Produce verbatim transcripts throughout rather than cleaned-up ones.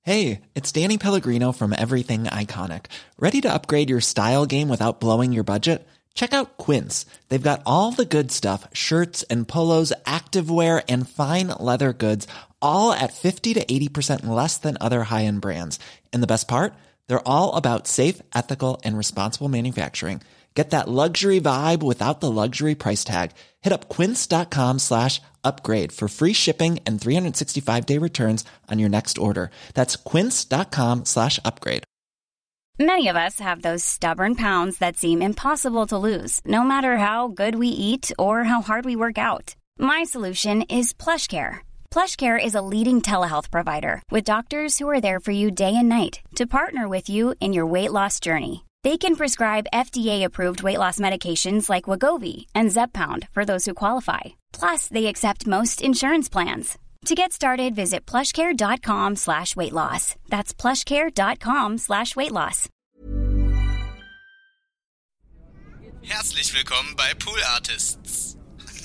Hey, it's Danny Pellegrino from Everything Iconic. Ready to upgrade your style game without blowing your budget? Check out Quince. They've got all the good stuff, shirts and polos, activewear, and fine leather goods, all at fifty to eighty percent less than other high-end brands. And the best part? They're all about safe, ethical, and responsible manufacturing. Get that luxury vibe without the luxury price tag. Hit up quince.com slash upgrade for free shipping and three sixty-five day returns on your next order. That's quince.com slash upgrade. Many of us have those stubborn pounds that seem impossible to lose, no matter how good we eat or how hard we work out. My solution is PlushCare. PlushCare is a leading telehealth provider with doctors who are there for you day and night to partner with you in your weight loss journey. They can prescribe F D A-approved weight loss medications like Wegovy and Zepbound for those who qualify. Plus, they accept most insurance plans. To get started, visit plushcare.com slash weight loss. That's plushcare.com slash weight loss. Herzlich willkommen bei Pool Artists.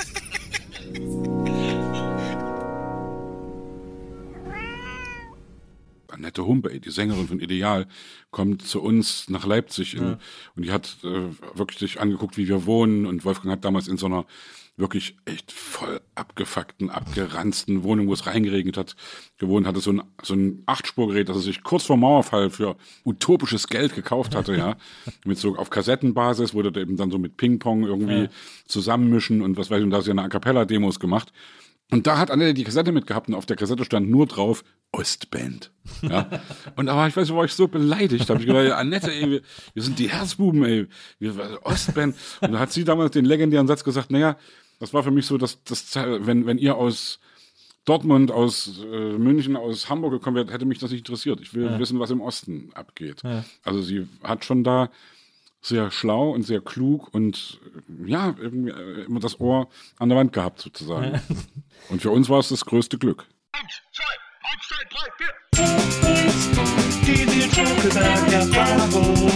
Annette Humpe, die Sängerin von Ideal, kommt zu uns nach Leipzig in, ja. und die hat äh, wirklich sich angeguckt, wie wir wohnen, und Wolfgang hat damals in so einer wirklich echt voll abgefuckten, abgeranzten Wohnung, wo es reingeregnet hat, gewohnt, hatte so ein, so ein Achtspurgerät, das er sich kurz vor Mauerfall für utopisches Geld gekauft hatte, ja, mit so auf Kassettenbasis, wurde eben dann so mit Ping-Pong irgendwie ja. zusammenmischen und was weiß ich, und da hat sie eine A-Cappella-Demos gemacht. Und da hat Annette die Kassette mitgehabt und auf der Kassette stand nur drauf Ostband. Ja. Und aber ich weiß nicht, war ich so beleidigt. Da habe ich gedacht, Annette, ey, wir, wir sind die Herzbuben, ey, wir Ostband. Und da hat sie damals den legendären Satz gesagt, naja, das war für mich so, dass das, wenn, wenn ihr aus Dortmund, aus äh, München, aus Hamburg gekommen wärt, hätte mich das nicht interessiert. Ich will ja. wissen, was im Osten abgeht. Ja. Also sie hat schon da sehr schlau und sehr klug und ja, irgendwie immer das Ohr an der Wand gehabt sozusagen. Ja. Und für uns war es das größte Glück. Eins, zwei, eins, zwei, drei, vier. Die Schokolade-Erfahrung.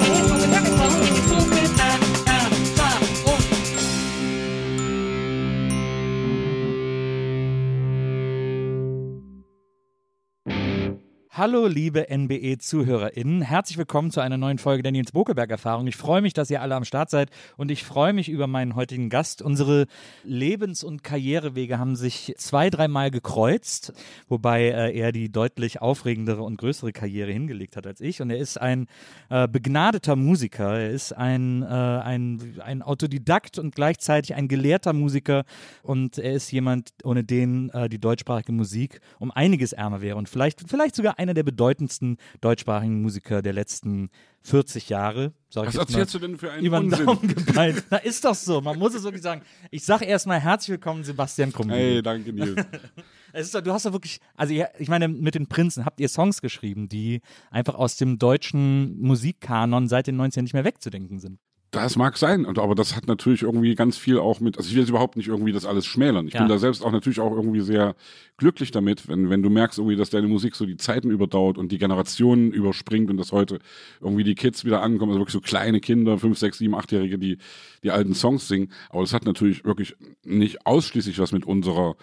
Hallo liebe N B E-ZuhörerInnen, herzlich willkommen zu einer neuen Folge der Nils Bokelberg-Erfahrung. Ich freue mich, dass ihr alle am Start seid und ich freue mich über meinen heutigen Gast. Unsere Lebens- und Karrierewege haben sich zwei, dreimal gekreuzt, wobei äh, er die deutlich aufregendere und größere Karriere hingelegt hat als ich. Und er ist ein äh, begnadeter Musiker, er ist ein, äh, ein, ein Autodidakt und gleichzeitig ein gelehrter Musiker und er ist jemand, ohne den äh, die deutschsprachige Musik um einiges ärmer wäre und vielleicht, vielleicht sogar einer der bedeutendsten deutschsprachigen Musiker der letzten vierzig Jahre. Sag Was ich erzählst du denn für einen über den Unsinn? Daumen gepeilt. Na, ist doch so. Man muss es wirklich sagen. Ich sage erstmal herzlich willkommen, Sebastian Krummel. Hey, danke, Nils. Es ist doch, du hast doch wirklich, also ihr, ich meine, mit den Prinzen habt ihr Songs geschrieben, die einfach aus dem deutschen Musikkanon seit den neunzigern nicht mehr wegzudenken sind. Das mag sein, und aber das hat natürlich irgendwie ganz viel auch mit, also ich will jetzt überhaupt nicht irgendwie das alles schmälern. Ich Ja. bin da selbst auch natürlich auch irgendwie sehr glücklich damit, wenn, wenn du merkst irgendwie, dass deine Musik so die Zeiten überdauert und die Generationen überspringt und dass heute irgendwie die Kids wieder ankommen, also wirklich so kleine Kinder, fünf, sechs, sieben, achtjährige, die die alten Songs singen. Aber das hat natürlich wirklich nicht ausschließlich was mit unserer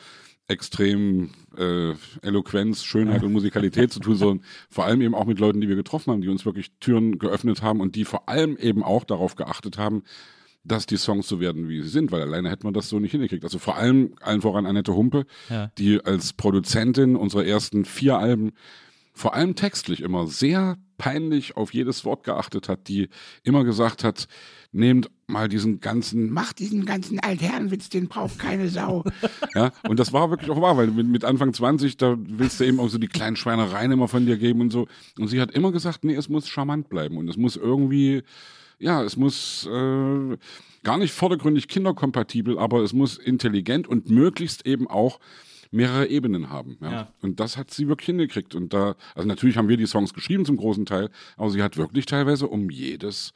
extrem äh, Eloquenz, Schönheit und Musikalität zu tun, sondern vor allem eben auch mit Leuten, die wir getroffen haben, die uns wirklich Türen geöffnet haben und die vor allem eben auch darauf geachtet haben, dass die Songs so werden, wie sie sind, weil alleine hätte man das so nicht hingekriegt. Also vor allem, allen voran Annette Humpe, Ja. die als Produzentin unserer ersten vier Alben vor allem textlich immer sehr peinlich auf jedes Wort geachtet hat, die immer gesagt hat, nehmt mal diesen ganzen, macht diesen ganzen Altherrenwitz, den braucht keine Sau. Ja, und das war wirklich auch wahr, weil mit, mit Anfang zwanzig, da willst du eben auch so die kleinen Schweinereien immer von dir geben und so. Und sie hat immer gesagt, nee, es muss charmant bleiben und es muss irgendwie, ja, es muss äh, gar nicht vordergründig kinderkompatibel, aber es muss intelligent und möglichst eben auch mehrere Ebenen haben. Ja. Ja. Und das hat sie wirklich hingekriegt. Und da, also natürlich haben wir die Songs geschrieben zum großen Teil, aber sie hat wirklich teilweise um jedes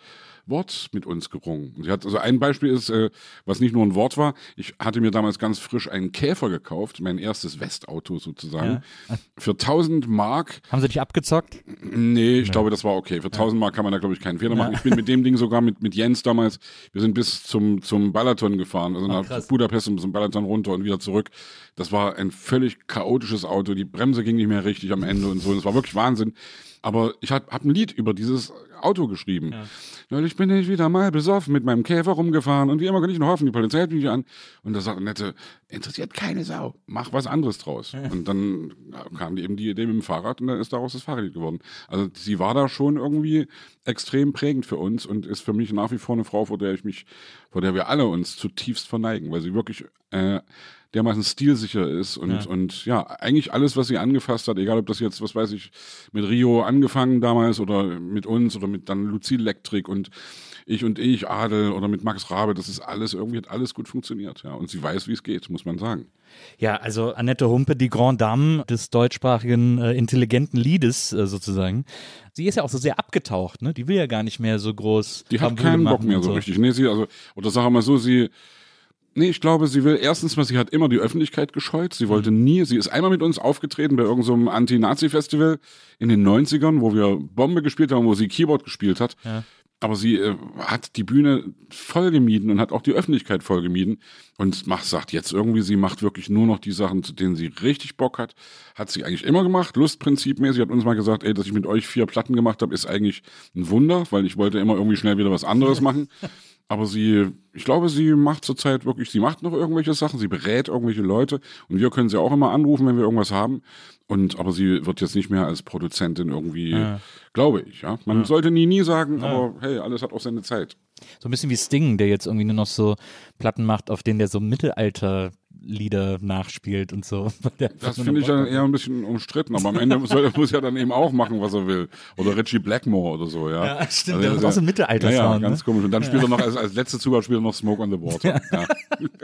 Wort mit uns gerungen. Und sie hat, also ein Beispiel ist, äh, was nicht nur ein Wort war, ich hatte mir damals ganz frisch einen Käfer gekauft, mein erstes Westauto sozusagen, Ja. für tausend Mark. Haben sie dich abgezockt? Nee, ich glaube, das war okay. Für tausend Mark kann man da, glaube ich, keinen Fehler machen. Ich bin mit dem Ding sogar mit, mit Jens damals, wir sind bis zum, zum Balaton gefahren, also nach krass. Budapest und zum Balaton runter und wieder zurück. Das war ein völlig chaotisches Auto. Die Bremse ging nicht mehr richtig am Ende und so. Das war wirklich Wahnsinn. Aber ich habe hab ein Lied über dieses Auto geschrieben. Ja. Weil ich bin nicht wieder mal besoffen mit meinem Käfer rumgefahren und wie immer kann ich nur hoffen, die Polizei hält mich an. Und da sagt Annette, interessiert keine Sau, mach was anderes draus. Ja. Und dann kam die eben die Idee mit dem Fahrrad und dann ist daraus das Fahrradlied geworden. Also sie war da schon irgendwie extrem prägend für uns und ist für mich nach wie vor eine Frau, vor der ich mich, vor der wir alle uns zutiefst verneigen, weil sie wirklich äh, dermaßen stilsicher ist und ja. und ja, eigentlich alles, was sie angefasst hat, egal ob das jetzt, was weiß ich, mit Rio angefangen damals oder mit uns oder mit dann Lucille Electric und Ich und Ich, Adel oder mit Max Rabe, das ist alles, irgendwie hat alles gut funktioniert, ja, und sie weiß, wie es geht, muss man sagen. Ja, also Annette Humpe, die Grande Dame des deutschsprachigen äh, intelligenten Liedes äh, sozusagen. Sie ist ja auch so sehr abgetaucht, ne? Die will ja gar nicht mehr so groß. Die hat keinen Bock mehr so, so richtig. Nee, sie, also, oder sag mal so, sie Nee, ich glaube, sie will erstens mal, sie hat immer die Öffentlichkeit gescheut. Sie wollte nie, sie ist einmal mit uns aufgetreten bei irgendeinem so Anti-Nazi-Festival in den neunzigern, wo wir Bombe gespielt haben, wo sie Keyboard gespielt hat. Ja. Aber sie äh, hat die Bühne voll gemieden und hat auch die Öffentlichkeit voll gemieden und macht, sagt jetzt irgendwie, sie macht wirklich nur noch die Sachen, zu denen sie richtig Bock hat. Hat sie eigentlich immer gemacht, Lustprinzipmäßig. Hat uns mal gesagt, ey, dass ich mit euch vier Platten gemacht habe, ist eigentlich ein Wunder, weil ich wollte immer irgendwie schnell wieder was anderes machen. Aber sie, ich glaube, sie macht zurzeit wirklich, sie macht noch irgendwelche Sachen, sie berät irgendwelche Leute und wir können sie auch immer anrufen, wenn wir irgendwas haben. Und, aber sie wird jetzt nicht mehr als Produzentin irgendwie, ja. glaube ich, ja. Man ja. sollte nie, nie sagen, ja. aber hey, alles hat auch seine Zeit. So ein bisschen wie Sting, der jetzt irgendwie nur noch so Platten macht, auf denen der so Mittelalter-Lieder nachspielt und so. Das finde ich dann eher ein bisschen umstritten, aber am Ende muss er muss ja dann eben auch machen, was er will. Oder Richie Blackmore oder so, ja. Ja, stimmt, also, der ist auch so ein Mittelalter-Sound. Ja, ja, ganz ne? komisch. Und dann spielt er noch, als, als letzte Zugabe spielt er noch Smoke on the Water. Ja. Ja.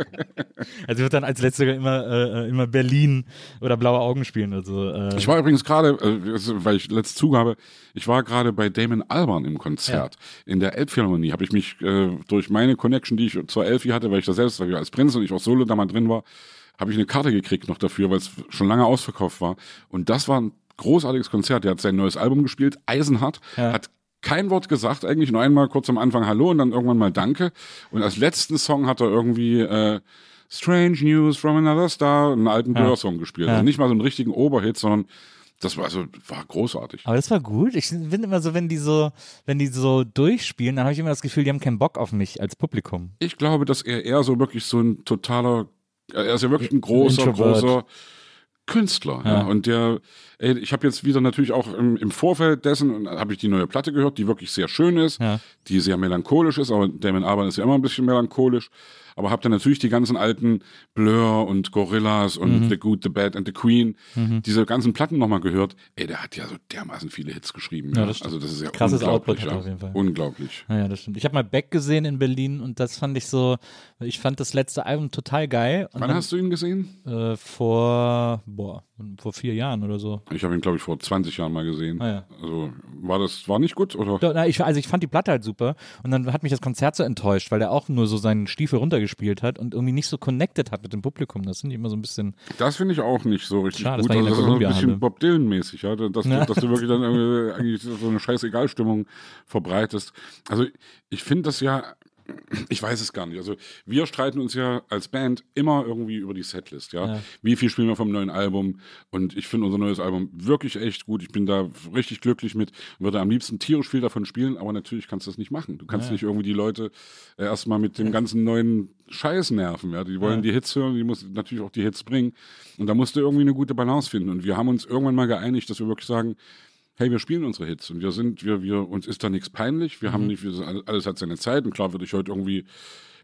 Also wird dann als letzter immer, äh, immer Berlin oder Blaue Augen spielen. Also, äh. Ich war übrigens gerade, äh, weil ich letzte Zugabe, ich war gerade bei Damon Albarn im Konzert. Ja. In der Elbphilharmonie habe ich mich äh, durch meine Connection, die ich zur Elfi hatte, weil ich da selbst, weil wir als Prinz und ich auch Solo da mal drin war, habe ich eine Karte gekriegt noch dafür, weil es schon lange ausverkauft war. Und das war ein großartiges Konzert. Der hat sein neues Album gespielt, Eisenhart, ja. hat kein Wort gesagt, eigentlich nur einmal kurz am Anfang Hallo und dann irgendwann mal Danke. Und als letzten Song hat er irgendwie äh, Strange News from Another Star, einen alten ja. Blur-Song gespielt. Ja. Also nicht mal so einen richtigen Oberhit, sondern das war also war großartig. Aber das war gut. Ich finde immer so, wenn die so, wenn die so durchspielen, dann habe ich immer das Gefühl, die haben keinen Bock auf mich als Publikum. Ich glaube, dass er eher so wirklich so ein totaler, er ist ja wirklich ein großer, ein großer Künstler. Ja. Ja. Und der, ey, ich habe jetzt wieder natürlich auch im, im Vorfeld dessen, habe ich die neue Platte gehört, die wirklich sehr schön ist, ja. die sehr melancholisch ist, aber Damon Albarn ist ja immer ein bisschen melancholisch. Aber habt ihr natürlich die ganzen alten Blur und Gorillaz und mhm. The Good, The Bad and The Queen, mhm. diese ganzen Platten nochmal gehört. Ey, der hat ja so dermaßen viele Hits geschrieben. Ja, das also das ist ja krasses unglaublich. Output hat er auf jeden Fall. Unglaublich. Ja, das stimmt. Ich habe mal Beck gesehen in Berlin und das fand ich so, ich fand das letzte Album total geil. Und Wann dann, hast du ihn gesehen? Äh, vor, boah, vor vier Jahren oder so. Ich habe ihn, glaube ich, vor zwanzig Jahren mal gesehen. Ah, ja. Also war das, war nicht gut, oder? Doch, na, ich, also ich fand die Platte halt super und dann hat mich das Konzert so enttäuscht, weil der auch nur so seinen Stiefel runtergespielt hat und irgendwie nicht so connected hat mit dem Publikum. Das finde ich immer so ein bisschen. Das finde ich auch nicht so richtig schade, gut. Das, also, das ist so ein bisschen Bob Dylan-mäßig, ja? dass, ja. dass du wirklich dann irgendwie eigentlich so eine scheiß Egalstimmung verbreitest. Also ich finde das ja, ich weiß es gar nicht. Also wir streiten uns ja als Band immer irgendwie über die Setlist, ja. ja. Wie viel spielen wir vom neuen Album? Und ich finde unser neues Album wirklich echt gut. Ich bin da richtig glücklich mit. Würde am liebsten tierisch viel davon spielen, aber natürlich kannst du das nicht machen. Du kannst ja. nicht irgendwie die Leute äh, erstmal mit dem ganzen neuen Scheiß nerven, ja. Die wollen ja. die Hits hören, die müssen natürlich auch die Hits bringen. Und da musst du irgendwie eine gute Balance finden. Und wir haben uns irgendwann mal geeinigt, dass wir wirklich sagen, hey, wir spielen unsere Hits und wir sind, wir, wir, uns ist da nichts peinlich, wir mhm. haben nicht, wir, alles hat seine Zeit und klar würde ich heute irgendwie,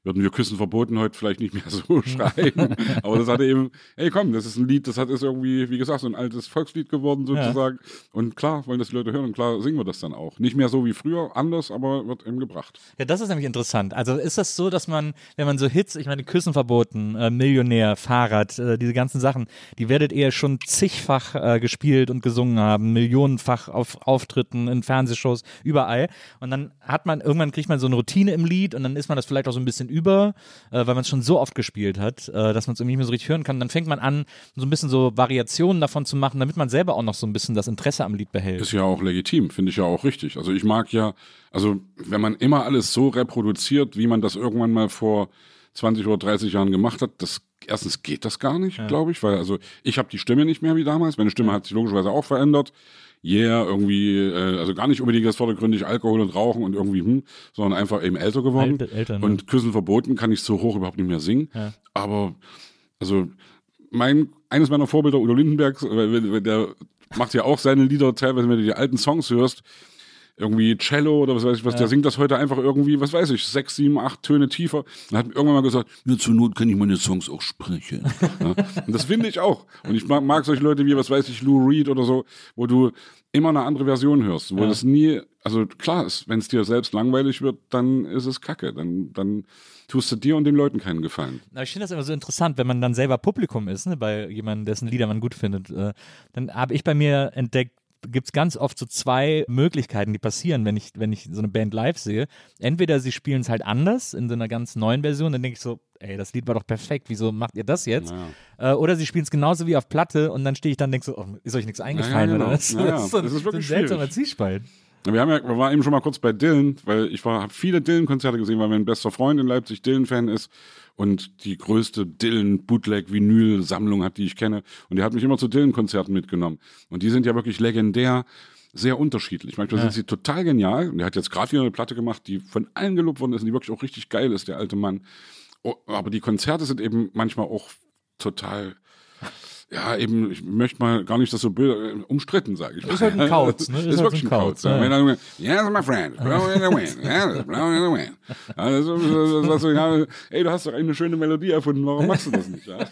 würden wir Küssen verboten heute vielleicht nicht mehr so schreien. Aber das hatte eben, ey komm, das ist ein Lied, das hat ist irgendwie, wie gesagt, so ein altes Volkslied geworden sozusagen. Ja. Und klar wollen das die Leute hören und klar singen wir das dann auch. Nicht mehr so wie früher, anders, aber wird eben gebracht. Ja, das ist nämlich interessant. Also ist das so, dass man, wenn man so Hits, ich meine Küssen verboten, äh, Millionär, Fahrrad, äh, diese ganzen Sachen, die werdet ihr schon zigfach äh, gespielt und gesungen haben, millionenfach auf Auftritten, in Fernsehshows, überall. Und dann hat man, irgendwann kriegt man so eine Routine im Lied und dann ist man das vielleicht auch so ein bisschen über, äh, weil man es schon so oft gespielt hat, äh, dass man es irgendwie nicht mehr so richtig hören kann. Und dann fängt man an, so ein bisschen so Variationen davon zu machen, damit man selber auch noch so ein bisschen das Interesse am Lied behält. Ist ja auch legitim, finde ich ja auch richtig. Also ich mag ja, also wenn man immer alles so reproduziert, wie man das irgendwann mal vor zwanzig oder dreißig Jahren gemacht hat, das erstens geht das gar nicht, ja. glaube ich, weil also ich habe die Stimme nicht mehr wie damals. Meine Stimme ja. hat sich logischerweise auch verändert. Yeah, irgendwie, äh, also gar nicht unbedingt das vordergründig Alkohol und Rauchen und irgendwie, hm, sondern einfach eben älter geworden. Älte, älter, ne? Und Küssen verboten kann ich so hoch überhaupt nicht mehr singen. Ja. Aber, also, mein, eines meiner Vorbilder, Udo Lindenberg, der macht ja auch seine Lieder teilweise, wenn du die alten Songs hörst, irgendwie Cello oder was weiß ich was, ja. der singt das heute einfach irgendwie, was weiß ich, sechs, sieben, acht Töne tiefer. Und hat irgendwann mal gesagt, nur zur Not kann ich meine Songs auch sprechen. Ja? Und das finde ich auch. Und ich mag, mag solche Leute wie, was weiß ich, Lou Reed oder so, wo du immer eine andere Version hörst, wo ja. das nie, also klar ist, wenn es dir selbst langweilig wird, dann ist es Kacke, dann, dann tust du dir und den Leuten keinen Gefallen. Aber ich finde das immer so interessant, wenn man dann selber Publikum ist, ne, bei jemandem, dessen Lieder man gut findet, äh, dann habe ich bei mir entdeckt, gibt es ganz oft so zwei Möglichkeiten, die passieren, wenn ich, wenn ich so eine Band live sehe. Entweder sie spielen es halt anders, in so einer ganz neuen Version, dann denke ich so, ey, das Lied war doch perfekt, wieso macht ihr das jetzt? Naja. Äh, oder sie spielen es genauso wie auf Platte und dann stehe ich dann und denke so, oh, ist euch nichts eingefallen? Naja, genau. Oder was? Naja, das ist so, das ist wirklich so ein seltsamer Zwiespalt. Wir haben ja, wir waren eben schon mal kurz bei Dylan, weil ich habe viele Dylan-Konzerte gesehen, weil mein bester Freund in Leipzig Dylan-Fan ist und die größte Dylan-Bootleg-Vinyl-Sammlung hat, die ich kenne. Und der hat mich immer zu Dylan-Konzerten mitgenommen. Und die sind ja wirklich legendär, sehr unterschiedlich. Manchmal ja. sind sie total genial. Und der hat jetzt gerade wieder eine Platte gemacht, die von allen gelobt worden ist und die wirklich auch richtig geil ist, der alte Mann. Oh, aber die Konzerte sind eben manchmal auch total... Ja, eben, ich möchte mal gar nicht das so böse, umstritten, sage ich mal. Ist halt ein Kauz, ne? Ist, ist halt wirklich ein Kauz. Ja. Ja. Dann, yes, my friend, blow in the wind, yes, blow in the wind. Also, das, das, ja, ey, du hast doch eine schöne Melodie erfunden, warum machst du das nicht? Ja?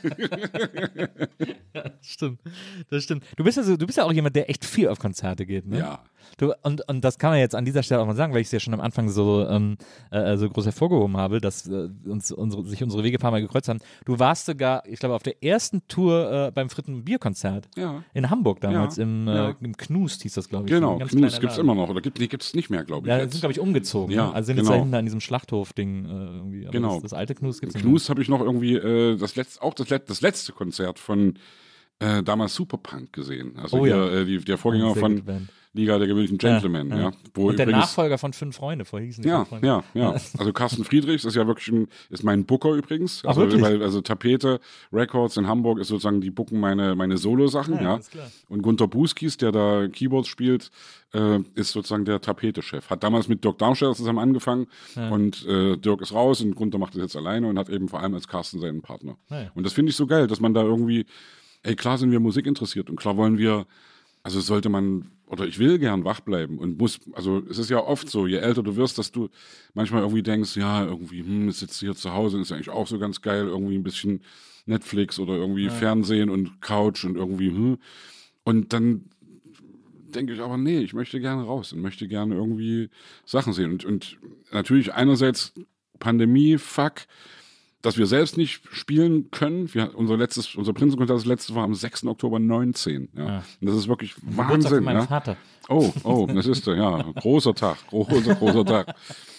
Ja, das stimmt, das stimmt. Du bist ja so, du bist ja auch jemand, der echt viel auf Konzerte geht, ne? Ja. Du, und, und das kann man jetzt an dieser Stelle auch mal sagen, weil ich es ja schon am Anfang so, ähm, äh, so groß hervorgehoben habe, dass äh, uns unsere, sich unsere Wege ein paar Mal gekreuzt haben. Du warst sogar, ich glaube, auf der ersten Tour äh, beim Fritten Bierkonzert ja. in Hamburg damals, ja. im, äh, ja. im Knust hieß das, glaube ich. Genau, Knust gibt es immer noch, oder gibt nee, es nicht mehr, glaube ich. Ja, jetzt. sind, glaube ich, umgezogen. Ja, ne? Also sind genau. jetzt da hinten an diesem Schlachthof-Ding äh, irgendwie. Aber genau. Das, das alte Knust gibt es nicht. Knust habe ich noch irgendwie, äh, das letzte, auch das, Let- das letzte Konzert von äh, damals Superpunk gesehen. Also oh, hier, ja. äh, die, der Vorgänger von Liga der gewöhnlichen Gentlemen. Ja, ja. ja. Wo Und der übrigens, Nachfolger von Fünf Freunde, vorher hießen die ja, Fünf Freunde. Ja, ja. Also Carsten Friedrichs ist ja wirklich ein, ist mein Booker übrigens. Also, Ach, wirklich? Weil, also Tapete Records in Hamburg ist sozusagen, die booken meine, meine Solo-Sachen. Ja, ja. ist klar. Und Gunter Buskis, der da Keyboards spielt, äh, ist sozusagen der Tapete-Chef. Hat damals mit Dirk Darmstädter zusammen angefangen ja. und äh, Dirk ist raus und Gunter macht das jetzt alleine und hat eben vor allem als Carsten seinen Partner. Ja. Und das finde ich so geil, dass man da irgendwie, ey, klar sind wir Musik interessiert und klar wollen wir, also sollte man, oder ich will gern wach bleiben und muss, also es ist ja oft so, je älter du wirst, dass du manchmal irgendwie denkst, ja, irgendwie, hm, jetzt sitzt du hier zu Hause, ist eigentlich auch so ganz geil, irgendwie ein bisschen Netflix oder irgendwie ja. Fernsehen und Couch und irgendwie, hm. Und dann denke ich aber, nee, ich möchte gerne raus und möchte gerne irgendwie Sachen sehen. Und, und natürlich einerseits Pandemie, fuck, dass wir selbst nicht spielen können. Wir, unser letztes, unser Prinzenkonzert, das letzte war am sechsten Oktober neunzehn. Ja. Ja. Und das ist wirklich Wahnsinn. Mein ja. Vater. Oh, oh, das ist der, ja. Großer Tag, großer, großer Tag.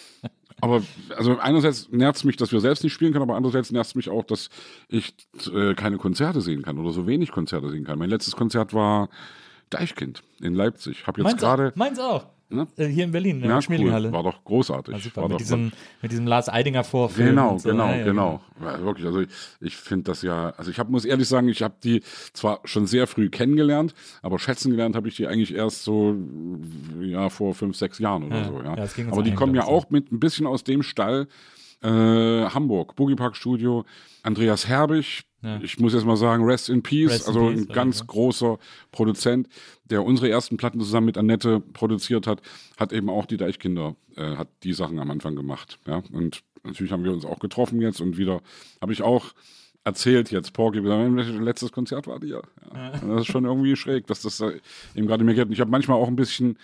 Aber also einerseits nervt es mich, dass wir selbst nicht spielen können, aber andererseits nervt es mich auch, dass ich äh, keine Konzerte sehen kann oder so wenig Konzerte sehen kann. Mein letztes Konzert war Deichkind in Leipzig. Hab jetzt gerade. Meins auch. Ne? Äh, hier in Berlin, in ja, der Schmiedinghalle. Cool. War doch großartig. War super. War mit, doch, diesem, mit diesem Lars Eidinger Vorfilm. Genau, so. genau, ja, ja, genau. Ja, wirklich, also ich, ich finde das ja, also ich hab, muss ehrlich sagen, ich habe die zwar schon sehr früh kennengelernt, aber schätzen gelernt habe ich die eigentlich erst so ja vor fünf, sechs Jahren oder ja, so. Ja. Ja, aber die kommen ja auch mit ein bisschen aus dem Stall, Äh, Hamburg, Boogie Park Studio, Andreas Herbig, ja. Ich muss jetzt mal sagen, Rest in Peace, Rest also in Peace, ein ganz ja. großer Produzent, der unsere ersten Platten zusammen mit Annette produziert hat, hat eben auch die Deichkinder, äh, hat die Sachen am Anfang gemacht. Ja? Und natürlich haben wir uns auch getroffen jetzt und wieder habe ich auch erzählt jetzt, Porky, mein letztes Konzert war dir. Ja. Ja. Das ist schon irgendwie schräg, dass das eben gerade mir geht. Und ich habe manchmal auch ein bisschen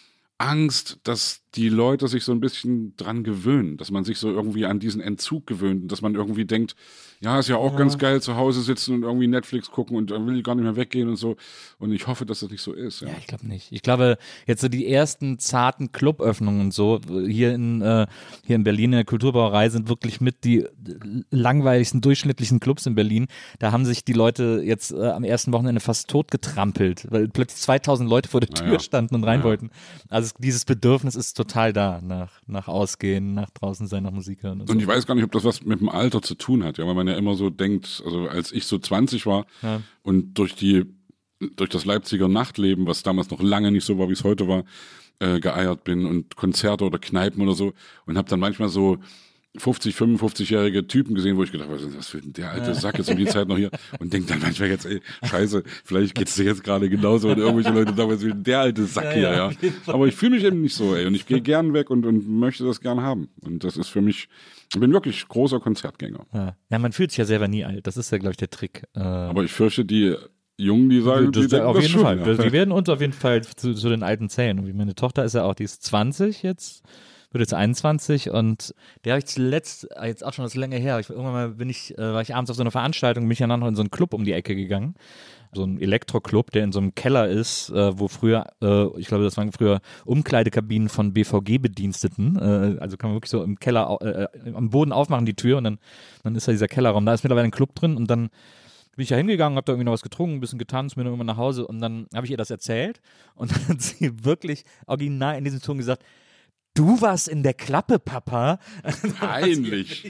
Angst, dass die Leute sich so ein bisschen dran gewöhnen, dass man sich so irgendwie an diesen Entzug gewöhnt und dass man irgendwie denkt, ja, ist ja auch ja. ganz geil, zu Hause sitzen und irgendwie Netflix gucken und dann will ich gar nicht mehr weggehen und so. Und ich hoffe, dass das nicht so ist. Ja, ja ich glaube nicht. Ich glaube, jetzt so die ersten zarten Cluböffnungen und so, hier in, äh, hier in Berlin in der Kulturbrauerei sind wirklich mit die langweiligsten, durchschnittlichen Clubs in Berlin. Da haben sich die Leute jetzt äh, am ersten Wochenende fast totgetrampelt, weil plötzlich zweitausend Leute vor der Tür ja. standen und rein ja. wollten. Also dieses Bedürfnis ist total da, nach, nach Ausgehen, nach draußen sein, nach Musik hören. Und, und so. ich weiß gar nicht, ob das was mit dem Alter zu tun hat, ja, weil man ja immer so denkt, also als ich so zwanzig war ja. und durch die, durch das Leipziger Nachtleben, was damals noch lange nicht so war, wie es heute war, äh, geeiert bin und Konzerte oder Kneipen oder so und habe dann manchmal so fünfzig, fünfundfünfzigjährige Typen gesehen, wo ich gedacht habe, was ist das für der alte Sack jetzt um die Zeit noch hier und denke dann manchmal jetzt, ey, scheiße, vielleicht geht's dir jetzt gerade genauso und irgendwelche Leute sagen, was ist der alte Sack ja, hier, ja. ja. Aber ich fühle mich eben nicht so, ey, und ich gehe gern weg und, und möchte das gern haben und das ist für mich, ich bin wirklich großer Konzertgänger. Ja, ja man fühlt sich ja selber nie alt, das ist ja, glaube ich, der Trick. Ähm Aber ich fürchte, die Jungen, die sagen, das, die denken auf das jeden schon, Fall, ja. die werden uns auf jeden Fall zu, zu den alten Zählen und wie meine Tochter ist ja auch, die ist zwanzig jetzt, wird jetzt einundzwanzig und der habe ich zuletzt, jetzt auch schon das länger her, ich, irgendwann mal bin ich, äh, war ich abends auf so einer Veranstaltung, bin ich dann noch in so einen Club um die Ecke gegangen, so ein Elektroclub, der in so einem Keller ist, äh, wo früher, äh, ich glaube, das waren früher Umkleidekabinen von B V G-Bediensteten, äh, also kann man wirklich so im Keller, äh, am Boden aufmachen die Tür und dann, dann ist da dieser Kellerraum, da ist mittlerweile ein Club drin und dann bin ich ja hingegangen, hab da irgendwie noch was getrunken, ein bisschen getanzt, bin dann immer nach Hause und dann habe ich ihr das erzählt und dann hat sie wirklich original in diesem Ton gesagt, du warst in der Klappe, Papa. Peinlich.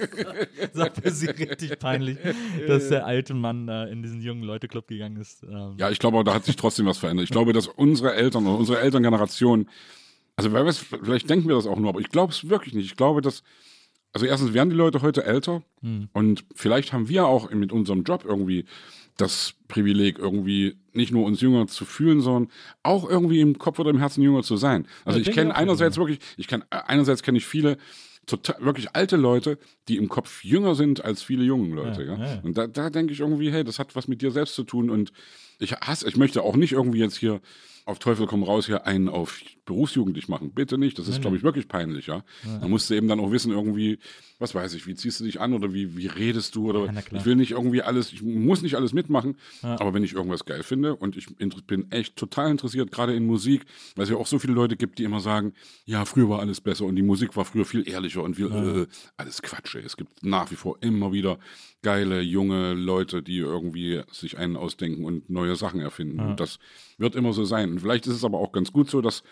Das war für sie richtig peinlich, dass der alte Mann äh, in diesen jungen Leute-Club gegangen ist. Ähm. Ja, ich glaube, da hat sich trotzdem was verändert. Ich glaube, dass unsere Eltern oder unsere Elterngeneration, also wer weiß, vielleicht denken wir das auch nur, aber ich glaube es wirklich nicht. Ich glaube, dass, also erstens werden die Leute heute älter hm. und vielleicht haben wir auch mit unserem Job irgendwie das Privileg, irgendwie nicht nur uns jünger zu fühlen, sondern auch irgendwie im Kopf oder im Herzen jünger zu sein. Also ja, ich kenne einerseits wirklich, ich kenne einerseits kenne ich viele total, wirklich alte Leute, die im Kopf jünger sind als viele junge Leute. Ja, ja. Ja. Und da, da denke ich irgendwie, hey, das hat was mit dir selbst zu tun und ich hasse, ich möchte auch nicht irgendwie jetzt hier auf Teufel komm raus hier einen auf berufsjugendlich machen. Bitte nicht, das ist, glaube ich, wirklich peinlich, ja. ja. Man musste eben dann auch wissen, irgendwie, was weiß ich, wie ziehst du dich an oder wie, wie redest du oder ja, ich will nicht irgendwie alles, ich muss nicht alles mitmachen, ja. aber wenn ich irgendwas geil finde und ich bin echt total interessiert, gerade in Musik, weil es ja auch so viele Leute gibt, die immer sagen, ja, früher war alles besser und die Musik war früher viel ehrlicher und viel, ja. äh, alles Quatsch, ey. Es gibt nach wie vor immer wieder geile, junge Leute, die irgendwie sich einen ausdenken und neue Sachen erfinden. Ja. Und das wird immer so sein. Und vielleicht ist es aber auch ganz gut so, dass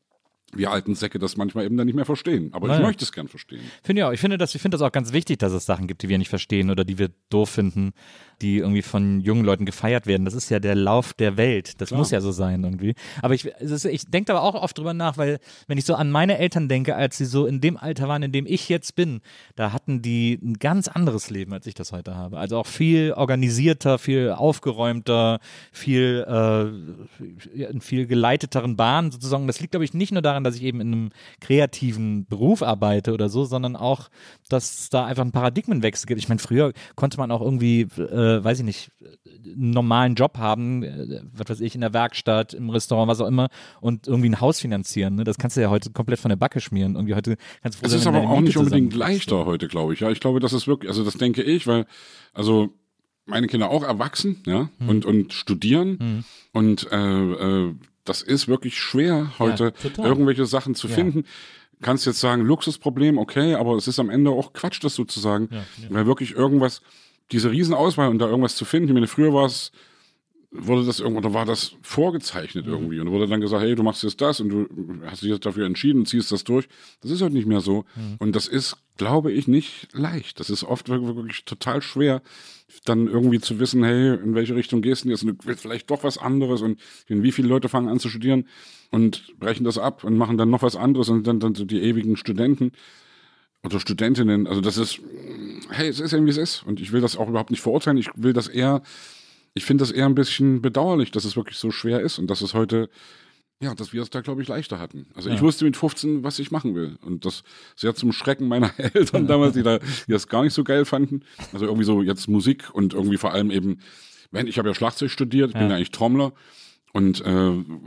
wir alten Säcke das manchmal eben dann nicht mehr verstehen. Aber naja. ich möchte es gern verstehen. Finde ja auch. Ich finde das, ich finde das auch ganz wichtig, dass es Sachen gibt, die wir nicht verstehen oder die wir doof finden, die irgendwie von jungen Leuten gefeiert werden. Das ist ja der Lauf der Welt. Das Klar. muss ja so sein irgendwie. Aber ich, ich denke aber auch oft drüber nach, weil wenn ich so an meine Eltern denke, als sie so in dem Alter waren, in dem ich jetzt bin, da hatten die ein ganz anderes Leben, als ich das heute habe. Also auch viel organisierter, viel aufgeräumter, viel äh, in viel geleitetere Bahnen sozusagen. Das liegt, glaube ich, nicht nur daran, dass ich eben in einem kreativen Beruf arbeite oder so, sondern auch, dass es da einfach einen Paradigmenwechsel gibt. Ich meine, früher konnte man auch irgendwie, äh, weiß ich nicht, einen normalen Job haben, äh, was weiß ich, in der Werkstatt, im Restaurant, was auch immer, und irgendwie ein Haus finanzieren. Ne? Das kannst du ja heute komplett von der Backe schmieren. Irgendwie heute kannst du Es ist aber auch nicht unbedingt leichter heute, glaube ich. Ja, ich glaube, das ist wirklich, also das denke ich, weil, also meine Kinder auch erwachsen, ja, hm. und, und studieren hm. und äh, äh, das ist wirklich schwer, heute ja, irgendwelche Sachen zu ja. finden. Kannst jetzt sagen, Luxusproblem, okay, aber es ist am Ende auch Quatsch, das sozusagen. Ja, ja. Weil wirklich irgendwas, diese Riesenauswahl und da irgendwas zu finden, ich meine, früher war es, wurde das irgendwo, oder war das vorgezeichnet mhm. irgendwie und wurde dann gesagt, hey, du machst jetzt das und du hast dich jetzt dafür entschieden und ziehst das durch. Das ist heute nicht mehr so. Mhm. Und das ist, glaube ich, nicht leicht. Das ist oft wirklich total schwer, dann irgendwie zu wissen, hey, in welche Richtung gehst du jetzt? Und du willst vielleicht doch was anderes und wie viele Leute fangen an zu studieren und brechen das ab und machen dann noch was anderes und dann, dann so die ewigen Studenten. oder Studentinnen, also das ist, hey, es ist eben wie es ist und ich will das auch überhaupt nicht verurteilen, ich will das eher, ich finde das eher ein bisschen bedauerlich, dass es wirklich so schwer ist und dass es heute, ja, dass wir es da, glaube ich, leichter hatten. Also ja. ich wusste mit fünfzehn, was ich machen will und das sehr zum Schrecken meiner Eltern damals, die, da, die das gar nicht so geil fanden, also irgendwie so jetzt Musik und irgendwie vor allem eben, ich habe ja Schlagzeug studiert, ich ja. bin ja eigentlich Trommler. Und äh,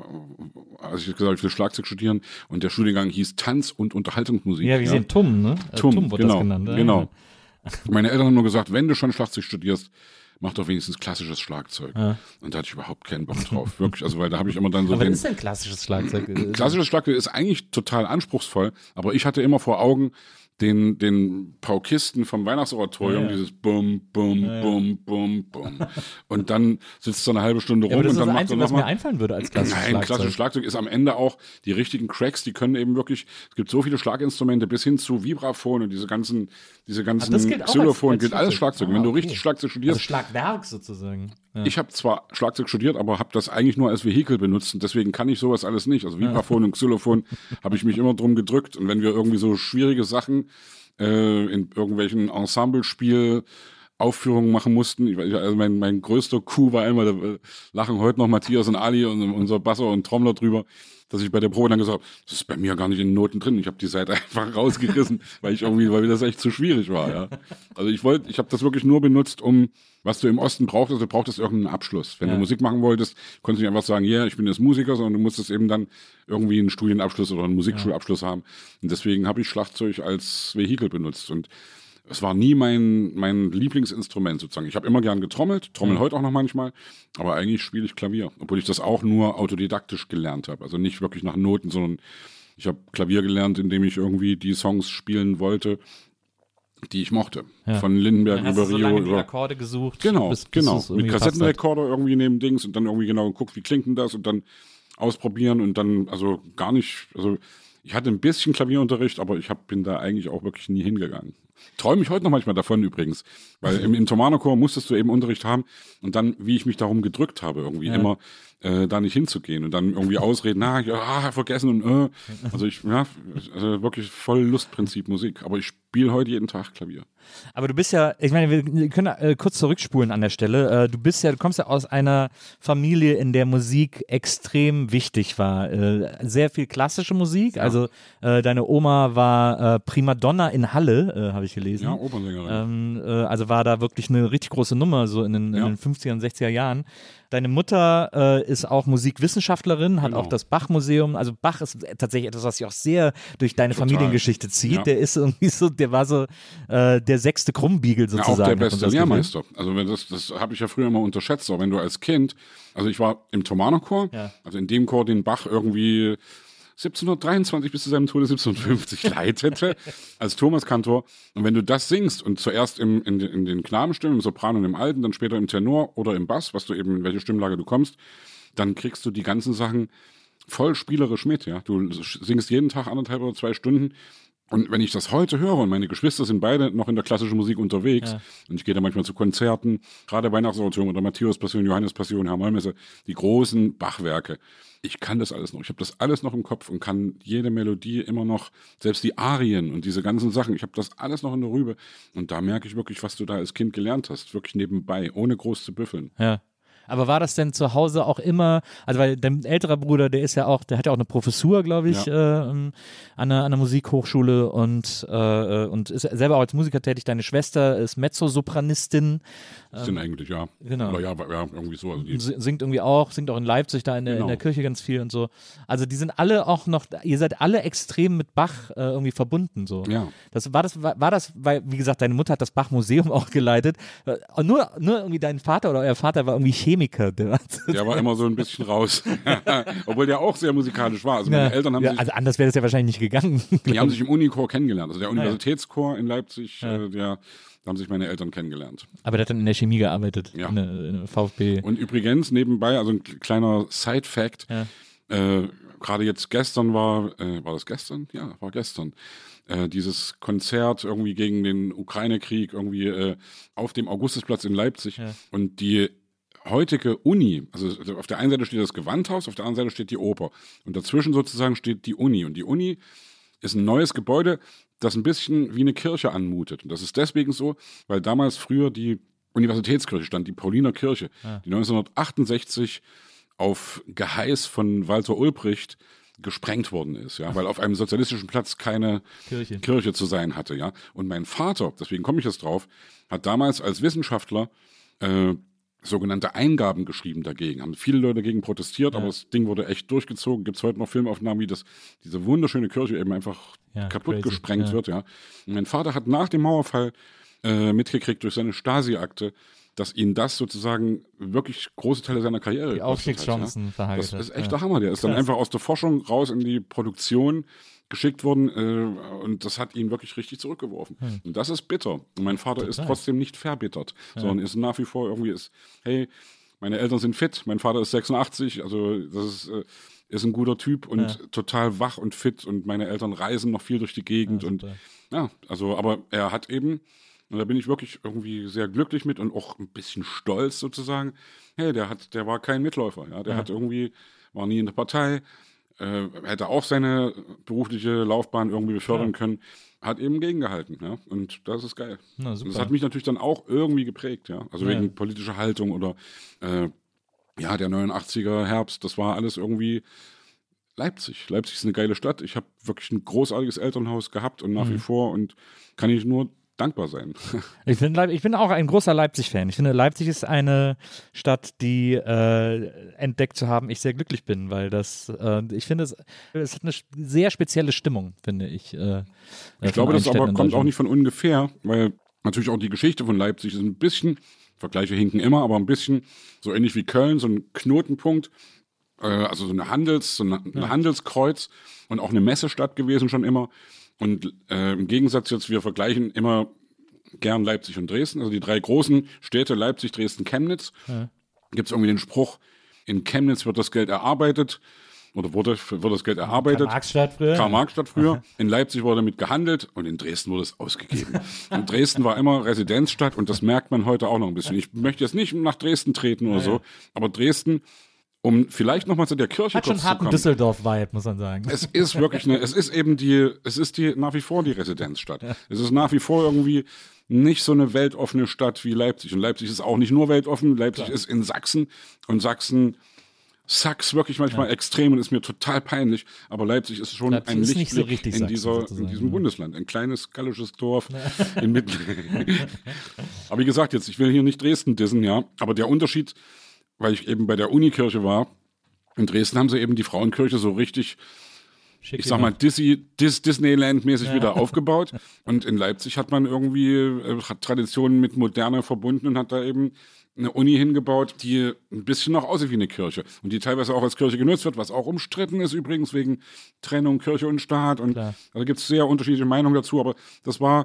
als ich gesagt habe, ich will Schlagzeug studieren und der Studiengang hieß Tanz- und Unterhaltungsmusik. Ja, wir ja. sehen T U M, ne? T U M, T U M wird genau, das genannt. Genau. Meine Eltern haben nur gesagt, wenn du schon Schlagzeug studierst, mach doch wenigstens klassisches Schlagzeug. Ja. Und da hatte ich überhaupt keinen Bock drauf. Wirklich, also weil da habe ich immer dann so aber den... was ist denn klassisches Schlagzeug? Klassisches Schlagzeug ist eigentlich total anspruchsvoll, aber ich hatte immer vor Augen, den, den Paukisten vom Weihnachtsoratorium, ja, ja. dieses Bum, Bum, ja, ja. Bum, Bum, Bum. Und dann sitzt er eine halbe Stunde rum ja, aber das und dann ist das macht Einzige, er was noch mir mal, einfallen würde als klassisches Nein, Schlagzeug. klassisches Schlagzeug ist am Ende auch die richtigen Cracks, die können eben wirklich, es gibt so viele Schlaginstrumente bis hin zu Vibraphon und diese ganzen, diese ganzen Xylophon, gilt alles Schlagzeug. Ah, Wenn du okay. richtig Schlagzeug studierst. Also Schlagwerk sozusagen. Ja. Ich habe zwar Schlagzeug studiert, aber habe das eigentlich nur als Vehikel benutzt und deswegen kann ich sowas alles nicht. Also Vibraphon und Xylophon habe ich mich immer drum gedrückt und wenn wir irgendwie so schwierige Sachen äh, in irgendwelchen Ensemblespiel Aufführungen machen mussten. Ich, also mein, mein größter Coup war einmal, da lachen heute noch Matthias und Ali und unser Basser und Trommler drüber, dass ich bei der Probe dann gesagt habe, das ist bei mir gar nicht in den Noten drin. Ich habe die Seite einfach rausgerissen, weil ich irgendwie, weil mir das echt zu schwierig war. Ja. Also ich wollte, ich habe das wirklich nur benutzt, um, was du im Osten brauchtest, du brauchtest irgendeinen Abschluss. Wenn ja. du Musik machen wolltest, konntest du nicht einfach sagen, ja, yeah, ich bin jetzt Musiker, sondern du musstest eben dann irgendwie einen Studienabschluss oder einen Musikschulabschluss ja. haben. Und deswegen habe ich Schlagzeug als Vehikel benutzt und es war nie mein, mein Lieblingsinstrument sozusagen. Ich habe immer gern getrommelt, trommel mhm. heute auch noch manchmal, aber eigentlich spiele ich Klavier, obwohl ich das auch nur autodidaktisch gelernt habe. Also nicht wirklich nach Noten, sondern ich habe Klavier gelernt, indem ich irgendwie die Songs spielen wollte, die ich mochte. Ja. Von Lindenberg über so Rio. über Akkorde gesucht. Genau, bis, bis genau. Mit Kassettenrekorder irgendwie neben Dings und dann irgendwie genau geguckt, wie klingt denn das und dann ausprobieren und dann, also gar nicht, also ich hatte ein bisschen Klavierunterricht, aber ich hab, bin da eigentlich auch wirklich nie hingegangen. Träume ich heute noch manchmal davon übrigens, weil im Intomano-Chor musstest du eben Unterricht haben und dann, wie ich mich darum gedrückt habe, irgendwie ja. immer äh, da nicht hinzugehen und dann irgendwie ausreden, na, ja, ah, vergessen und äh. Also ich, ja, also wirklich voll Lustprinzip Musik, aber ich spiele heute jeden Tag Klavier. Aber du bist ja, ich meine, wir können äh, kurz zurückspulen an der Stelle. Äh, du bist ja, du kommst ja aus einer Familie, in der Musik extrem wichtig war. Äh, sehr viel klassische Musik. Ja. Also äh, deine Oma war äh, Primadonna in Halle, äh, habe ich gelesen. Ja, Opernsängerin. Ähm, äh, also war da wirklich eine richtig große Nummer, so in den, ja. in den fünfziger und sechziger Jahren. Deine Mutter äh, ist auch Musikwissenschaftlerin, hat genau. auch das Bach-Museum. Also Bach ist tatsächlich etwas, was sich auch sehr durch deine Total. Familiengeschichte zieht. Ja. Der ist irgendwie so, der war so äh, der sechste Krummbiegel sozusagen. Ja, auch der beste Lehrmeister. Also das, das habe ich ja früher immer unterschätzt. Auch wenn du als Kind, also ich war im Thomanerchor, ja. also in dem Chor, den Bach irgendwie siebzehnhundertdreiundzwanzig bis zu seinem Tode siebzehnhundertfünfzig leitete, als Thomaskantor. Und wenn du das singst und zuerst im, in, in den Knabenstimmen, im Sopran und im Alten, dann später im Tenor oder im Bass, was du eben, in welche Stimmlage du kommst, dann kriegst du die ganzen Sachen voll spielerisch mit. Ja, du singst jeden Tag anderthalb oder zwei Stunden. Und wenn ich das heute höre und meine Geschwister sind beide noch in der klassischen Musik unterwegs ja. und ich gehe da manchmal zu Konzerten, gerade Weihnachtsoratorium oder Matthäus Passion, Johannes Passion, Herr Mollmesse, die großen Bachwerke. Ich kann das alles noch. Ich habe das alles noch im Kopf und kann jede Melodie immer noch, selbst die Arien und diese ganzen Sachen, ich habe das alles noch in der Rübe. Und da merke ich wirklich, was du da als Kind gelernt hast, wirklich nebenbei, ohne groß zu büffeln. Ja. Aber war das denn zu Hause auch immer, also weil dein älterer Bruder, der ist ja auch, der hat ja auch eine Professur, glaube ich, ja. äh, an, einer, an einer Musikhochschule und, äh, und ist selber auch als Musiker tätig. Deine Schwester ist Mezzosopranistin. Sind ähm, eigentlich, ja. Genau. Oder ja, ja, irgendwie so. Also die singt irgendwie auch, singt auch in Leipzig da in der, genau. in der Kirche ganz viel und so. Also die sind alle auch noch, ihr seid alle extrem mit Bach äh, irgendwie verbunden, so. Ja. Das, war das, war, war das, weil, wie gesagt, deine Mutter hat das Bach-Museum auch geleitet. Und nur, nur irgendwie dein Vater oder euer Vater war irgendwie Chemiker. Der war, der war immer so ein bisschen raus. Obwohl der auch sehr musikalisch war. Also meine ja, Eltern haben ja, sich... Also anders wäre das ja wahrscheinlich nicht gegangen. Die haben sich im Unichor kennengelernt. Also der Universitätschor in Leipzig, ja. äh, der, da haben sich meine Eltern kennengelernt. Aber der hat dann in der Chemie gearbeitet. Ja. In der, in der VfB. Und übrigens nebenbei, also ein kleiner Side-Fact, ja. äh, gerade jetzt gestern war, äh, war das gestern? Ja, war gestern. Äh, dieses Konzert irgendwie gegen den Ukraine-Krieg irgendwie äh, auf dem Augustusplatz in Leipzig. Ja. Und die heutige Uni, also auf der einen Seite steht das Gewandhaus, auf der anderen Seite steht die Oper. Und dazwischen sozusagen steht die Uni. Und die Uni ist ein neues Gebäude, das ein bisschen wie eine Kirche anmutet. Und das ist deswegen so, weil damals früher die Universitätskirche stand, die Pauliner Kirche, Ja. die neunzehnhundertachtundsechzig auf Geheiß von Walter Ulbricht gesprengt worden ist, ja, weil auf einem sozialistischen Platz keine Kirche. Kirche zu sein hatte, ja. Und mein Vater, deswegen komme ich jetzt drauf, hat damals als Wissenschaftler äh, sogenannte Eingaben geschrieben dagegen. Haben viele Leute dagegen protestiert, Ja. aber das Ding wurde echt durchgezogen. Gibt es heute noch Filmaufnahmen, wie das, diese wunderschöne Kirche eben einfach Ja, kaputt crazy. gesprengt Ja. wird, ja. Und mein Vater hat nach dem Mauerfall äh, mitgekriegt durch seine Stasi-Akte, dass ihn das sozusagen wirklich große Teile seiner Karriere Die gekostet Aufstiegschancen hat, ja. verhagelt Das hat. ist echt Ja. der Hammer. Der ist dann Krass. einfach aus der Forschung raus in die Produktion geschickt worden äh, und das hat ihn wirklich richtig zurückgeworfen. Hm. Und das ist bitter. Und mein Vater ist Total. trotzdem nicht verbittert, sondern ist nach wie vor irgendwie ist, hey, meine Eltern sind fit, mein Vater ist sechsundachtzig, also das ist, äh, ist ein guter Typ und Ja. total wach und fit und meine Eltern reisen noch viel durch die Gegend Ja, und super. ja, also aber er hat eben, und da bin ich wirklich irgendwie sehr glücklich mit und auch ein bisschen stolz sozusagen, hey, der hat, der war kein Mitläufer, ja, der Ja. hat irgendwie, war nie in der Partei, äh, hätte auch seine berufliche Laufbahn irgendwie befördern Ja. können, hat eben gegengehalten, ja, und das ist geil. Na, Und super. das hat mich natürlich dann auch irgendwie geprägt, ja, also Ja. wegen politischer Haltung oder äh, ja, der neunundachtziger Herbst, das war alles irgendwie Leipzig. Leipzig ist eine geile Stadt. Ich habe wirklich ein großartiges Elternhaus gehabt und nach Mhm. wie vor und kann ich nur dankbar sein. Ich bin, Leip- ich bin auch ein großer Leipzig-Fan. Ich finde, Leipzig ist eine Stadt, die äh, entdeckt zu haben, ich sehr glücklich bin, weil das, äh, ich finde, es, es hat eine sch- sehr spezielle Stimmung, finde ich. Äh, Ich glaube, das aber kommt auch nicht von ungefähr, weil natürlich auch die Geschichte von Leipzig ist ein bisschen, Vergleiche hinken immer, aber ein bisschen so ähnlich wie Köln, so ein Knotenpunkt, äh, also so eine Handels, so eine, ein Handelskreuz und auch eine Messestadt gewesen schon immer. Und äh, im Gegensatz jetzt, wir vergleichen immer gern Leipzig und Dresden, also die drei großen Städte, Leipzig, Dresden, Chemnitz. Ja. Gibt es irgendwie den Spruch, in Chemnitz wird das Geld erarbeitet oder wurde, wird das Geld erarbeitet. Karl-Marx-Stadt früher. Karl-Marx-Stadt früher. In Leipzig wurde damit gehandelt und in Dresden wurde es ausgegeben. Und Dresden war immer Residenzstadt und das merkt man heute auch noch ein bisschen. Ich möchte jetzt nicht nach Dresden treten oder so, aber Dresden, um vielleicht nochmal zu der Kirche Hat schon kurz einen zu harten kommen. Düsseldorf-Vibe, muss man sagen. Es ist wirklich eine, es ist eben die, es ist die nach wie vor die Residenzstadt. Es ist nach wie vor irgendwie nicht so eine weltoffene Stadt wie Leipzig. Und Leipzig ist auch nicht nur weltoffen, Leipzig Klar. ist in Sachsen und Sachsen Sachs wirklich manchmal extrem und ist mir total peinlich, aber Leipzig ist schon Leipzig ein ist nicht so Lichtblick richtig in, Sachsen dieser, sozusagen, in diesem ja. Bundesland. Ein kleines gallisches Dorf inmitten. Aber wie gesagt, jetzt, ich will hier nicht Dresden dissen, ja, aber der Unterschied, weil ich eben bei der Unikirche war, in Dresden haben sie eben die Frauenkirche so richtig, Schick ich sag mal, gemacht. Disney, Dis, Disneyland-mäßig wieder aufgebaut. Und in Leipzig hat man irgendwie äh, hat Traditionen mit Moderne verbunden und hat da eben eine Uni hingebaut, die ein bisschen noch aussieht wie eine Kirche. Und die teilweise auch als Kirche genutzt wird, was auch umstritten ist übrigens wegen Trennung Kirche und Staat. Und Klar. da gibt es sehr unterschiedliche Meinungen dazu. Aber das war,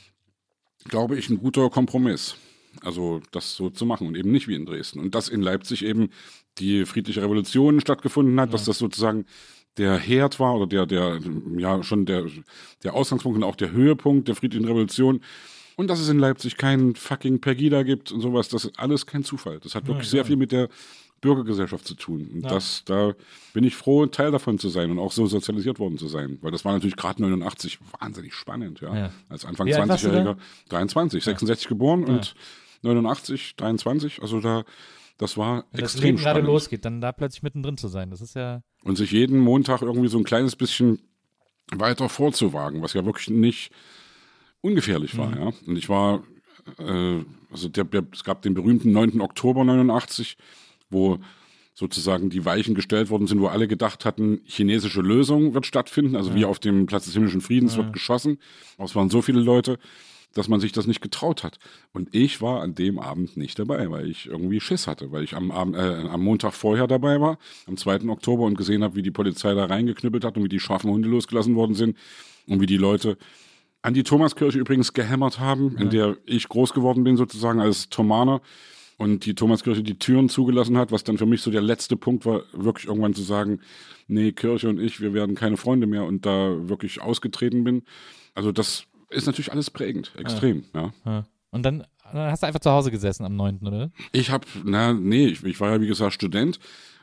glaube ich, ein guter Kompromiss. Also das so zu machen und eben nicht wie in Dresden. Und dass in Leipzig eben die friedliche Revolution stattgefunden hat, dass das sozusagen der Herd war oder der, der, ja, schon der, der Ausgangspunkt und auch der Höhepunkt der friedlichen Revolution. Und dass es in Leipzig kein fucking Pegida gibt und sowas, das ist alles kein Zufall. Das hat wirklich sehr viel mit der Bürgergesellschaft zu tun. Und das, da bin ich froh, Teil davon zu sein und auch so sozialisiert worden zu sein. Weil das war natürlich gerade neunundachtzig wahnsinnig spannend, ja. Ja. Als Anfang Wie alt warst du da? zwanzigjähriger, dreiundzwanzig, sechsundsechzig geboren und neunundachtzig, dreiundzwanzig, also da, das war Wenn das extrem Leben gerade spannend. losgeht, dann da plötzlich mittendrin zu sein, das ist ja. Und sich jeden Montag irgendwie so ein kleines bisschen weiter vorzuwagen, was ja wirklich nicht ungefährlich war, ja. Und ich war, äh, also der, der, es gab den berühmten neunten Oktober neunundachtzig, wo sozusagen die Weichen gestellt worden sind, wo alle gedacht hatten, chinesische Lösung wird stattfinden, also wie auf dem Platz des himmlischen Friedens wird geschossen. Aber es waren so viele Leute, dass man sich das nicht getraut hat. Und ich war an dem Abend nicht dabei, weil ich irgendwie Schiss hatte, weil ich am, Abend, äh, am Montag vorher dabei war, am zweiten Oktober und gesehen habe, wie die Polizei da reingeknüppelt hat und wie die scharfen Hunde losgelassen worden sind und wie die Leute an die Thomaskirche übrigens gehämmert haben, in der ich groß geworden bin sozusagen als Thomaner und die Thomaskirche die Türen zugelassen hat, was dann für mich so der letzte Punkt war, wirklich irgendwann zu sagen, nee, Kirche und ich, wir werden keine Freunde mehr und da wirklich ausgetreten bin. Also das ist natürlich alles prägend, extrem, ja. Ja. Und dann, dann hast du einfach zu Hause gesessen am neunten oder? Ich habe, na, nee, ich, ich war ja wie gesagt Student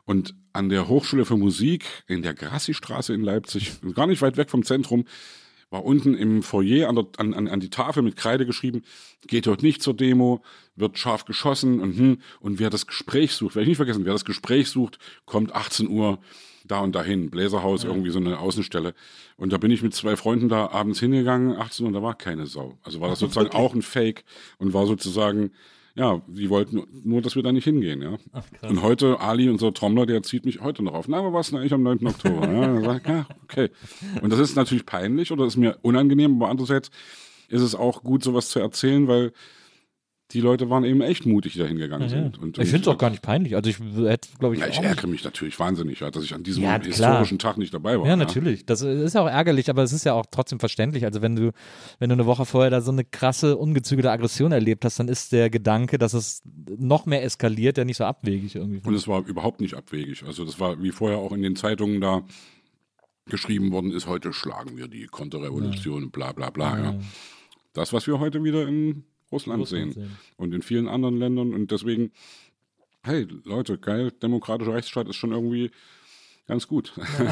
Und an der Hochschule für Musik in der Grassi-Straße in Leipzig, gar nicht weit weg vom Zentrum, war unten im Foyer an, der, an, an die Tafel mit Kreide geschrieben, geht dort nicht zur Demo, wird scharf geschossen und, hm, und wer das Gespräch sucht, werde ich nicht vergessen, wer das Gespräch sucht, kommt achtzehn Uhr da und dahin, Bläserhaus, ja. Irgendwie so eine Außenstelle. Und da bin ich mit zwei Freunden da abends hingegangen, achtzehn Uhr, und da war keine Sau. Also war das sozusagen auch ein Fake und war sozusagen, ja, die wollten nur, dass wir da nicht hingehen, ja. Ach, und heute, Ali, unser Trommler, der zieht mich heute noch auf. Na, aber was denn eigentlich am neunten Oktober? Ja, dann sag ich, ja, okay. Und das ist natürlich peinlich oder ist mir unangenehm, aber andererseits ist es auch gut, sowas zu erzählen, weil die Leute waren eben echt mutig, die da hingegangen ja, ja. sind. Und, ich finde es auch gar nicht peinlich. Also ich hätte, glaube ich, ja, ich auch ärgere nicht. mich natürlich wahnsinnig, dass ich an diesem ja, historischen Tag nicht dabei war. Ja, ja, natürlich. Das ist ja auch ärgerlich, aber es ist ja auch trotzdem verständlich. Also wenn du, wenn du eine Woche vorher da so eine krasse, ungezügelte Aggression erlebt hast, dann ist der Gedanke, dass es noch mehr eskaliert, ja nicht so abwegig irgendwie. Und es war überhaupt nicht abwegig. Also das war wie vorher auch in den Zeitungen da geschrieben worden ist, heute schlagen wir die Konterrevolution, ja. bla bla bla. Ja. Ja. Das, was wir heute wieder in Russland, Russland sehen. sehen und in vielen anderen Ländern und deswegen, hey Leute, geil, demokratischer Rechtsstaat ist schon irgendwie ganz gut. Ja.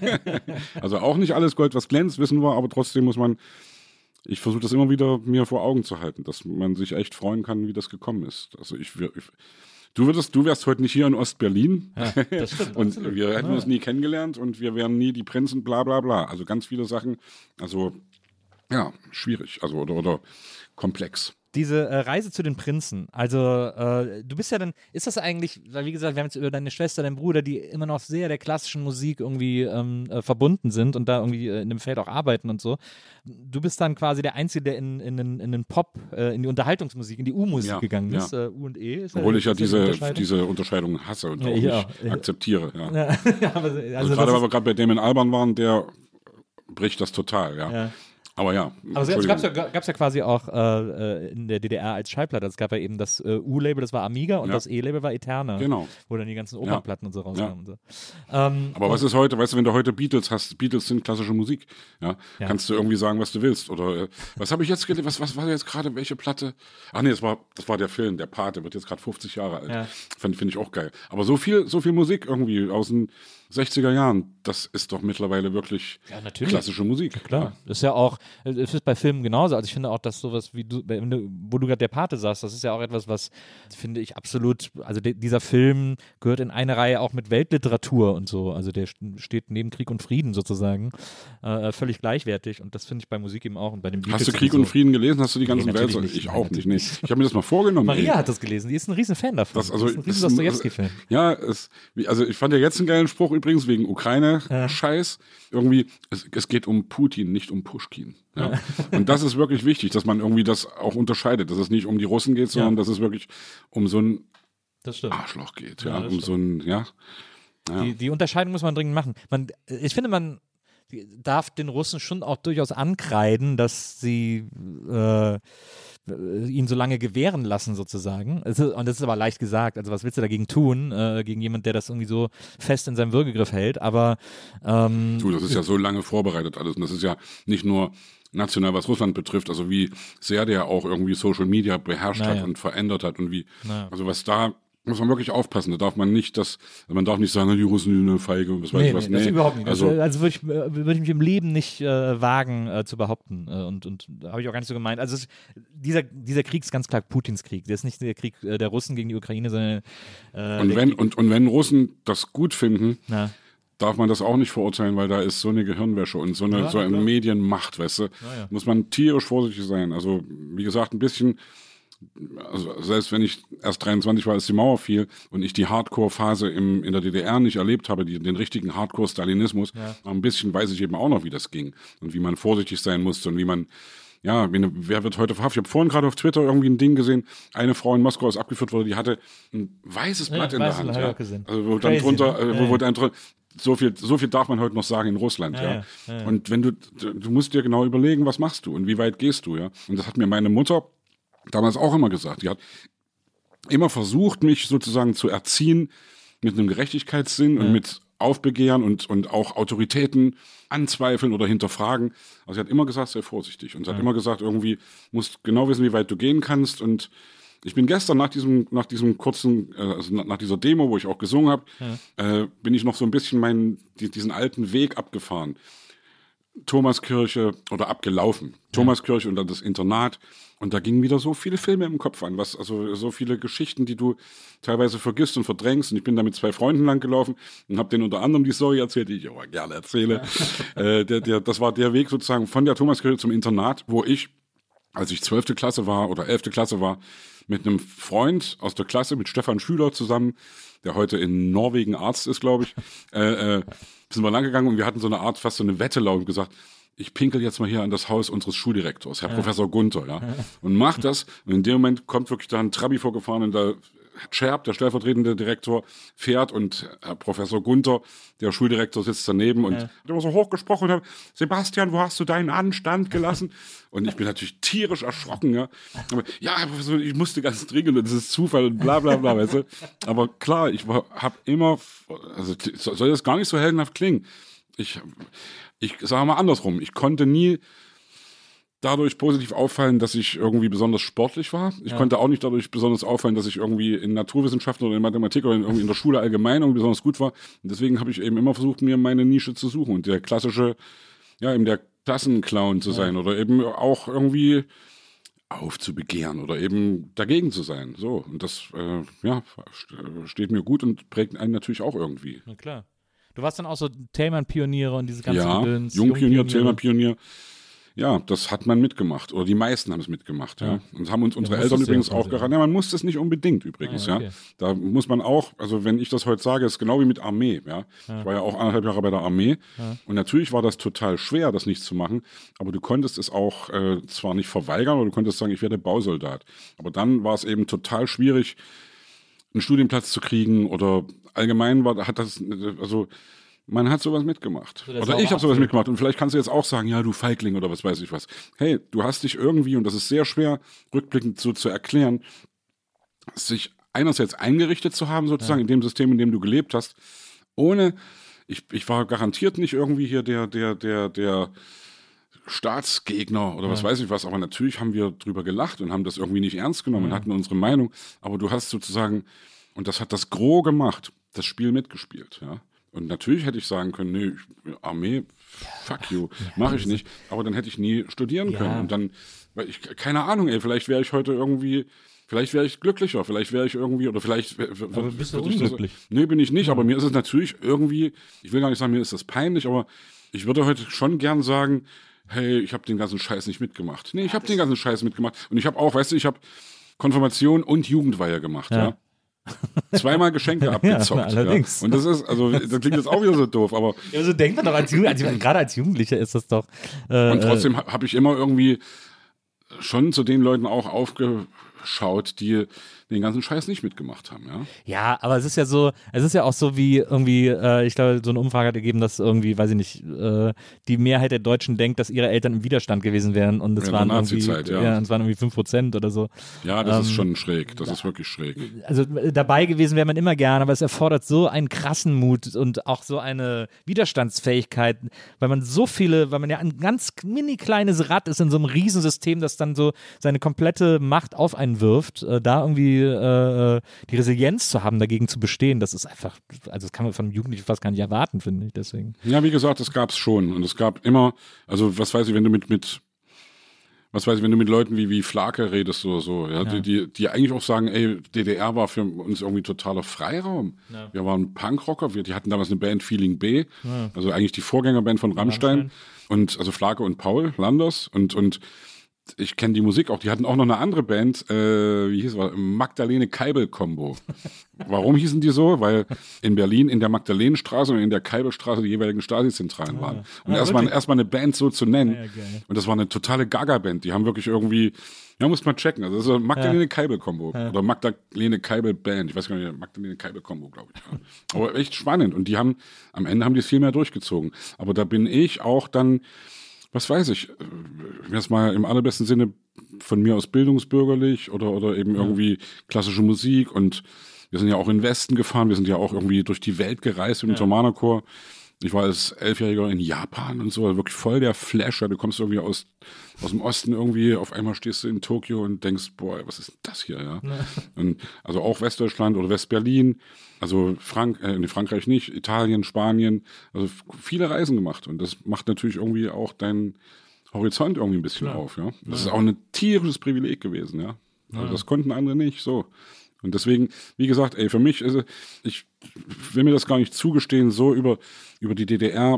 Also auch nicht alles Gold, was glänzt, wissen wir, aber trotzdem muss man, ich versuche das immer wieder mir vor Augen zu halten, dass man sich echt freuen kann, wie das gekommen ist. Also ich, ich du würdest, du wärst heute nicht hier in Ostberlin ja, das stimmt, und absolut. wir hätten ja. uns nie kennengelernt und wir wären nie die Prinzen, bla bla bla. Also ganz viele Sachen, also ja, schwierig, also oder, oder komplex. Diese äh, Reise zu den Prinzen, also äh, du bist ja dann, ist das eigentlich, weil wie gesagt, wir haben jetzt über deine Schwester, deinen Bruder, die immer noch sehr der klassischen Musik irgendwie ähm, äh, verbunden sind und da irgendwie äh, in dem Feld auch arbeiten und so. Du bist dann quasi der Einzige, der in, in, in, in den Pop, äh, in die Unterhaltungsmusik, in die U-Musik ja, gegangen ist, ja. äh, U und E. Ist Obwohl ja, ich ja ist diese, Unterscheidung? diese Unterscheidung hasse und ja, auch ja. nicht akzeptiere. Ja. Ja, aber, also also gerade, weil wir gerade bei Damon Albarn waren, der bricht das total, ja. ja. Aber ja. Aber es gab es ja, gab's ja quasi auch äh, in der D D R als Schallplatte. Es gab ja eben das äh, U-Label, das war Amiga und ja. das E-Label war Eterna. Genau. Wo dann die ganzen Opernplatten ja. und so rauskamen. Ja. Und so. Ähm, Aber was ist heute, weißt du, wenn du heute Beatles hast, Beatles sind klassische Musik. Ja? ja. Kannst du irgendwie sagen, was du willst. Oder äh, was habe ich jetzt gelesen? Was, was war jetzt gerade, welche Platte? Ach nee, das war, das war der Film, der Pate, wird jetzt gerade fünfzig Jahre alt. Ja. Finde find ich auch geil. Aber so viel, so viel Musik irgendwie aus den sechziger Jahren, das ist doch mittlerweile wirklich ja, klassische Musik. Ja, klar, ja. Das ist ja auch, es ist bei Filmen genauso. Also ich finde auch, dass sowas wie du, wo du gerade der Pate sagst, das ist ja auch etwas, was, finde ich, absolut, also de, dieser Film gehört in eine Reihe auch mit Weltliteratur und so. Also der steht neben Krieg und Frieden sozusagen äh, völlig gleichwertig und das finde ich bei Musik eben auch und bei dem Beatles. Hast du Krieg und, so. und Frieden gelesen? Hast du die ganzen nee, Wälzer? Ich nicht, auch nicht. Nee. Ich habe mir das mal vorgenommen. Maria ey. hat das gelesen, die ist ein riesen Fan davon. Das, also, das ist ein riesen Dostojewski-Fan. Ja, es, also ich fand ja jetzt einen geilen Spruch übrigens wegen Ukraine-Scheiß. Ja. Irgendwie, es, es geht um Putin, nicht um Puschkin. Ja. Ja. Und das ist wirklich wichtig, dass man irgendwie das auch unterscheidet, dass es nicht um die Russen geht, sondern ja. dass es wirklich um so ein Arschloch geht. Ja, ja um stimmt. so ein, ja. ja. Die, die Unterscheidung muss man dringend machen. Man, ich finde, man darf den Russen schon auch durchaus ankreiden, dass sie äh, ihn so lange gewähren lassen sozusagen. Und das ist aber leicht gesagt. Also was willst du dagegen tun, äh, gegen jemanden, der das irgendwie so fest in seinem Würgegriff hält? Aber ähm, du, das ist ja so lange vorbereitet alles. Und das ist ja nicht nur national, was Russland betrifft, also wie sehr der auch irgendwie Social Media beherrscht naja. hat und verändert hat und wie, naja. also was da muss man wirklich aufpassen. Da darf man nicht das, man darf nicht sagen, die Russen sind eine Feige und was weiß nee, ich was. Nee, nee, das überhaupt nicht. Also, also würde ich, würd ich mich im Leben nicht äh, wagen äh, zu behaupten. Äh, und und habe ich auch gar nicht so gemeint. Also es, dieser, dieser Krieg ist ganz klar Putins Krieg. Der ist nicht der Krieg äh, der Russen gegen die Ukraine, sondern äh, und, wenn, und, und wenn Russen das gut finden, na. darf man das auch nicht verurteilen, weil da ist so eine Gehirnwäsche und so eine, ja, so eine Medienmacht, weißt du. Ja, ja. Muss man tierisch vorsichtig sein. Also wie gesagt, ein bisschen. Also selbst wenn ich erst dreiundzwanzig war, als die Mauer fiel und ich die Hardcore-Phase im, in der D D R nicht erlebt habe, die, den richtigen Hardcore-Stalinismus, ja. ein bisschen weiß ich eben auch noch, wie das ging und wie man vorsichtig sein musste und wie man, ja, wie eine, wer wird heute verhaftet? Ich habe vorhin gerade auf Twitter irgendwie ein Ding gesehen, eine Frau in Moskau ist abgeführt worden, die hatte ein weißes Blatt ja, in der Hand. Ja. Also wo Crazy, dann drunter, ne? äh, wo, wo dann drunter, so viel, so viel darf man heute noch sagen in Russland, ja. ja. ja, ja. Und wenn du, du musst dir genau überlegen, was machst du und wie weit gehst du, ja. Und das hat mir meine Mutter damals auch immer gesagt. Die hat immer versucht, mich sozusagen zu erziehen mit einem Gerechtigkeitssinn ja. und mit Aufbegehren und, und auch Autoritäten anzweifeln oder hinterfragen. Also sie hat immer gesagt, sei vorsichtig. Und sie ja. hat immer gesagt, irgendwie musst genau wissen, wie weit du gehen kannst und Ich bin gestern nach diesem, nach diesem kurzen, äh, also nach, nach dieser Demo, wo ich auch gesungen habe, ja. äh, bin ich noch so ein bisschen meinen, die, diesen alten Weg abgefahren. Thomaskirche oder abgelaufen. Ja. Thomaskirche und dann das Internat. Und da gingen wieder so viele Filme im Kopf an, was, also so viele Geschichten, die du teilweise vergisst und verdrängst. Und ich bin da mit zwei Freunden lang gelaufen und habe denen unter anderem die Story erzählt, die ich aber gerne erzähle. Ja. Äh, der, der, das war der Weg sozusagen von der Thomaskirche zum Internat, wo ich, als ich zwölfte Klasse war oder elfte Klasse war, mit einem Freund aus der Klasse, mit Stefan Schüler zusammen, der heute in Norwegen Arzt ist, glaube ich, äh, äh, sind wir lang gegangen und wir hatten so eine Art, fast so eine Wette und gesagt, ich pinkel jetzt mal hier an das Haus unseres Schuldirektors, Herr ja. Professor Gunther, ja, und mach das. Und in dem Moment kommt wirklich da ein Trabi vorgefahren und da Scherb, der stellvertretende Direktor, fährt und Herr Professor Gunther, der Schuldirektor, sitzt daneben und ja. hat immer so hochgesprochen und hat, Sebastian, wo hast du deinen Anstand gelassen? Und ich bin natürlich tierisch erschrocken, ja. Aber, ja, Herr Professor, ich musste ganz dringend und das ist Zufall und bla bla bla, weißt du. Aber klar, ich habe immer, also soll das gar nicht so heldenhaft klingen. Ich, ich sage mal andersrum, ich konnte nie dadurch positiv auffallen, dass ich irgendwie besonders sportlich war. Ich ja. konnte auch nicht dadurch besonders auffallen, dass ich irgendwie in Naturwissenschaften oder in Mathematik oder in, irgendwie in der Schule allgemein irgendwie besonders gut war. Und deswegen habe ich eben immer versucht, mir meine Nische zu suchen und der klassische, ja, eben der Klassenclown zu sein ja. oder eben auch irgendwie aufzubegehren oder eben dagegen zu sein. So, und das, äh, ja, steht mir gut und prägt einen natürlich auch irgendwie. Na klar. Du warst dann auch so Thälmann-Pioniere und diese ganzen ja, Bildens, Jungpionier, Thälmann-Pionier. Ja, das hat man mitgemacht. Oder die meisten haben es mitgemacht, ja. ja. Und haben uns unsere Eltern übrigens auch geraten. Ja, man muss das nicht unbedingt übrigens, ah, ja, okay. ja. Da muss man auch, also wenn ich das heute sage, ist genau wie mit Armee, ja. ja. Ich war ja auch anderthalb Jahre bei der Armee. Ja. Und natürlich war das total schwer, das nicht zu machen. Aber du konntest es auch äh, zwar nicht verweigern, aber du konntest sagen, ich werde Bausoldat. Aber dann war es eben total schwierig, einen Studienplatz zu kriegen oder allgemein war, hat das, also man hat sowas mitgemacht. Also oder ich habe sowas mitgemacht. Und vielleicht kannst du jetzt auch sagen, ja, du Feigling oder was weiß ich was. Hey, du hast dich irgendwie, und das ist sehr schwer, rückblickend so zu erklären, sich einerseits eingerichtet zu haben, sozusagen, ja. in dem System, in dem du gelebt hast, ohne, ich, ich war garantiert nicht irgendwie hier der, der, der, der Staatsgegner oder was ja. weiß ich was, aber natürlich haben wir drüber gelacht und haben das irgendwie nicht ernst genommen ja. und hatten unsere Meinung. Aber du hast sozusagen, und das hat das Gros gemacht, das Spiel mitgespielt, ja. Und natürlich hätte ich sagen können, nee, Armee, fuck you, mache ich nicht. Aber dann hätte ich nie studieren ja. können. Und dann, weil ich, keine Ahnung, ey, vielleicht wäre ich heute irgendwie, vielleicht wäre ich glücklicher, vielleicht wäre ich irgendwie, oder vielleicht... Aber bist du unglücklich? Das, nee, bin ich nicht, ja. aber mir ist es natürlich irgendwie, ich will gar nicht sagen, mir ist das peinlich, aber ich würde heute schon gern sagen, hey, ich habe den ganzen Scheiß nicht mitgemacht. Nee, ich habe den ganzen Scheiß mitgemacht. Und ich habe auch, weißt du, ich habe Konfirmation und Jugendweihe gemacht, ja. ja. Zweimal Geschenke abgezockt. Ja, allerdings. Ja. Und das ist, also das klingt jetzt auch wieder so doof, aber. Ja, so denkt man doch als Jugendlicher, also, gerade als Jugendlicher ist das doch. Äh, und trotzdem habe hab ich immer irgendwie schon zu den Leuten auch aufgeschaut, die den ganzen Scheiß nicht mitgemacht haben, ja. Ja, aber es ist ja so, es ist ja auch so wie irgendwie, äh, ich glaube, so eine Umfrage hat ergeben, dass irgendwie, weiß ich nicht, äh, die Mehrheit der Deutschen denkt, dass ihre Eltern im Widerstand gewesen wären und es ja, waren irgendwie, ja. ja, es waren irgendwie fünf Prozent oder so. Ja, das ähm, ist schon schräg, das ist wirklich schräg. Also dabei gewesen wäre man immer gern, aber es erfordert so einen krassen Mut und auch so eine Widerstandsfähigkeit, weil man so viele, weil man ja ein ganz mini kleines Rad ist in so einem Riesensystem, das dann so seine komplette Macht auf einen wirft, äh, da irgendwie Äh, die Resilienz zu haben, dagegen zu bestehen, das ist einfach, also das kann man von einem Jugendlichen fast gar nicht erwarten, finde ich, deswegen. Ja, wie gesagt, das gab es schon und es gab immer, also was weiß ich, wenn du mit, mit was weiß ich, wenn du mit Leuten wie, wie Flake redest oder so, ja, ja. Die, die, die eigentlich auch sagen, ey, D D R war für uns irgendwie totaler Freiraum. Ja. Wir waren Punkrocker, wir, die hatten damals eine Band Feeling B, ja. also eigentlich die Vorgängerband von Rammstein, Rammstein. Und also Flake und Paul Landers und, und ich kenne die Musik auch, die hatten auch noch eine andere Band, äh, wie hieß es, Magdalene Keibel-Kombo. Warum hießen die so? Weil in Berlin in der Magdalenenstraße und in der Keibelstraße die jeweiligen Stasi-Zentralen waren. Und ah, erstmal erst eine Band so zu nennen. Ja, ja, und das war eine totale Gaga-Band. Die haben wirklich irgendwie, ja, muss man checken. Also das ist Magdalene ja. Keibel-Kombo. Ja. Oder Magdalene Keibel-Band. Ich weiß gar nicht, Magdalene Keibel-Kombo, glaube ich. Ja. Aber echt spannend. Und die haben, am Ende haben die es viel mehr durchgezogen. Aber da bin ich auch dann, was weiß ich, jetzt mal im allerbesten Sinne von mir aus bildungsbürgerlich oder, oder eben irgendwie klassische Musik und wir sind ja auch in den Westen gefahren, wir sind ja auch irgendwie durch die Welt gereist mit dem ja. Thomanerchor Ich war als Elfjähriger in Japan und so, wirklich voll der Flasher. Du kommst irgendwie aus, aus dem Osten irgendwie, auf einmal stehst du in Tokio und denkst, boah, was ist denn das hier, ja? Und also auch Westdeutschland oder Westberlin, also Frank, äh, in Frankreich nicht, Italien, Spanien, also viele Reisen gemacht. Und das macht natürlich irgendwie auch deinen Horizont irgendwie ein bisschen Klar. auf, ja. Das ist auch ein tierisches Privileg gewesen, ja. Also das konnten andere nicht, so. Und deswegen, wie gesagt, ey, für mich ist es, ich will mir das gar nicht zugestehen, so über, über die D D R,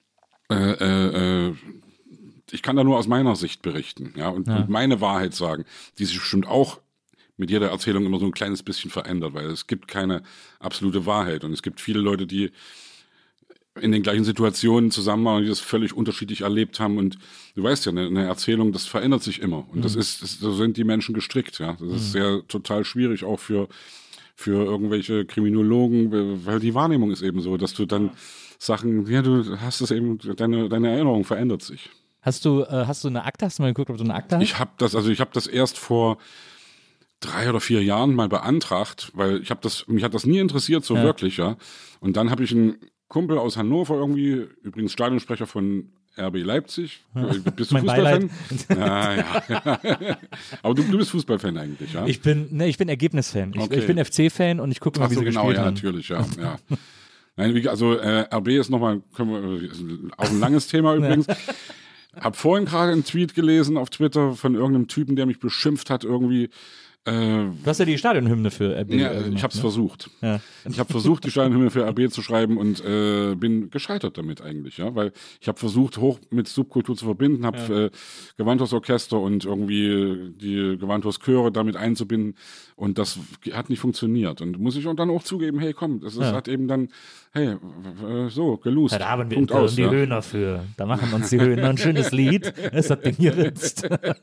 äh, äh, ich kann da nur aus meiner Sicht berichten, ja, und, Ja. und meine Wahrheit sagen, die sich bestimmt auch mit jeder Erzählung immer so ein kleines bisschen verändert, weil es gibt keine absolute Wahrheit und es gibt viele Leute, die in den gleichen Situationen zusammen waren und die das völlig unterschiedlich erlebt haben und du weißt ja, eine, eine Erzählung, das verändert sich immer und mhm. das ist, das, so sind die Menschen gestrickt, ja, das ist mhm. sehr total schwierig auch für für irgendwelche Kriminologen, weil die Wahrnehmung ist eben so, dass du dann Sachen, ja, du hast es eben, deine deine Erinnerung verändert sich. Hast du, äh, hast du eine Akte, hast du mal geguckt, ob du eine Akte hast? Ich habe das, also ich habe das erst vor drei oder vier Jahren mal beantragt, weil ich habe das, mich hat das nie interessiert, so Ja. wirklich, ja. Und dann habe ich einen Kumpel aus Hannover irgendwie, übrigens Stadionsprecher von R B Leipzig. Bist du Mein Fußballfan? Ja, ja. Aber du, du bist Fußballfan eigentlich, ja? Ich bin, ne, ich bin Ergebnisfan. Ich, Okay. ich bin F C-Fan und ich gucke mal, Ach wie so, sie genau, gespielt ja, haben. natürlich, ja, ja. Nein, wie, also äh, R B ist nochmal, können wir, ist auch ein langes Thema übrigens. Hab vorhin gerade einen Tweet gelesen auf Twitter von irgendeinem Typen, der mich beschimpft hat, irgendwie. Äh, Du hast ja die Stadionhymne für R B. ja, äh, ich gemacht, habe es ne? versucht. Ja. Ich habe versucht, die Stadionhymne für R B zu schreiben und äh, bin gescheitert damit eigentlich, ja, weil ich habe versucht, hoch mit Subkultur zu verbinden, habe Ja. äh, Gewandhausorchester und irgendwie die Gewandhauschöre damit einzubinden und das hat nicht funktioniert und muss ich auch dann auch zugeben, hey, komm, das ist, Ja. hat eben dann, hey, w- w- so, gelost. Ja, da haben wir Punkt in aus, die ja. Höhner für. Da machen uns die Höhner ein schönes Lied. Das hat Ding geritzt.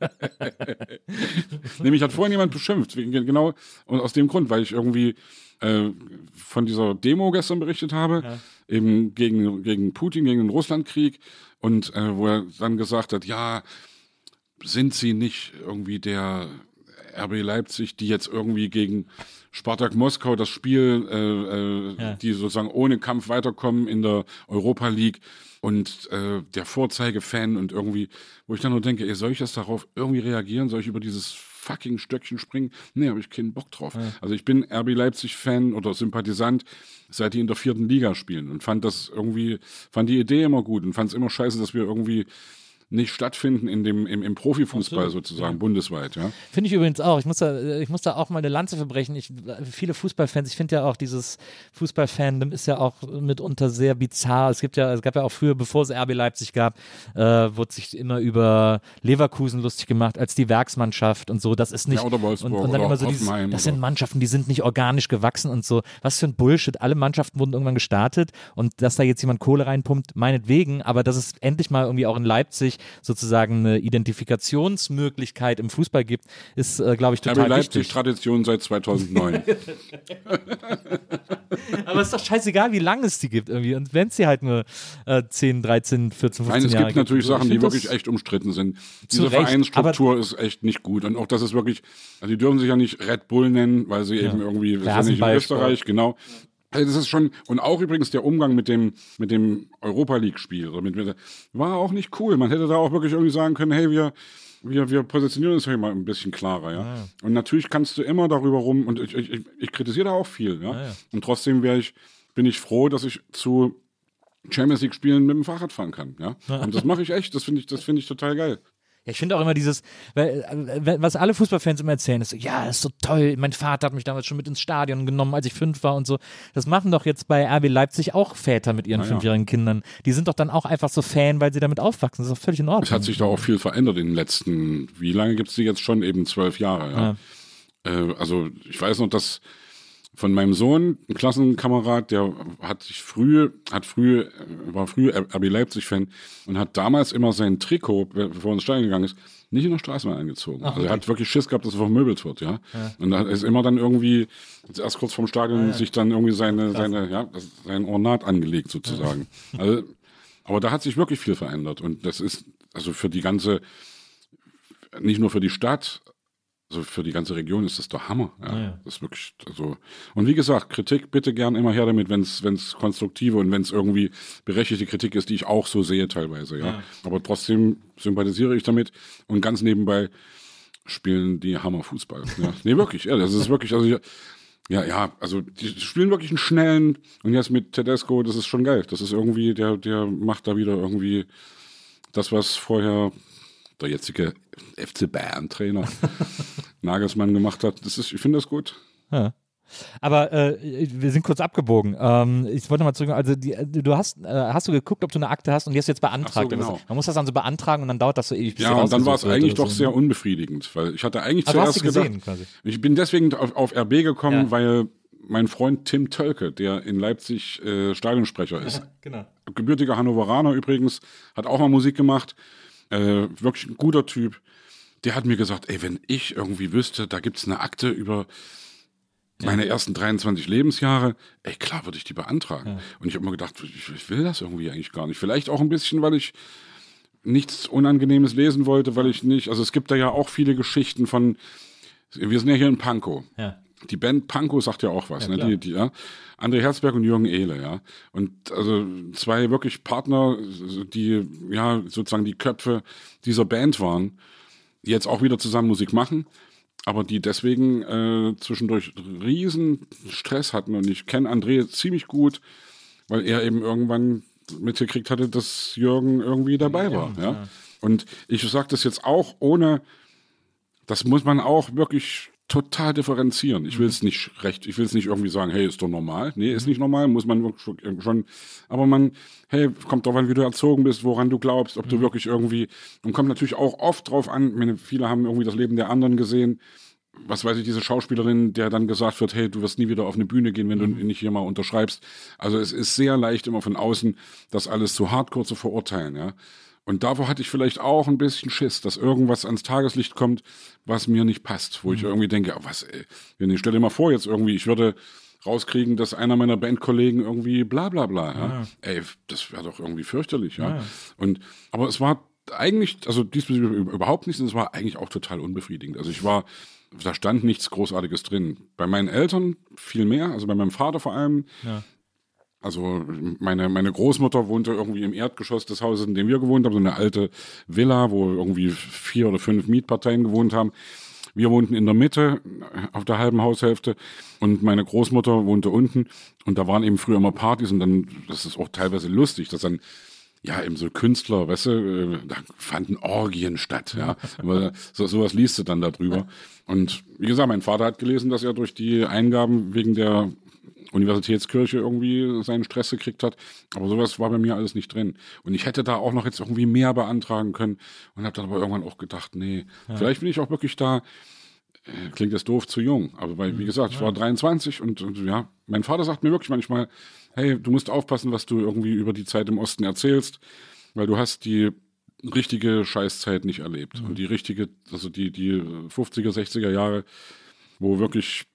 Nämlich hat vorhin jemand beschimpft, wegen, genau und aus dem Grund, weil ich irgendwie äh, von dieser Demo gestern berichtet habe, Ja. eben gegen, gegen Putin, gegen den Russlandkrieg und äh, wo er dann gesagt hat, ja, sind sie nicht irgendwie der R B Leipzig, die jetzt irgendwie gegen Spartak Moskau das Spiel, äh, äh, Ja. die sozusagen ohne Kampf weiterkommen in der Europa League und äh, der Vorzeigefan und irgendwie, wo ich dann nur denke, ey, soll ich das darauf irgendwie reagieren? Soll ich über dieses fucking Stöckchen springen? Nee, habe ich keinen Bock drauf. Ja. Also ich bin R B Leipzig-Fan oder Sympathisant, seit die in der vierten Liga spielen und fand das irgendwie, fand die Idee immer gut und fand es immer scheiße, dass wir irgendwie nicht stattfinden in dem, im, im Profifußball sozusagen, bundesweit, ja. Finde ich übrigens auch. Ich muss da, ich muss da auch mal eine Lanze verbrechen. Ich, viele Fußballfans, ich finde ja auch dieses Fußballfandom ist ja auch mitunter sehr bizarr. Es gibt ja, es gab ja auch früher, bevor es R B Leipzig gab, äh, wurde sich immer über Leverkusen lustig gemacht als die Werksmannschaft und so. Das ist nicht. Ja, oder Wolfsburg und, und dann oder immer so dieses, Hoffenheim das oder- sind Mannschaften, die sind nicht organisch gewachsen und so. Was für ein Bullshit. Alle Mannschaften wurden irgendwann gestartet und dass da jetzt jemand Kohle reinpumpt, meinetwegen, aber dass es endlich mal irgendwie auch in Leipzig sozusagen eine Identifikationsmöglichkeit im Fußball gibt, ist, äh, glaube ich, R B total Leipzig wichtig. Tradition seit zweitausendneun. Aber es ist doch scheißegal, wie lange es die gibt irgendwie. Und wenn es die halt nur äh, zehn, dreizehn, vierzehn, fünfzehn Nein, es Jahre gibt natürlich gibt. Sachen, Ich die find wirklich das- echt umstritten sind. Zu Diese Recht, Vereinsstruktur ist echt nicht gut. Und auch das ist wirklich, also die dürfen sich ja nicht Red Bull nennen, weil sie eben irgendwie, das ist ja nicht in Rasenballsport. Österreich, genau. Also das ist schon, und auch übrigens der Umgang mit dem, mit dem Europa League-Spiel, oder mit, mit, war auch nicht cool. Man hätte da auch wirklich irgendwie sagen können, hey, wir, wir, wir positionieren uns hier mal ein bisschen klarer, ja. Ja. Und natürlich kannst du immer darüber rum, und ich, ich, ich, ich kritisiere da auch viel, ja. Ja, ja. Und trotzdem wäre ich, bin ich froh, dass ich zu Champions League Spielen mit dem Fahrrad fahren kann, ja. Und das mache ich echt, das finde ich, das finde ich total geil. Ja, ich finde auch immer dieses, weil, äh, was alle Fußballfans immer erzählen, ist so, ja, das ist so toll, mein Vater hat mich damals schon mit ins Stadion genommen, als ich fünf war und so. Das machen doch jetzt bei R B Leipzig auch Väter mit ihren Na ja. fünfjährigen Kindern. Die sind doch dann auch einfach so Fan, weil sie damit aufwachsen. Das ist doch völlig in Ordnung. Es hat sich da auch viel verändert in den letzten, wie lange gibt es die jetzt schon? Eben zwölf Jahre, ja. Äh, also ich weiß noch, dass von meinem Sohn, ein Klassenkamerad, der hat sich früh, hat früh, äh, war früh R B Leipzig-Fan und hat damals immer sein Trikot, bevor er ins Stadion gegangen ist, nicht in der Straßenbahn angezogen. Ach, also er okay. hat wirklich Schiss gehabt, dass er vermöbelt wird, ja. ja. Und da ist immer dann irgendwie, erst kurz vorm Stadion, Ah, ja. sich dann irgendwie seine, seine, ja, das, sein Ornat angelegt sozusagen. Ja. Also, aber da hat sich wirklich viel verändert und das ist, also für die ganze, nicht nur für die Stadt, Also für die ganze Region ist das der Hammer. Ja. Ah, ja. Das ist wirklich, also, und wie gesagt, Kritik bitte gern immer her damit, wenn es konstruktive und wenn es irgendwie berechtigte Kritik ist, die ich auch so sehe teilweise, ja. Ja. Aber trotzdem sympathisiere ich damit und ganz nebenbei spielen die Hammer Fußball. Ja. Nee, wirklich, ja, das ist wirklich, also ja, ja, also die spielen wirklich einen schnellen und jetzt mit Tedesco, das ist schon geil. Das ist irgendwie, der, der macht da wieder irgendwie das, was vorher der jetzige F C Bayern-Trainer Nagelsmann gemacht hat. Das ist, ich finde das gut. Ja. Aber äh, wir sind kurz abgebogen. Ähm, ich wollte mal zurück, also die, du hast, äh, hast du geguckt, ob du eine Akte hast und die hast du jetzt beantragt. Ach so, genau. Man muss das dann so beantragen und dann dauert das so ewig. Bis Ja, und dann war es rausgesucht wird eigentlich oder doch so. sehr unbefriedigend, weil ich hatte eigentlich Also zuerst hast du gesehen, gedacht, quasi. ich bin deswegen auf, auf R B gekommen, Ja. weil mein Freund Tim Tölke, der in Leipzig äh, Stadionsprecher ist, Genau. gebürtiger Hannoveraner übrigens, hat auch mal Musik gemacht, äh, wirklich ein guter Typ. Der hat mir gesagt, ey, wenn ich irgendwie wüsste, da gibt's eine Akte über meine ersten dreiundzwanzig Lebensjahre, ey, klar würde ich die beantragen. Ja. Und ich habe mir gedacht, ich, ich will das irgendwie eigentlich gar nicht. Vielleicht auch ein bisschen, weil ich nichts Unangenehmes lesen wollte, weil ich nicht, also es gibt da ja auch viele Geschichten von, wir sind ja hier in Pankow. Ja. Die Band Pankow sagt ja auch was, Ja, ne? klar. Die, die, ja? André Herzberg und Jürgen Ehle, ja. Und also zwei wirklich Partner, die ja sozusagen die Köpfe dieser Band waren, die jetzt auch wieder zusammen Musik machen, aber die deswegen äh, zwischendurch riesen Stress hatten. Und ich kenne André ziemlich gut, weil er eben irgendwann mitgekriegt hatte, dass Jürgen irgendwie dabei war. Ja, ja. Und ich sage das jetzt auch ohne, das muss man auch wirklich total differenzieren. Ich will es nicht recht, ich will es nicht irgendwie sagen, hey, ist doch normal. Nee, ist nicht normal, muss man wirklich schon, aber man, hey, kommt drauf an, wie du erzogen bist, woran du glaubst, ob du wirklich irgendwie, und kommt natürlich auch oft drauf an, ich meine, viele haben irgendwie das Leben der anderen gesehen, was weiß ich, diese Schauspielerin, der dann gesagt wird, hey, du wirst nie wieder auf eine Bühne gehen, wenn du nicht hier mal unterschreibst. Also es ist sehr leicht immer von außen, das alles so hardcore zu verurteilen, ja. Und davor hatte ich vielleicht auch ein bisschen Schiss, dass irgendwas ans Tageslicht kommt, was mir nicht passt, wo ich irgendwie denke, oh, was, ey, ich stell dir mal vor, jetzt irgendwie, ich würde rauskriegen, dass einer meiner Bandkollegen irgendwie bla bla bla, ja. Ja. Ey, das wäre doch irgendwie fürchterlich, ja. Ja. Und, aber es war eigentlich, also diesbezüglich überhaupt nichts, und es war eigentlich auch total unbefriedigend. Also ich war, da stand nichts Großartiges drin. Bei meinen Eltern viel mehr, also bei meinem Vater vor allem. Ja. Also meine, meine Großmutter wohnte irgendwie im Erdgeschoss des Hauses, in dem wir gewohnt haben, so eine alte Villa, wo irgendwie vier oder fünf Mietparteien gewohnt haben. Wir wohnten in der Mitte, auf der halben Haushälfte, und meine Großmutter wohnte unten. Und da waren eben früher immer Partys, und dann, das ist auch teilweise lustig, dass dann, ja, eben so Künstler, weißt du, da fanden Orgien statt, ja. Aber so, sowas liest du dann da drüber. Und wie gesagt, mein Vater hat gelesen, dass er durch die Eingaben wegen der Universitätskirche irgendwie seinen Stress gekriegt hat. Aber sowas war bei mir alles nicht drin. Und ich hätte da auch noch jetzt irgendwie mehr beantragen können und habe dann aber irgendwann auch gedacht, nee, ja. Vielleicht bin ich auch wirklich da, äh, klingt das doof, zu jung. Aber weil, wie gesagt, ich war dreiundzwanzig und, und ja, mein Vater sagt mir wirklich manchmal, hey, du musst aufpassen, was du irgendwie über die Zeit im Osten erzählst, weil du hast die richtige Scheißzeit nicht erlebt. Mhm. Und die richtige, also die, die fünfziger, sechziger Jahre, wo wirklich,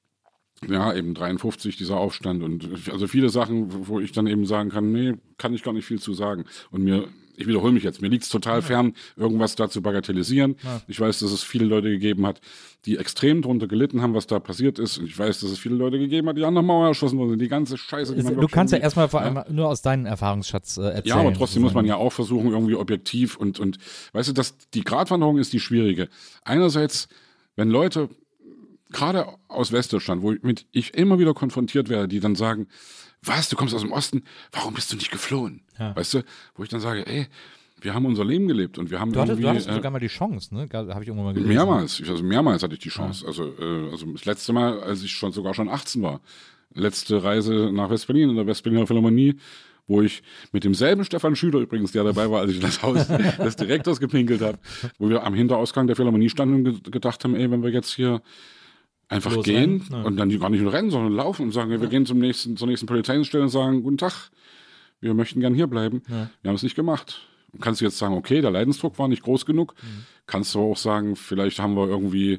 ja, eben dreiundfünfzig, dieser Aufstand und also viele Sachen, wo ich dann eben sagen kann, nee, kann ich gar nicht viel zu sagen. Und mir, ich wiederhole mich jetzt, mir liegt es total ja. fern, irgendwas da zu bagatellisieren. Ja. Ich weiß, dass es viele Leute gegeben hat, die extrem drunter gelitten haben, was da passiert ist. Und ich weiß, dass es viele Leute gegeben hat, die an der Mauer erschossen wurden. Die ganze Scheiße, die man Du kannst ja erstmal vor allem ja. nur aus deinem Erfahrungsschatz äh, erzählen. Ja, aber trotzdem muss man ja auch versuchen, irgendwie objektiv und, und weißt du, dass die Gratwanderung ist die schwierige. Einerseits, wenn Leute gerade aus Westdeutschland, wo ich, mit ich immer wieder konfrontiert werde, die dann sagen, was, du kommst aus dem Osten, warum bist du nicht geflohen? Ja. Weißt du, wo ich dann sage, ey, wir haben unser Leben gelebt und wir haben du hattest, irgendwie... Du hattest äh, sogar mal die Chance, ne? Habe ich irgendwann mal gelesen. Mehrmals, ich, also mehrmals hatte ich die Chance. Ja. Also, äh, also das letzte Mal, als ich schon sogar schon achtzehn war, letzte Reise nach West-Berlin in der West-Berliner Philharmonie, wo ich mit demselben Stefan Schüler übrigens, der dabei war, als ich in das Haus des Direktors gepinkelt habe, wo wir am Hinterausgang der Philharmonie standen und gedacht haben, ey, wenn wir jetzt hier einfach Los gehen ja. und dann gar nicht nur rennen, sondern laufen und sagen, wir ja. gehen zum nächsten, zur nächsten Polizeidienststelle und sagen, guten Tag, wir möchten gern hier bleiben. Ja. Wir haben es nicht gemacht. Kannst du jetzt sagen, okay, der Leidensdruck war nicht groß genug. Mhm. Kannst du auch sagen, vielleicht haben wir irgendwie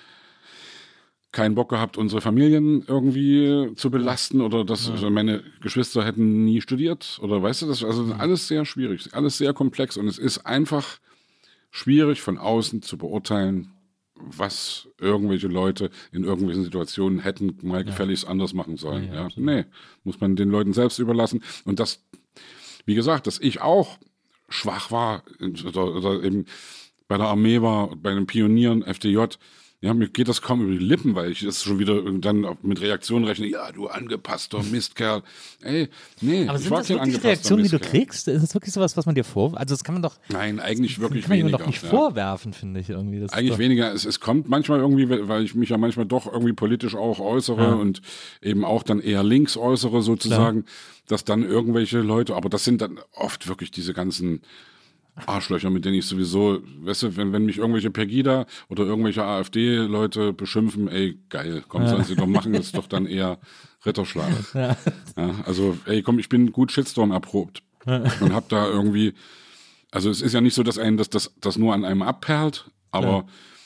keinen Bock gehabt, unsere Familien irgendwie zu belasten oder dass ja. also meine Geschwister hätten nie studiert oder weißt du, das ist also mhm. alles sehr schwierig, alles sehr komplex und es ist einfach schwierig von außen zu beurteilen, was irgendwelche Leute in irgendwelchen Situationen hätten mal gefälligst anders machen sollen. Ja, Ja, absolut. nee, muss man den Leuten selbst überlassen. Und das, wie gesagt, dass ich auch schwach war oder, oder eben bei der Armee war, bei den Pionieren, F D J, ja, mir geht das kaum über die Lippen, weil ich das schon wieder dann auch mit Reaktionen rechne. Ja, du angepasster Mistkerl. Ey, nee, Aber ich sind war das kein wirklich angepasster Reaktionen, die du Mistkerl. kriegst? Ist das wirklich sowas, was man dir vor... Also das kann man doch... Nein, eigentlich wirklich kann man weniger. doch nicht ja. vorwerfen, finde ich irgendwie. Das ist Eigentlich doch, weniger. Es, es kommt manchmal irgendwie, weil ich mich ja manchmal doch irgendwie politisch auch äußere Ja. und eben auch dann eher links äußere sozusagen, dass dann irgendwelche Leute, aber das sind dann oft wirklich diese ganzen Arschlöcher, mit denen ich sowieso, weißt du, wenn, wenn mich irgendwelche Pegida oder irgendwelche AfD-Leute beschimpfen, ey, geil, komm, sollen sie doch machen, das ist doch dann eher Ritterschlag. Ja. Ja, also, ey, komm, ich bin gut Shitstorm erprobt und hab da irgendwie, also es ist ja nicht so, dass einen das, das, das nur an einem abperlt, aber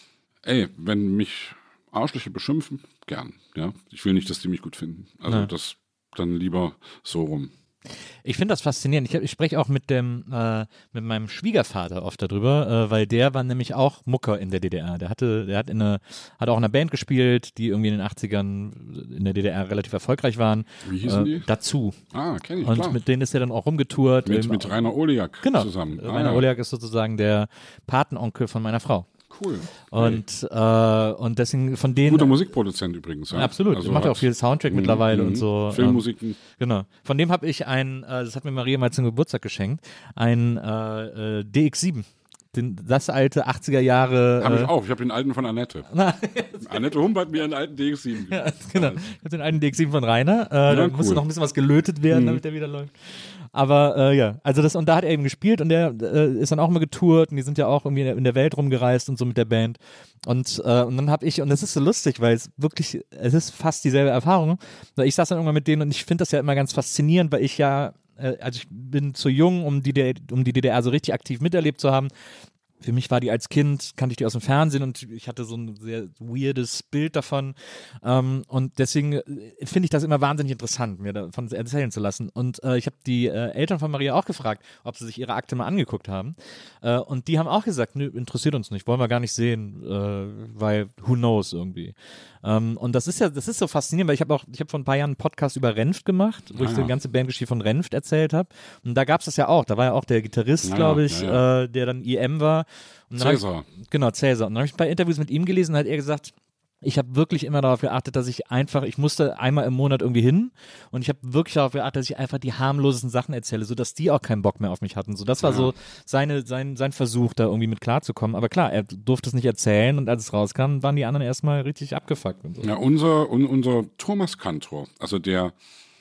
ey, wenn mich Arschlöcher beschimpfen, gern, ja. Ich will nicht, dass die mich gut finden. Also Ja. das dann lieber so rum. Ich finde das faszinierend. Ich, hab- ich spreche auch mit dem äh, mit meinem Schwiegervater oft darüber, äh, weil der war nämlich auch Mucker in der D D R. Der hatte, der hat in eine, hat auch in einer Band gespielt, die irgendwie in den achtzigern in der D D R relativ erfolgreich waren. Wie hießen die? Dazu. Ah, kenne ich, Und klar. mit denen ist er dann auch rumgetourt. Mit, Ähm, mit Rainer Oliak genau. zusammen. Ah, Rainer ja. Oliak ist sozusagen der Patenonkel von meiner Frau. Cool. Und, äh, und deswegen von denen. Guter Musikproduzent übrigens. Ja. Absolut. Also Er macht ja hat- auch viel Soundtrack Mhm, mittlerweile mhm. und so. ähm, Filmmusiken. Genau. Von dem habe ich ein, äh, das hat mir Maria mal zum Geburtstag geschenkt, ein äh, äh, D X sieben. Den, das alte achtziger Jahre. Habe äh, ich auch. Ich habe den alten von Annette. Na, Annette Hump hat mir einen alten D X sieben gegeben. genau. Ich habe den alten D X sieben von Rainer. Äh, da cool. musste noch ein bisschen was gelötet werden, damit der wieder läuft. Aber äh, ja, also das, und da hat er eben gespielt und der äh, ist dann auch immer getourt und die sind ja auch irgendwie in der, in der Welt rumgereist und so mit der Band. Und, äh, und dann habe ich, und das ist so lustig, weil es wirklich, es ist fast dieselbe Erfahrung. Weil ich saß dann irgendwann mit denen und ich finde das ja immer ganz faszinierend, weil ich ja, äh, also ich bin zu jung, um die, D- um die D D R so richtig aktiv miterlebt zu haben. Für mich war die als Kind, kannte ich die aus dem Fernsehen und ich hatte so ein sehr weirdes Bild davon. Ähm, und deswegen äh, finde ich das immer wahnsinnig interessant, mir davon erzählen zu lassen. Und äh, ich habe die äh, Eltern von Maria auch gefragt, ob sie sich ihre Akte mal angeguckt haben. Äh, und die haben auch gesagt, nö, interessiert uns nicht, wollen wir gar nicht sehen, äh, weil who knows irgendwie. Ähm, und das ist ja, das ist so faszinierend, weil ich habe auch, ich habe vor ein paar Jahren einen Podcast über Renft gemacht, wo ich Ah, so ja. die ganze Bandgeschichte von Renft erzählt habe. Und da gab es das ja auch. Da war ja auch der Gitarrist, Ja, glaube ich, ja, Äh, der dann I M war. Und dann hab Cäsar. Ich, genau, Cäsar. Und dann habe ich ein paar Interviews mit ihm gelesen und hat er gesagt, ich habe wirklich immer darauf geachtet, dass ich einfach, ich musste einmal im Monat irgendwie hin und ich habe wirklich darauf geachtet, dass ich einfach die harmlosesten Sachen erzähle, sodass die auch keinen Bock mehr auf mich hatten. So, das war Ja. so seine, sein, sein Versuch, da irgendwie mit klarzukommen. Aber klar, er durfte es nicht erzählen und als es rauskam, waren die anderen erstmal richtig abgefuckt und so. Ja, unser, un, unser Thomas Kantor, also der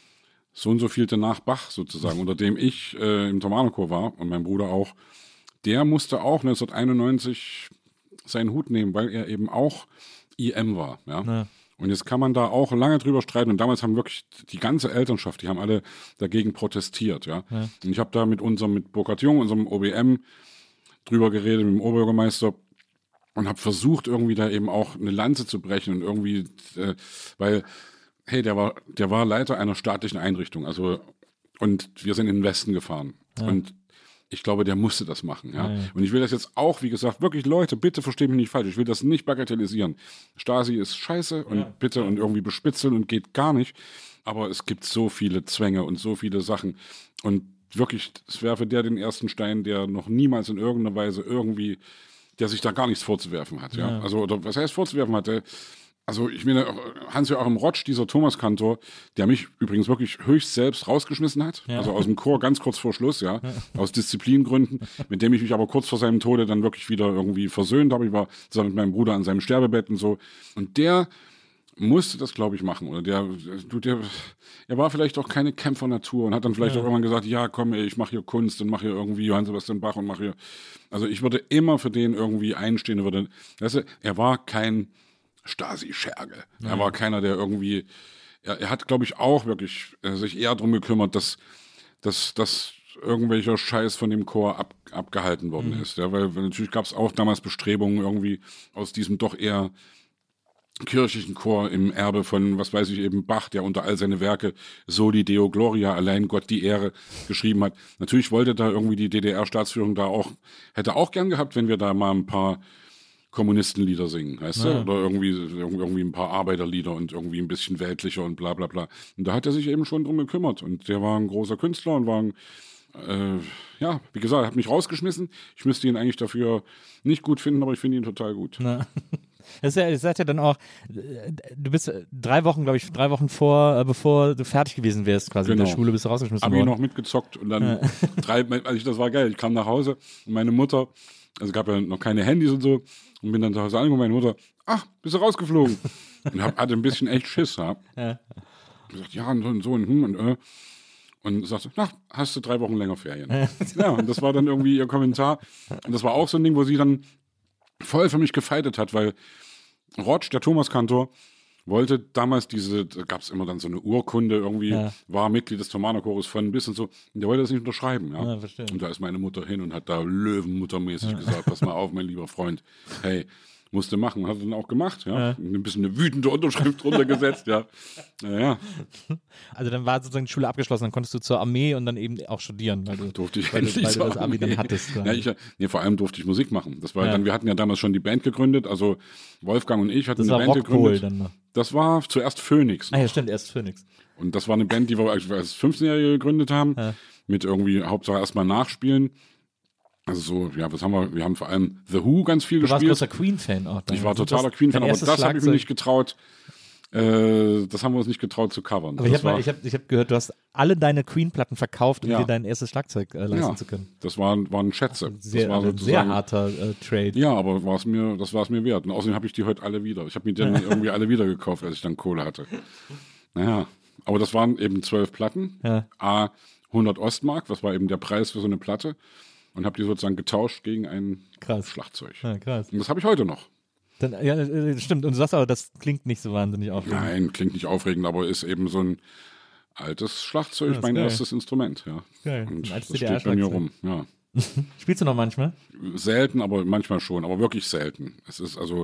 so und so vielte nach Bach sozusagen, unter dem ich äh, im Thomanerchor war und mein Bruder auch, der musste auch neunzehnhunderteinundneunzig seinen Hut nehmen, weil er eben auch I M war. Ja? Ja. Und jetzt kann man da auch lange drüber streiten. Und damals haben wirklich die ganze Elternschaft, die haben alle dagegen protestiert. Ja? Ja. Und ich habe da mit unserem, mit Burkhard Jung, unserem O B M, drüber geredet, mit dem Oberbürgermeister, und habe versucht, irgendwie da eben auch eine Lanze zu brechen und irgendwie, äh, weil, hey, der war, der war Leiter einer staatlichen Einrichtung, also, und wir sind in den Westen gefahren. Ja. Und ich glaube, der musste das machen, ja? Ja, ja. Und ich will das jetzt auch, wie gesagt, wirklich, Leute, bitte versteht mich nicht falsch, ich will das nicht bagatellisieren. Stasi ist scheiße und Ja. bitte und irgendwie bespitzeln und geht gar nicht. Aber es gibt so viele Zwänge und so viele Sachen. Und wirklich, es werfe der den ersten Stein, der noch niemals in irgendeiner Weise irgendwie, der sich da gar nichts vorzuwerfen hat, ja. Ja. Also, oder was heißt vorzuwerfen hatte? Also, ich meine, Hans-Joachim Rotsch, dieser Thomas-Kantor, der mich übrigens wirklich höchst selbst rausgeschmissen hat, Ja. also aus dem Chor ganz kurz vor Schluss, ja, aus Disziplingründen, mit dem ich mich aber kurz vor seinem Tode dann wirklich wieder irgendwie versöhnt habe. Ich war zusammen mit meinem Bruder an seinem Sterbebett und so. Und der musste das, glaube ich, machen. Oder der, du, der, er war vielleicht auch keine Kämpfernatur und hat dann vielleicht Ja. auch irgendwann gesagt, ja, komm, ey, ich mache hier Kunst und mache hier irgendwie Johann Sebastian Bach und mache hier. Also ich würde immer für den irgendwie einstehen. Würde, weißt du, er war kein Stasi-Scherge. Er war keiner, der irgendwie, er, er hat, glaube ich, auch wirklich äh, sich eher darum gekümmert, dass, dass, dass irgendwelcher Scheiß von dem Chor ab, abgehalten worden Mhm. ist. Ja, weil, weil natürlich gab es auch damals Bestrebungen, irgendwie aus diesem doch eher kirchlichen Chor im Erbe von, was weiß ich, eben Bach, der unter all seine Werke Soli Deo Gloria, allein Gott die Ehre, geschrieben hat. Natürlich wollte da irgendwie die D D R-Staatsführung da auch, hätte auch gern gehabt, wenn wir da mal ein paar Kommunistenlieder singen, weißt ja. du? Oder irgendwie, irgendwie ein paar Arbeiterlieder und irgendwie ein bisschen weltlicher und bla bla bla. Und da hat er sich eben schon drum gekümmert. Und der war ein großer Künstler und war ein, äh, ja, wie gesagt, er hat mich rausgeschmissen. Ich müsste ihn eigentlich dafür nicht gut finden, aber ich finde ihn total gut. Na. Das ist ja, das sagt ja dann auch, du bist drei Wochen, glaube ich, drei Wochen vor, bevor du fertig gewesen wärst, quasi genau. in der Schule, bist du rausgeschmissen worden. Hab worden. ich noch mitgezockt und dann drei, also ich, das war geil. Ich kam nach Hause und meine Mutter, also es gab ja noch keine Handys und so, und bin dann zu Hause angekommen, meine Mutter, ach, bist du rausgeflogen? Und hab, hatte ein bisschen echt Schiss, ja. ja. Und gesagt, ja, und so und so und hm und äh. Und sagte, na, hast du drei Wochen länger Ferien. Ja, und das war dann irgendwie ihr Kommentar. Und das war auch so ein Ding, wo sie dann voll für mich gefeitet hat, weil Rotsch, der Thomaskantor, wollte damals diese, da gab es immer dann so eine Urkunde, irgendwie ja. war Mitglied des Thomanerchores von bis und so, und der wollte das nicht unterschreiben. Ja? Ja, und da ist meine Mutter hin und hat da löwenmuttermäßig ja. gesagt, pass mal auf, mein lieber Freund, hey, musste machen, hat er dann auch gemacht, ja. ja. Ein bisschen eine wütende Unterschrift drunter gesetzt, ja. ja. Ja. Also dann war sozusagen die Schule abgeschlossen, dann konntest du zur Armee und dann eben auch studieren, weil du, durfte ich weil du, weil du das Abi Armee. dann hattest. Ja, ich, nee, vor allem durfte ich Musik machen. Das war ja. dann, wir hatten ja damals schon die Band gegründet, also Wolfgang und ich hatten das eine war Band Rockpol gegründet. Dann noch. Das war zuerst Phoenix. Ah ja, stimmt, erst Phoenix. Und das war eine Band, die wir als fünfzehnjährige gegründet haben, ja. mit irgendwie Hauptsache erstmal nachspielen. Also so, ja, was haben wir? Wir haben vor allem The Who ganz viel du gespielt. Du warst großer Queen-Fan auch. Dann. Ich war totaler Queen-Fan, aber das habe ich mir nicht getraut. Äh, das haben wir uns nicht getraut zu covern. Aber das ich habe ich hab, ich hab gehört, du hast alle deine Queen-Platten verkauft, um ja. dir dein erstes Schlagzeug äh, leisten ja, zu können. Das waren, waren Schätze. Sehr, das war ein sehr harter äh, Trade. Ja, aber war's mir, das war es mir wert. Und außerdem habe ich die heute alle wieder. Ich habe mir dann irgendwie alle wieder gekauft, als ich dann Kohle hatte. Naja, aber das waren eben zwölf Platten. Ja. A, hundert Ostmark, was war eben der Preis für so eine Platte. Und habe die sozusagen getauscht gegen ein krass. Schlagzeug. Ja, krass. Und das habe ich heute noch. Dann, ja, stimmt. Und du sagst aber, das klingt nicht so wahnsinnig aufregend. Nein, klingt nicht aufregend, aber ist eben so ein altes Schlagzeug, ja, mein geil. erstes Instrument. Ja. Geil. Und das steht bei mir rum. Ja. Spielst du noch manchmal? Selten, aber manchmal schon. Aber wirklich selten. Es ist also,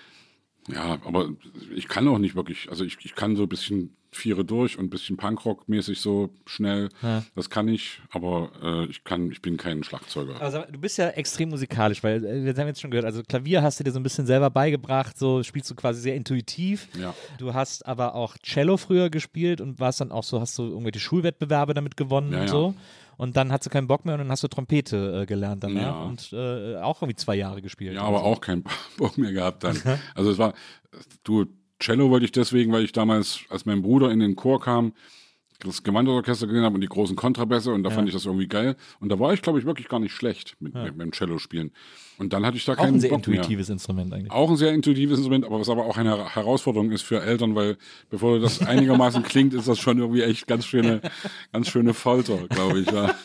ja, aber ich kann auch nicht wirklich, also ich, ich kann so ein bisschen Viere durch und ein bisschen Punkrock-mäßig so schnell. Ja. Das kann ich, aber äh, ich kann, ich bin kein Schlagzeuger. Also du bist ja extrem musikalisch, weil äh, wir haben jetzt schon gehört, also Klavier hast du dir so ein bisschen selber beigebracht, so spielst du quasi sehr intuitiv. Ja. Du hast aber auch Cello früher gespielt und warst dann auch so, hast du irgendwelche Schulwettbewerbe damit gewonnen ja, und ja. so. Und dann hast du keinen Bock mehr und dann hast du Trompete äh, gelernt danach ja. und äh, auch irgendwie zwei Jahre gespielt. Ja, aber so. Auch keinen Bock mehr gehabt dann. Also es war, du, Cello wollte ich deswegen, weil ich damals, als mein Bruder in den Chor kam, das Gewandorchester gesehen habe und die großen Kontrabässe und da ja. fand ich das irgendwie geil. Und da war ich, glaube ich, wirklich gar nicht schlecht mit, ja. mit, mit dem Cello spielen. Und dann hatte ich da auch keinen ein sehr Bock intuitives mehr. Instrument eigentlich. Auch ein sehr intuitives Instrument, aber was aber auch eine Herausforderung ist für Eltern, weil bevor das einigermaßen klingt, ist das schon irgendwie echt ganz schöne, ganz schöne Folter, glaube ich, ja.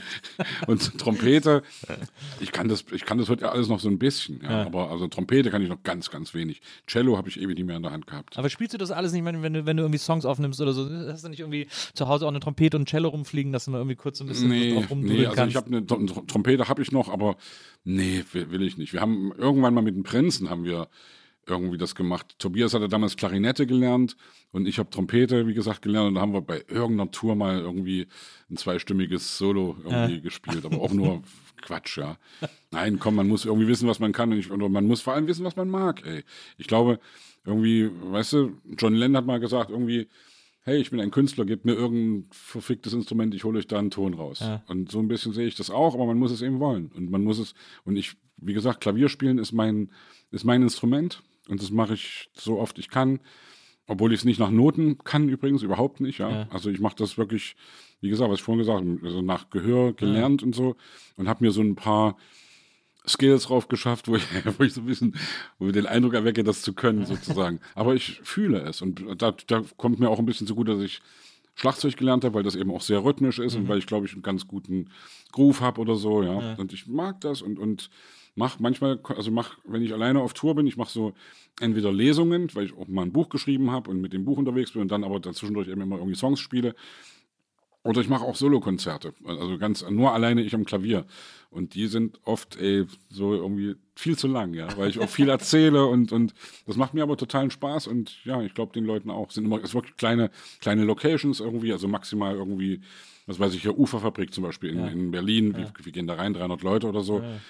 Und Trompete, ich kann das, ich kann das heute alles noch so ein bisschen, ja, ja. aber also Trompete kann ich noch ganz, ganz wenig. Cello habe ich ewig nicht mehr in der Hand gehabt. Aber spielst du das alles nicht, wenn du, wenn du irgendwie Songs aufnimmst oder so? Hast du nicht irgendwie zu Hause auch eine Trompete und ein Cello rumfliegen, dass du mal irgendwie kurz so ein bisschen nee, drauf rumdrücken nee, also kannst? ich habe eine Trompete habe ich noch, aber nee, will, will ich nicht. Wir haben irgendwann mal mit den Prinzen haben wir irgendwie das gemacht. Tobias hatte damals Klarinette gelernt und ich habe Trompete, wie gesagt, gelernt und da haben wir bei irgendeiner Tour mal irgendwie ein zweistimmiges Solo irgendwie ja. gespielt, aber auch nur Quatsch, ja. Nein, komm, man muss irgendwie wissen, was man kann und, ich, und man muss vor allem wissen, was man mag, ey. Ich glaube, irgendwie, weißt du, John Lennon hat mal gesagt, irgendwie, hey, ich bin ein Künstler, gebt mir irgendein verficktes Instrument, ich hole euch da einen Ton raus. Ja. Und so ein bisschen sehe ich das auch, aber man muss es eben wollen. Und man muss es, und ich, wie gesagt, Klavier spielen ist mein, ist mein Instrument. Und das mache ich so oft ich kann, obwohl ich es nicht nach Noten kann übrigens, überhaupt nicht. Ja. ja. Also ich mache das wirklich, wie gesagt, was ich vorhin gesagt habe, also nach Gehör gelernt ja. und so und habe mir so ein paar Skills drauf geschafft, wo ich, wo ich so ein bisschen, wo ich den Eindruck erwecke, das zu können sozusagen. Aber ich fühle es und da, da kommt mir auch ein bisschen zugute, dass ich Schlagzeug gelernt habe, weil das eben auch sehr rhythmisch ist mhm. und weil ich, glaube ich, einen ganz guten Groove habe oder so. Ja. ja. Und ich mag das und, und mach manchmal, also mach, wenn ich alleine auf Tour bin, ich mache so entweder Lesungen, weil ich auch mal ein Buch geschrieben habe und mit dem Buch unterwegs bin und dann aber dazwischendurch eben immer irgendwie Songs spiele. Oder ich mache auch Solokonzerte, also ganz nur alleine ich am Klavier. Und die sind oft ey, so irgendwie viel zu lang, ja, weil ich auch viel erzähle und, und das macht mir aber totalen Spaß und ja, ich glaube den Leuten auch. Es sind immer, es sind wirklich kleine, kleine Locations irgendwie, also maximal irgendwie, was weiß ich, hier Uferfabrik zum Beispiel in, ja. in Berlin, ja. wir, wir gehen da rein, dreihundert Leute oder so. Ja.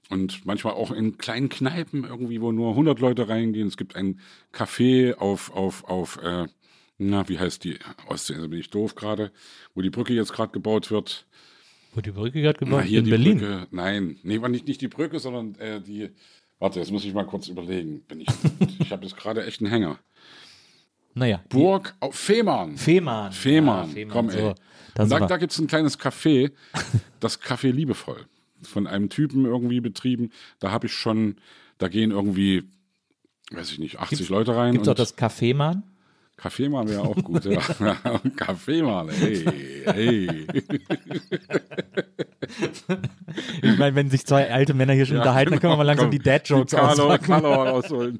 Und manchmal auch in kleinen Kneipen irgendwie, wo nur hundert Leute reingehen. Es gibt ein Café auf, auf, auf, äh, na, wie heißt die Ostsee? Also bin ich doof gerade, wo die Brücke jetzt gerade gebaut wird. Wo die Brücke gerade gebaut Na, hier in die Berlin? Brücke, nein, nee, war nicht, nicht die Brücke, sondern äh, die, warte, jetzt muss ich mal kurz überlegen. Bin ich ich habe jetzt gerade echt einen Hänger. Naja. Burg auf Fehmarn. Fehmarn. Fehmarn, Ja, Fehmarn, komm so. ey. Da Und sind da, wir. da gibt es ein kleines Café, das Café Liebevoll. Von einem Typen irgendwie betrieben. Da habe ich schon, da gehen irgendwie, weiß ich nicht, achtzig Gibt's- Leute rein. Gibt es auch und das Kaffeemann? Kaffeemann wäre auch gut, ja. Kaffeemann, hey, hey. Ich meine, wenn sich zwei alte Männer hier schon Ja, unterhalten, dann können wir mal langsam komm, die Dad-Jokes die Carlo, auspacken. Carlo rausholen.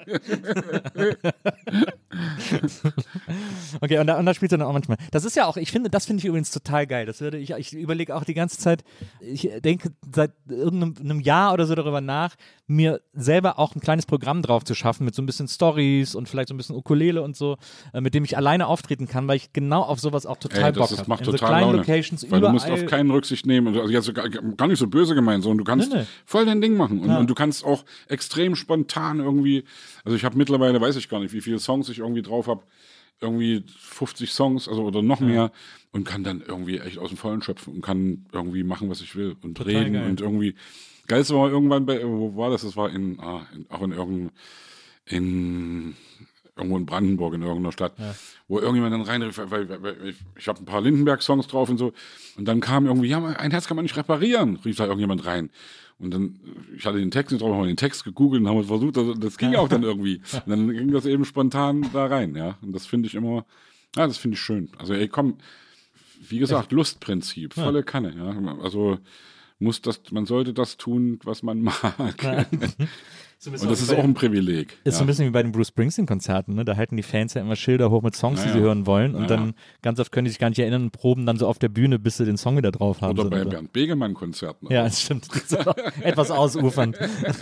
Okay, und da, und da spielt er dann auch manchmal. Das ist ja auch, ich finde, das finde ich übrigens total geil. Das würde ich, ich überlege auch die ganze Zeit, ich denke seit irgendeinem einem Jahr oder so darüber nach, mir selber auch ein kleines Programm drauf zu schaffen mit so ein bisschen Stories und vielleicht so ein bisschen Ukulele und so, äh, mit dem ich alleine auftreten kann, weil ich genau auf sowas auch total Ey, Bock das ist, habe. macht In so total kleinen Laune. Locations Weil überall. du musst auf keinen Rücksicht nehmen. Also jetzt gar, gar nicht so böse gemeint, sondern du kannst Nee, nee. voll dein Ding machen. Und, Ja. und du kannst auch extrem spontan irgendwie, also ich habe mittlerweile, weiß ich gar nicht, wie viele Songs ich irgendwie drauf habe, irgendwie fünfzig Songs, also oder noch mehr, und kann dann irgendwie echt aus dem Vollen schöpfen und kann irgendwie machen, was ich will und Total reden geil. und irgendwie. Geilste war irgendwann bei, wo war das? Das war in, ah, in auch in irgendeinem, in irgendwo in Brandenburg, in irgendeiner Stadt, wo irgendjemand dann reinrief, weil, weil, weil ich, ich habe ein paar Lindenberg-Songs drauf und so. Und dann kam irgendwie, ja, ein Herz kann man nicht reparieren, rief da irgendjemand rein. Und dann, ich hatte den Text nicht drauf, haben wir den Text gegoogelt und haben uns versucht, das, das ging auch dann irgendwie. Und dann ging das eben spontan da rein, ja. Und das finde ich immer, ja, das finde ich schön. Also, ey, komm, wie gesagt, Lustprinzip, volle Kanne, ja. Also, muss das, man sollte das tun, was man mag. Ja. Und das ist auch ein Privileg. Ist ja. so ein bisschen wie bei den Bruce Springsteen-Konzerten, ne? Da halten die Fans ja immer Schilder hoch mit Songs, die Naja. sie hören wollen. Und Naja. dann ganz oft können die sich gar nicht erinnern und proben dann so auf der Bühne, bis sie den Song wieder drauf haben. Oder bei So. Bernd Begemann-Konzerten. Ja, das stimmt. Das ist auch etwas ausufernd.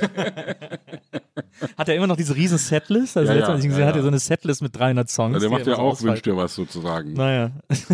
Hat er immer noch diese riesen Setlist? Also Ja, letztes Mal, ja, als ich gesehen ja, hat er ja. so eine Setlist mit dreihundert Songs. Ja, der die macht er ja immer so auch auswählt. Wünsch dir was sozusagen. Naja,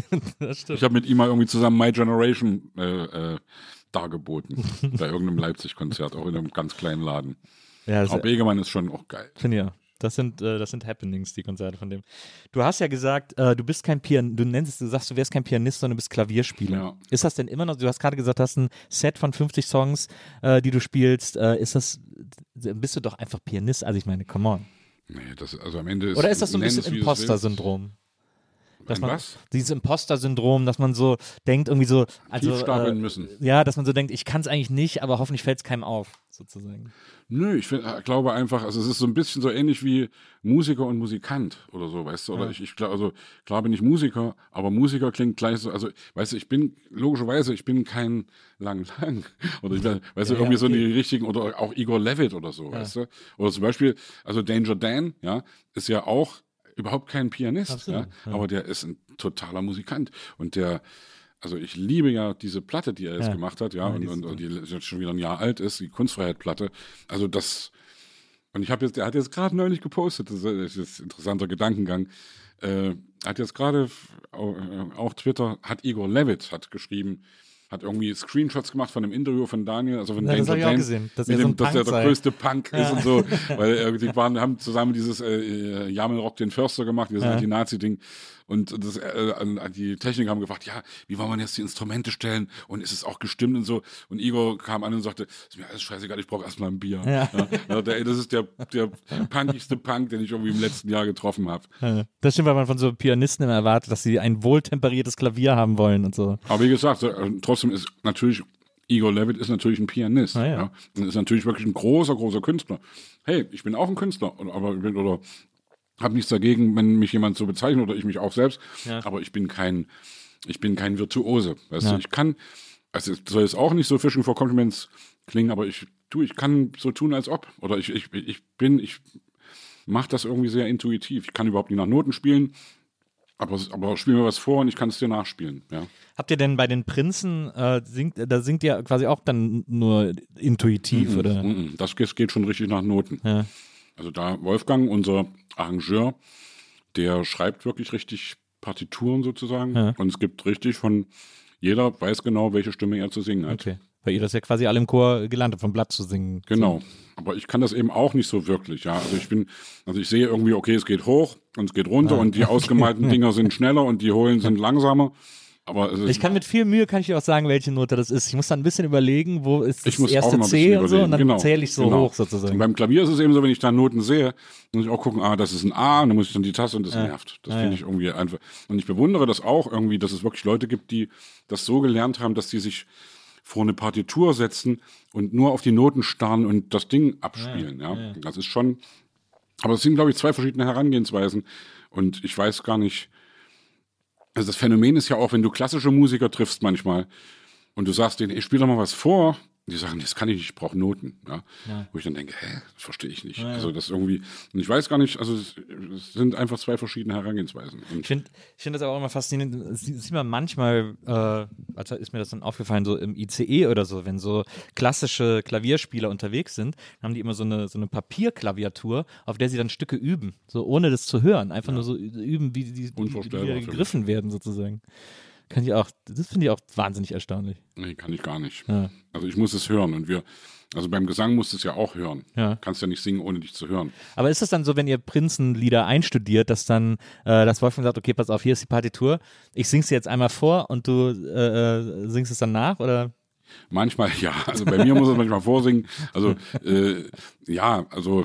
das stimmt. Ich habe mit ihm mal irgendwie zusammen My Generation äh, äh, dargeboten. Bei irgendeinem Leipzig-Konzert, auch in einem ganz kleinen Laden. Ja, das Aber Begemann ist schon auch geil. finde ich ja. Das sind, äh, das sind Happenings, die Konzerte von dem. Du hast ja gesagt, äh, du bist kein Pianist, du nennst es, du sagst, du wärst kein Pianist, sondern du bist Klavierspieler. Ja. Ist das denn immer noch, du hast gerade gesagt, du hast ein Set von fünfzig Songs, äh, die du spielst. Äh, ist das, bist du doch einfach Pianist? Also ich meine, come on. Nee, das, also am Ende ist, Oder ist das so ein nenn bisschen es, wie du es willst. Imposter-Syndrom? Dass Ein man, was? Dieses Imposter-Syndrom, dass man so denkt, irgendwie so, also, Tief stapeln äh, müssen. ja, dass man so denkt, ich kann es eigentlich nicht, aber hoffentlich fällt es keinem auf, sozusagen. Nö, ich find, äh, glaube einfach, also es ist so ein bisschen so ähnlich wie Musiker und Musikant oder so, weißt du, oder Ja. ich, ich glaube, also klar bin ich Musiker, aber Musiker klingt gleich so, also weißt du, ich bin, logischerweise, ich bin kein Lang Lang oder ich bin, weißt du, Ja, irgendwie ja, so okay. die richtigen, oder auch Igor Levit oder so, weißt du, oder zum Beispiel, also Danger Dan, ja, ist ja auch überhaupt kein Pianist, Absolut, ja, ja. aber der ist ein totaler Musikant und der, also ich liebe ja diese Platte, die er jetzt Ja. gemacht hat, ja, Ja, und, die ist und, und die jetzt schon wieder ein Jahr alt ist, die Kunstfreiheit-Platte. Also das, und ich habe jetzt, der hat jetzt gerade neulich gepostet, das ist, das ist ein interessanter Gedankengang, äh, hat jetzt gerade auch, auch Twitter, hat Igor Levit hat geschrieben, hat irgendwie Screenshots gemacht von einem Interview von Daniel, also von Ja, das Danger hab ich auch Dan, gesehen, dass mit er so dem, ein dass er Punk der sei. größte Punk ist und so, weil äh, die waren, haben zusammen dieses äh, Jamel Rock den Förster gemacht, dieses Ja. Anti-Nazi-Ding. Und das, äh, an, an die Techniker haben gefragt, ja, wie wollen wir jetzt die Instrumente stellen und ist es auch gestimmt und so. Und Igor kam an und sagte, ist mir alles scheißegal, ich brauche erstmal ein Bier. Ja. Ja, ja, der, das ist der, der punkigste Punk, den ich irgendwie im letzten Jahr getroffen habe. Ja. Das stimmt, weil man von so Pianisten immer erwartet, dass sie ein wohltemperiertes Klavier haben wollen und so. Aber wie gesagt, so, äh, trotzdem ist natürlich, Igor Levit ist natürlich ein Pianist. Ah, ja. Ja. Und ist natürlich wirklich ein großer, großer Künstler. Hey, ich bin auch ein Künstler, oder- aber ich bin, oder habe nichts dagegen, wenn mich jemand so bezeichnet oder ich mich auch selbst. Ja. Aber ich bin kein, ich bin kein Virtuose. Weißt Ja. du, ich kann, also es soll jetzt auch nicht so Fishing for Compliments klingen, aber ich tu, ich kann so tun, als ob. Oder ich, ich, ich bin, ich mache das irgendwie sehr intuitiv. Ich kann überhaupt nicht nach Noten spielen, aber, aber spiel mir was vor und ich kann es dir nachspielen. Ja. Habt ihr denn bei den Prinzen, äh, singt, da singt ihr quasi auch dann nur intuitiv, oder? Mhm, das geht, geht schon richtig nach Noten. Ja. Also da Wolfgang, unser Arrangeur, der schreibt wirklich richtig Partituren sozusagen. Ja. Und es gibt richtig von, jeder weiß genau, welche Stimme er zu singen hat. Okay. Weil ihr das ja quasi alle im Chor gelernt habt, vom Blatt zu singen. Genau. Aber ich kann das eben auch nicht so wirklich, ja. Also ich bin, also ich sehe irgendwie, okay, es geht hoch und es geht runter Ah, und die ausgemalten Dinger sind schneller und die Hohlen sind langsamer. Aber es ist, Ich kann mit viel Mühe, kann ich dir auch sagen, welche Note das ist. Ich muss dann ein bisschen überlegen, wo ist das Ich muss auch erste immer ein C bisschen und so, und dann überlegen. Genau, zähle ich so genau. hoch sozusagen. Und beim Klavier ist es eben so, wenn ich da Noten sehe, muss ich auch gucken, ah, das ist ein A, und dann muss ich dann die Taste und das nervt. Das Ah, finde ja. ich irgendwie einfach. Und ich bewundere das auch irgendwie, dass es wirklich Leute gibt, die das so gelernt haben, dass die sich vor eine Partitur setzen und nur auf die Noten starren und das Ding abspielen. Ja, ja. Das ist schon, aber es sind, glaube ich, zwei verschiedene Herangehensweisen. Und ich weiß gar nicht, also das Phänomen ist ja auch, wenn du klassische Musiker triffst manchmal und du sagst denen, ich spiele doch mal was vor, die sagen, das kann ich nicht, ich brauche Noten. Ja? Ja. Wo ich dann denke, hä, das verstehe ich nicht. Ja, ja. Also das irgendwie, und ich weiß gar nicht, also es, es sind einfach zwei verschiedene Herangehensweisen. Und ich finde ich find das aber auch immer faszinierend, das sieht man manchmal, äh, also ist mir das dann aufgefallen, so im I C E oder so, wenn so klassische Klavierspieler unterwegs sind, dann haben die immer so eine, so eine Papierklaviatur, auf der sie dann Stücke üben, so ohne das zu hören, einfach ja. nur so üben, wie die, wie die gegriffen werden sozusagen. Kann ich auch, das finde ich auch wahnsinnig erstaunlich. Nee, kann ich gar nicht. Ja. Also ich muss es hören und wir, also beim Gesang musst du es ja auch hören. Ja. Kannst ja nicht singen, ohne dich zu hören. Aber ist es dann so, wenn ihr Prinzenlieder einstudiert, dass dann äh, das Wolfgang sagt, okay, pass auf, hier ist die Partitur, ich sing's dir jetzt einmal vor und du äh, singst es dann nach, oder? Manchmal, ja. Also bei mir muss es manchmal vorsingen. Also äh, ja, also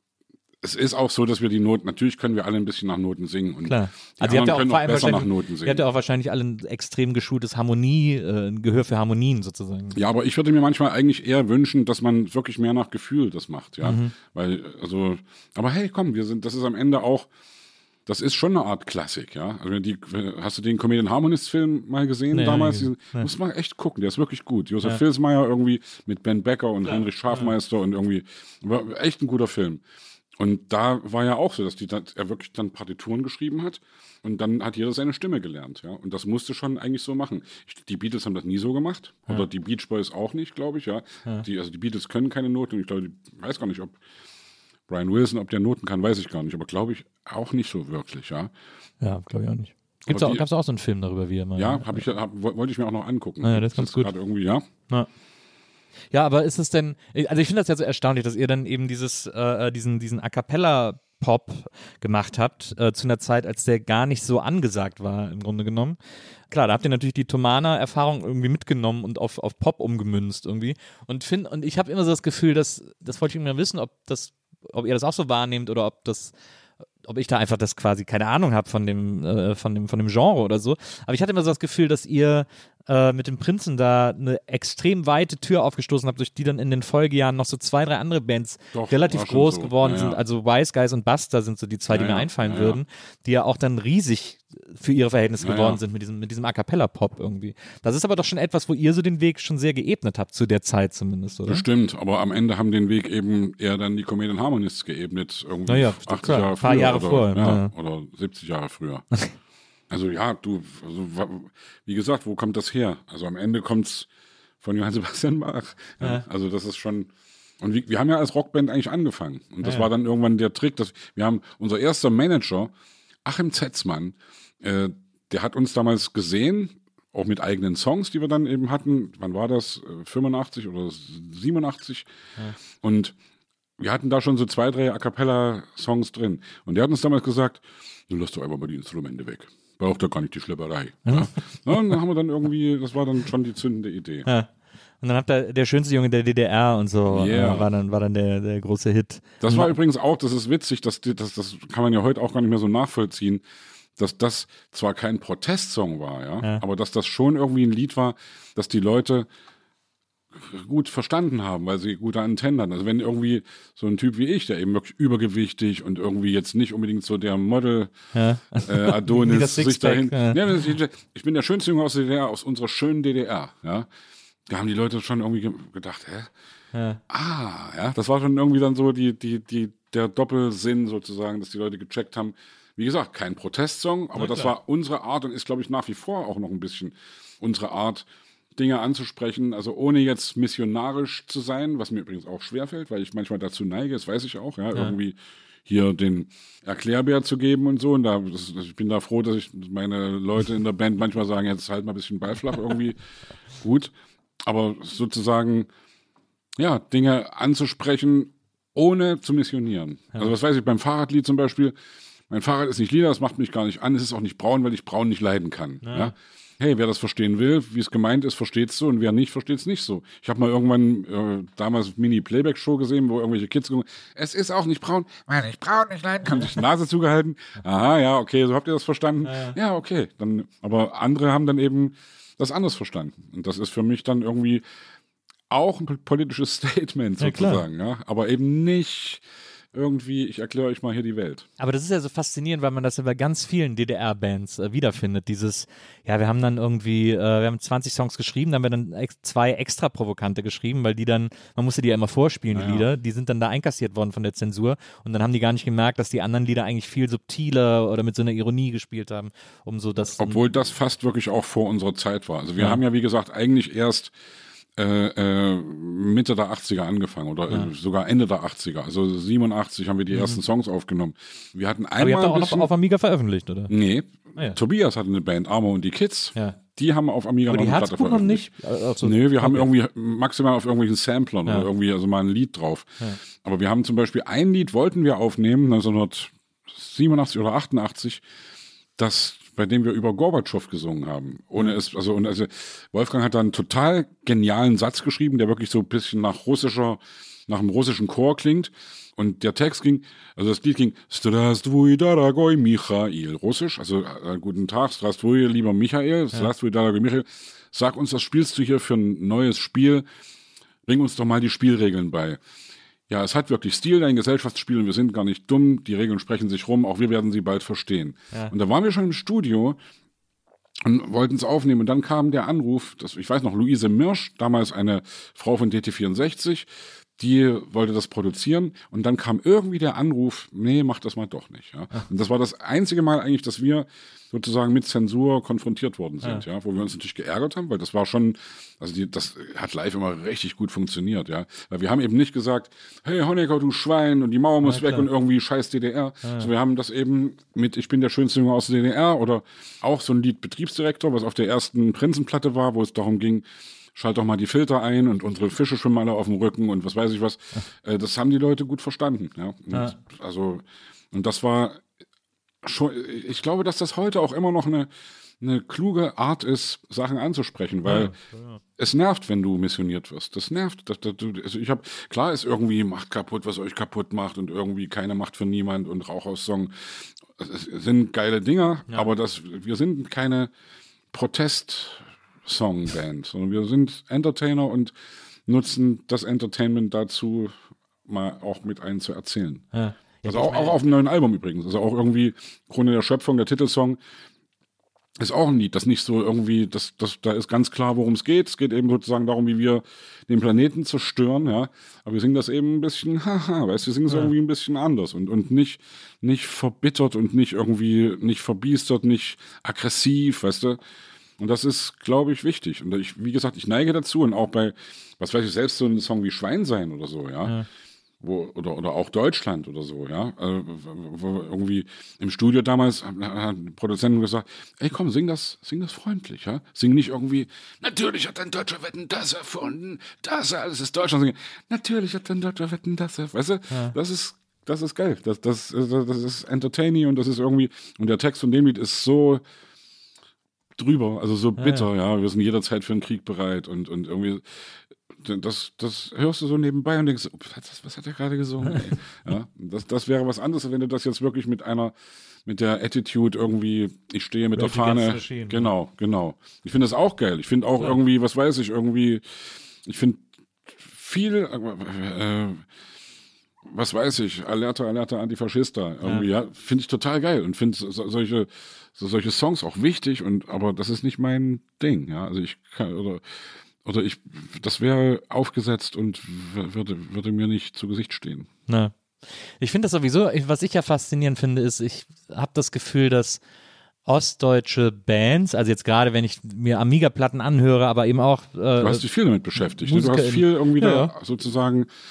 es ist auch so, dass wir die Noten, natürlich können wir alle ein bisschen nach Noten singen. Und klar. Die also ihr habt ja auch, können vor auch allem besser nach wahrscheinlich- Noten ihr singen. habt ja auch wahrscheinlich alle ein extrem geschultes Harmonie, äh, ein Gehör für Harmonien sozusagen. Ja, aber ich würde mir manchmal eigentlich eher wünschen, dass man wirklich mehr nach Gefühl das macht, ja. Mhm. Weil, also, aber hey, komm, wir sind, das ist am Ende auch, das ist schon eine Art Klassik, ja. Also die, hast du den Comedian Harmonist Film mal gesehen Nee, damals? nee, Diesen, muss man echt gucken, der ist wirklich gut. Josef Ja. Filsmeier irgendwie mit Ben Becker und Heinrich Schafmeister und irgendwie, war echt ein guter Film. Und da war ja auch so, dass die, dass er wirklich dann Partituren geschrieben hat und dann hat jeder seine Stimme gelernt, ja. Und das musste schon eigentlich so machen. Ich, die Beatles haben das nie so gemacht oder Ja. die Beach Boys auch nicht, glaube ich, ja. Ja. Die, also die Beatles können keine Noten und ich glaube, ich weiß gar nicht, ob Brian Wilson, ob der Noten kann, weiß ich gar nicht, aber glaube ich auch nicht so wirklich, ja. Ja, glaube ich auch nicht. Gibt's Aber auch, die- gab's auch so einen Film darüber, wie er mal. Ja, habe ich, hab, wollte ich mir auch noch angucken. Ja, das ist ganz gut. gerade irgendwie, ja. Ja. Ja, aber ist es denn, also ich finde das ja so erstaunlich, dass ihr dann eben dieses, äh, diesen, diesen A Cappella Pop gemacht habt, äh, zu einer Zeit, als der gar nicht so angesagt war, im Grunde genommen. Klar, da habt ihr natürlich die Tomana-Erfahrung irgendwie mitgenommen und auf, auf Pop umgemünzt irgendwie. Und, find, und ich habe immer so das Gefühl, dass, das wollte ich immer wissen, ob das, ob ihr das auch so wahrnehmt oder ob das, ob ich da einfach das quasi keine Ahnung habe von dem, äh, von dem, von dem Genre oder so. Aber ich hatte immer so das Gefühl, dass ihr äh, mit dem Prinzen da eine extrem weite Tür aufgestoßen habt, durch die dann in den Folgejahren noch so zwei, drei andere Bands Doch, relativ war schon groß so. geworden Ja, sind. ja. Also Wise Guys und Buster sind so die zwei, die Ja, mir ja. einfallen Ja, würden, die ja auch dann riesig für ihre Verhältnisse Ja, geworden ja. sind mit diesem, mit diesem A Cappella-Pop irgendwie. Das ist aber doch schon etwas, wo ihr so den Weg schon sehr geebnet habt, zu der Zeit zumindest, oder? Bestimmt, aber am Ende haben den Weg eben eher dann die Comedian Harmonists geebnet, irgendwie Naja, achtzig klar, Jahre ein paar früher Jahre oder, vorher, ja, ja. oder siebzig Jahre früher. Also ja, du, also, wa- wie gesagt, wo kommt das her? Also am Ende kommt's von Johann Sebastian Bach. Ja, Ja. Also das ist schon, und wir, wir haben ja als Rockband eigentlich angefangen und das Ja, ja. war dann irgendwann der Trick, dass wir haben, unser erster Manager, Achim Zetzmann, äh, der hat uns damals gesehen, auch mit eigenen Songs, die wir dann eben hatten. Wann war das? Äh, fünfundachtzig oder siebenundachtzig? Und wir hatten da schon so zwei, drei A Cappella-Songs drin. Und der hat uns damals gesagt, du lass doch einfach mal die Instrumente weg. Braucht doch gar nicht die Schlepperei. Ja? Ja, und dann haben wir dann irgendwie, das war dann schon die zündende Idee. Ja. Und dann habt ihr der schönste Junge der D D R und so, Yeah. äh, war dann, war dann der, der große Hit. Das war übrigens auch, das ist witzig, das, das, das kann man ja heute auch gar nicht mehr so nachvollziehen, dass das zwar kein Protestsong war, ja, Ja. aber dass das schon irgendwie ein Lied war, das die Leute gut verstanden haben, weil sie gute Antennen hatten. Also wenn irgendwie so ein Typ wie ich, der eben wirklich übergewichtig und irgendwie jetzt nicht unbedingt so der Model Ja. äh, Wie das Adonis sich Sixpack, dahin. ja. Ja, das ist- ich bin der schönste Junge aus der D D R, aus unserer schönen D D R, ja. Da haben die Leute schon irgendwie ge- gedacht, hä? Ja. Ah, ja, das war schon irgendwie dann so die, die, die, der Doppelsinn sozusagen, dass die Leute gecheckt haben. Wie gesagt, kein Protestsong, aber das war unsere Art und ist, glaube ich, nach wie vor auch noch ein bisschen unsere Art, Dinge anzusprechen, also ohne jetzt missionarisch zu sein, was mir übrigens auch schwerfällt, weil ich manchmal dazu neige, das weiß ich auch, ja, irgendwie hier den Erklärbär zu geben und so. Und da, das, ich bin da froh, dass ich meine Leute in der Band manchmal sagen, jetzt halt mal ein bisschen Ball flach irgendwie. Gut. aber sozusagen, ja, Dinge anzusprechen, ohne zu missionieren. Ja. Also was weiß ich, beim Fahrradlied zum Beispiel, mein Fahrrad ist nicht lila, das macht mich gar nicht an, es ist auch nicht braun, weil ich braun nicht leiden kann. Ja. Ja? Hey, wer das verstehen will, wie es gemeint ist, versteht es so und wer nicht, versteht es nicht so. Ich habe mal irgendwann äh, damals Mini-Playback-Show gesehen, wo irgendwelche Kids gesagt haben, es ist auch nicht braun, weil ich braun nicht leiden kann. Sich die Nase zugehalten. Aha, ja, okay, so habt ihr das verstanden? Ja, ja okay. Dann, aber andere haben dann eben das anders verstanden. Und das ist für mich dann irgendwie auch ein politisches Statement sozusagen. Ja, ja? Aber eben nicht irgendwie, ich erkläre euch mal hier die Welt. Aber das ist ja so faszinierend, weil man das ja bei ganz vielen D D R-Bands äh, wiederfindet. Dieses, ja, wir haben dann irgendwie, äh, wir haben zwanzig Songs geschrieben, dann haben wir dann ex- zwei extra provokante geschrieben, weil die dann, man musste die ja immer vorspielen, die ja. Lieder, die sind dann da einkassiert worden von der Zensur und dann haben die gar nicht gemerkt, dass die anderen Lieder eigentlich viel subtiler oder mit so einer Ironie gespielt haben, um so das... Obwohl das fast wirklich auch vor unserer Zeit war. Also wir ja. haben ja, wie gesagt, eigentlich erst Äh, äh, Mitte der achtziger angefangen oder ja. äh, sogar Ende der achtziger. Also siebenundachtzig haben wir die mhm. ersten Songs aufgenommen. Wir hatten einmal. Aber ihr habt auch bisschen, noch auf Amiga veröffentlicht, oder? Nee. Ah, ja. Tobias hatte eine Band, Armo und die Kids. Ja. Die haben auf Amiga aber noch die eine Platte veröffentlicht. Nicht? Also, nee, wir okay. haben irgendwie maximal auf irgendwelchen Samplern ja. oder irgendwie also mal ein Lied drauf. Ja. Aber wir haben zum Beispiel ein Lied wollten wir aufnehmen, neunzehnhundertsiebenundachtzig oder achtundachtzig, das bei dem wir über Gorbatschow gesungen haben. Ohne es, also, und also Wolfgang hat da einen total genialen Satz geschrieben, der wirklich so ein bisschen nach russischer, nach einem russischen Chor klingt. Und der Text ging, also das Lied ging, Здравствуй, дорогой Michael, russisch, also äh, guten Tag, Здравствуй, lieber Michael, Здравствуй, dорогой Michael, sag uns, was spielst du hier für ein neues Spiel? Bring uns doch mal die Spielregeln bei. Ja, es hat wirklich Stil, ein Gesellschaftsspiel und wir sind gar nicht dumm, die Regeln sprechen sich rum, auch wir werden sie bald verstehen. Ja. Und da waren wir schon im Studio und wollten es aufnehmen und dann kam der Anruf, das, ich weiß noch, Luise Mirsch, damals eine Frau von D T vierundsechzig, die wollte das produzieren und dann kam irgendwie der Anruf, nee, mach das mal doch nicht. Ja. Und das war das einzige Mal eigentlich, dass wir sozusagen mit Zensur konfrontiert worden sind, ja. ja, wo wir uns natürlich geärgert haben, weil das war schon, also die, das hat live immer richtig gut funktioniert, ja, weil wir haben eben nicht gesagt, hey Honecker, du Schwein und die Mauer muss ja, weg und irgendwie scheiß D D R, ja. also wir haben das eben mit Ich bin der schönste Junge aus der D D R oder auch so ein Lied Betriebsdirektor, was auf der ersten Prinzenplatte war, wo es darum ging, schalt doch mal die Filter ein und unsere Fische schwimmen alle auf dem Rücken und was weiß ich was. Äh, das haben die Leute gut verstanden. Ja? Und ja. Also, und das war schon, ich glaube, dass das heute auch immer noch eine, eine kluge Art ist, Sachen anzusprechen, weil ja, ja. es nervt, wenn du missioniert wirst. Das nervt. Das, das, also ich habe, klar ist irgendwie Macht kaputt, was euch kaputt macht und irgendwie keine Macht für niemand und Rauchaussong. Es sind geile Dinger, ja. aber das, wir sind keine Protest- Songband, sondern wir sind Entertainer und nutzen das Entertainment dazu, mal auch mit einem zu erzählen. Ja. Also auch, auch auf dem neuen Album übrigens. Also auch irgendwie Krone der Schöpfung, der Titelsong ist auch ein Lied, das nicht so irgendwie, das, das, da ist ganz klar, worum es geht. Es geht eben sozusagen darum, wie wir den Planeten zerstören, ja. Aber wir singen das eben ein bisschen, haha, weißt du, wir singen es ja. irgendwie ein bisschen anders und, und nicht, nicht verbittert und nicht irgendwie, nicht verbiestert, nicht aggressiv, weißt du. Und das ist, glaube ich, wichtig. Und ich, wie gesagt, ich neige dazu und auch bei, was weiß ich, selbst so ein Song wie Schwein sein oder so, ja. ja. Wo, oder, oder auch Deutschland oder so, ja. Also, wo irgendwie im Studio damals hat die Produzentin gesagt, ey komm, sing das, sing das freundlich, ja. Sing nicht irgendwie, natürlich hat ein Deutscher Wetten das erfunden, das alles ist Deutschland. Sing, natürlich hat ein Deutscher Wetten das erfunden. Weißt du, ja. das ist, das ist geil. Das, das, das ist entertaining und das ist irgendwie, und der Text von dem Lied ist so drüber, also so bitter, ja, ja. Wir sind jederzeit für einen Krieg bereit und, und irgendwie, das, das hörst du so nebenbei und denkst, was, was hat er gerade gesungen? ja, das, das wäre was anderes, wenn du das jetzt wirklich mit einer, mit der Attitude irgendwie, ich stehe mit Rage der Fahne, Machine, genau, genau. Ich finde das auch geil. Ich finde auch ja. irgendwie, was weiß ich, irgendwie, ich finde viel, äh, was weiß ich, Alerta, Alerta, Antifaschista, irgendwie, ja, ja finde ich total geil und finde so, solche, so, solche Songs auch wichtig und, aber das ist nicht mein Ding, ja, also ich kann, oder, oder ich, das wäre aufgesetzt und würde, würde mir nicht zu Gesicht stehen. Na. Ich finde das sowieso, was ich ja faszinierend finde, ist, ich habe das Gefühl, dass ostdeutsche Bands, also jetzt gerade, wenn ich mir Amiga-Platten anhöre, aber eben auch äh, du hast dich viel damit beschäftigt, ne? Du hast viel irgendwie ja, da ja. sozusagen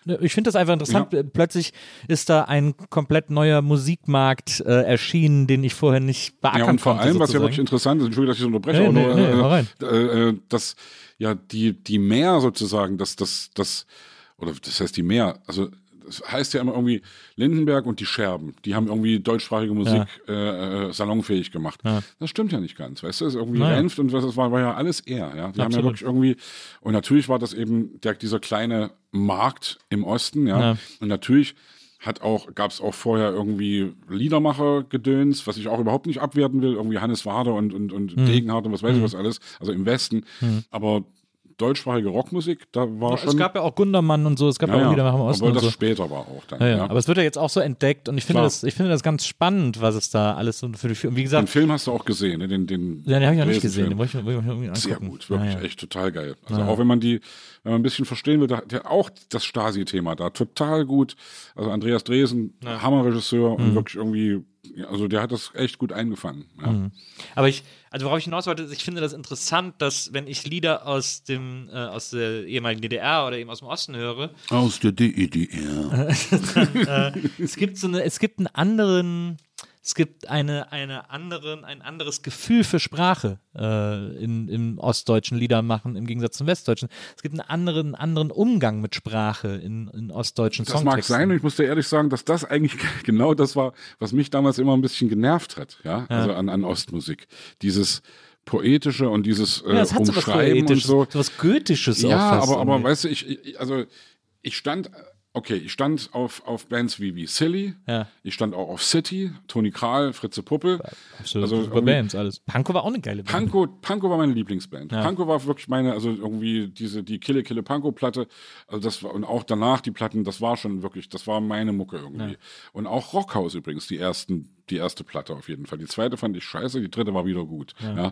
Ich finde das einfach interessant. Ja. Plötzlich ist da ein komplett neuer Musikmarkt äh, erschienen, den ich vorher nicht beackern Ja, und vor konnte, allem, was ja sozusagen. wirklich interessant ist, Entschuldigung, dass ich das unterbreche, Nee, aber nee, nur, nee, hau rein. äh, äh, dass ja die, die Mehr sozusagen, das, das, das, oder das heißt die Mehr, also das heißt ja immer irgendwie Lindenberg und die Scherben, die haben irgendwie deutschsprachige Musik Ja. äh, äh, salonfähig gemacht. Ja. Das stimmt ja nicht ganz, weißt du, das ist irgendwie Naja. Renft und was, das war, war ja alles er, ja. Die haben ja Absolut. wirklich irgendwie, und natürlich war das eben der, dieser kleine Markt im Osten, ja, Ja. und natürlich hat auch, gab es auch vorher irgendwie Liedermacher-Gedöns, was ich auch überhaupt nicht abwerten will, irgendwie Hannes Wader und, und, und Hm. Degenhardt und was weiß ich was alles, also im Westen, aber deutschsprachige Rockmusik, da war schon... Es gab ja auch Gundermann und so, es gab ja, ja, auch ja, Liedermacher im Osten aber und das so. später war auch dann, Ja, ja. ja. Aber es wird ja jetzt auch so entdeckt und ich finde, Klar. das, ich finde das ganz spannend, was es da alles so für die. Und wie gesagt, Den Film hast du auch gesehen, ne? den, den ja, den habe ich noch nicht Dresden-Film. gesehen, den wollte ich, wollte ich mir irgendwie angucken. Sehr gut, wirklich Ja, ja. echt total geil. Also Ja. auch wenn man die, wenn man ein bisschen verstehen will, da hat der auch das Stasi-Thema da total gut. Also Andreas Dresen, Hammerregisseur und wirklich irgendwie, also der hat das echt gut eingefangen. Ja. Mhm. Aber ich, also worauf ich hinaus wollte, ist, ich finde das interessant, dass wenn ich Lieder aus dem, äh, aus der ehemaligen D D R oder eben aus dem Osten höre, Aus der D D R. äh, es gibt so eine, es gibt einen anderen, es gibt eine, eine anderen, ein anderes Gefühl für Sprache äh, in, im ostdeutschen Liedermachen im Gegensatz zum westdeutschen. Es gibt einen anderen, anderen Umgang mit Sprache in, in ostdeutschen Das mag Songtexten. sein, und ich muss dir ehrlich sagen, dass das eigentlich genau das war, was mich damals immer ein bisschen genervt hat, ja, also an, an Ostmusik. Dieses Poetische und dieses äh, Ja, es hat so was Umschreiben und Poetisches, so. so was Goethisches auch Ja, fast aber, aber irgendwie. weißt du, ich, ich, also ich stand, okay, ich stand auf, auf Bands wie, wie Silly, Ja. ich stand auch auf City, Toni Kral, Fritze Puppel. So, also super irgendwie- Bands, alles. Pankow war auch eine geile Band. Pankow, Pankow war meine Lieblingsband. Ja. Pankow war wirklich meine, also irgendwie diese, die Kille Kille Pankow Platte, also das war, und auch danach die Platten, das war schon wirklich, das war meine Mucke irgendwie. Ja. Und auch Rockhaus übrigens, die ersten, die erste Platte auf jeden Fall. Die zweite fand ich scheiße, die dritte war wieder gut. Ja. Ja.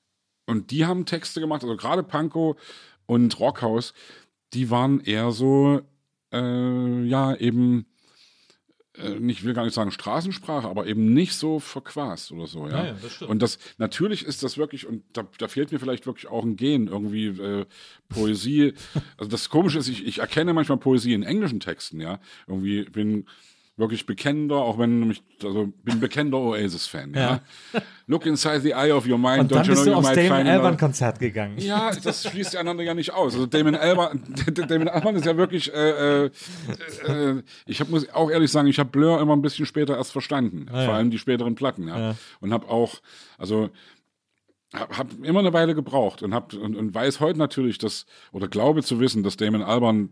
Und die haben Texte gemacht, also gerade Pankow und Rockhaus, die waren eher so, äh, ja, eben, äh, ich will gar nicht sagen Straßensprache, aber eben nicht so verquast oder so, ja. Ja, ja, das stimmt. Und das, natürlich ist das wirklich, und da, da fehlt mir vielleicht wirklich auch ein Gen, irgendwie äh, Poesie. Also das Komische ist, ich, ich erkenne manchmal Poesie in englischen Texten, ja. Irgendwie bin wirklich bekennender, auch wenn mich, also bin bekennender Oasis-Fan, ja. Ja. Look inside the eye of your mind, Und dann don't you bist know du you aufs might Damon find another- Albarn-Konzert gegangen. Ja, das schließt die einander ja nicht aus. Also Damon Albarn, Damon Albarn ist ja wirklich, äh, äh, äh, ich hab, muss auch ehrlich sagen, ich habe Blur immer ein bisschen später erst verstanden. Ah, ja. Vor allem die späteren Platten, ja. Ja. Und habe auch, also habe hab immer eine Weile gebraucht und, hab, und, und weiß heute natürlich, dass, oder glaube zu wissen, dass Damon Albarn,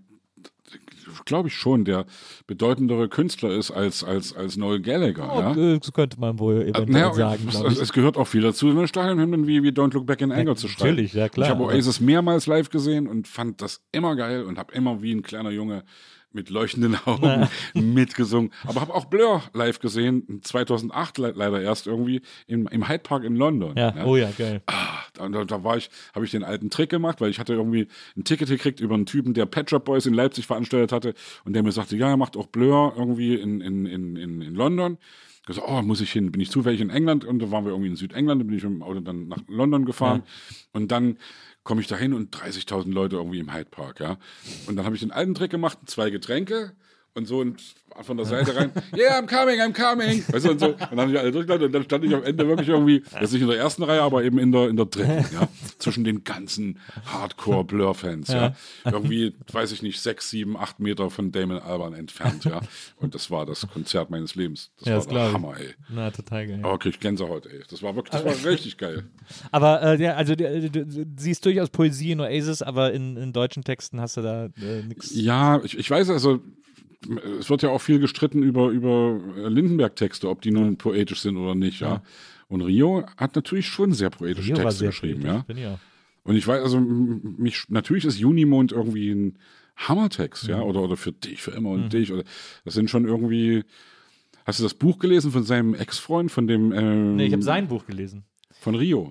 glaube ich schon, der bedeutendere Künstler ist als, als, als Noel Gallagher. ja? Oh, das könnte man wohl eventuell Naja, sagen, es, glaube ich. es gehört auch viel dazu, eine Stadionhymnen wie, wie Don't Look Back in Anger zu schreiben. Natürlich, ja, klar. Ich habe Aber- Oasis mehrmals live gesehen und fand das immer geil und habe immer wie ein kleiner Junge mit leuchtenden Augen mitgesungen. Aber habe auch Blur live gesehen, zweitausendacht le leider erst irgendwie im, im Hyde Park in London. Ja, oh ja, geil. Ah, da, da war ich, habe ich den alten Trick gemacht, weil ich hatte irgendwie ein Ticket gekriegt über einen Typen, der Pet Shop Boys in Leipzig veranstaltet hatte und der mir sagte, ja, er macht auch Blur irgendwie in, in, in, in, in London. Ich so, oh, muss ich hin? Bin ich zufällig in England? Und da waren wir irgendwie in Südengland, da bin ich mit dem Auto dann nach London gefahren. Und dann komme ich da hin und dreißigtausend Leute irgendwie im Hyde Park, ja. Und dann habe ich den alten Trick gemacht, zwei Getränke und so und von der Seite rein, yeah, I'm coming, I'm coming. Weißt du, und so. Und dann habe ich alle durchgeladen und dann stand ich am Ende wirklich irgendwie, jetzt nicht in der ersten Reihe, aber eben in der, in der dritten, ja. Zwischen den ganzen Hardcore-Blur-Fans, ja. Irgendwie, weiß ich nicht, sechs, sieben, acht Meter von Damon Albarn entfernt, ja. Und das war das Konzert meines Lebens. Das Ja, war das der glaub ich. Hammer, ey. Na, total geil. Oh, krieg ich Gänsehaut, ey. Das war wirklich, das war richtig geil. Aber äh, ja, also du, du, du siehst durchaus Poesie in Oasis, aber in, in deutschen Texten hast du da äh, nichts. Ja, ich, ich weiß, also es wird ja auch viel gestritten über, über Lindenberg-Texte, ob die nun poetisch sind oder nicht, ja. Ja. Und Rio hat natürlich schon sehr poetische Rio war Texte sehr geschrieben, poetisch, ja. bin ich auch. Und ich weiß, also m- mich, natürlich ist Junimond irgendwie ein Hammertext, ja, oder, oder für dich, für immer und Mhm. dich. Oder das sind schon irgendwie. Hast du das Buch gelesen von seinem Ex-Freund, von dem ähm, Nee, ich habe sein Buch gelesen. von Rio? Ja.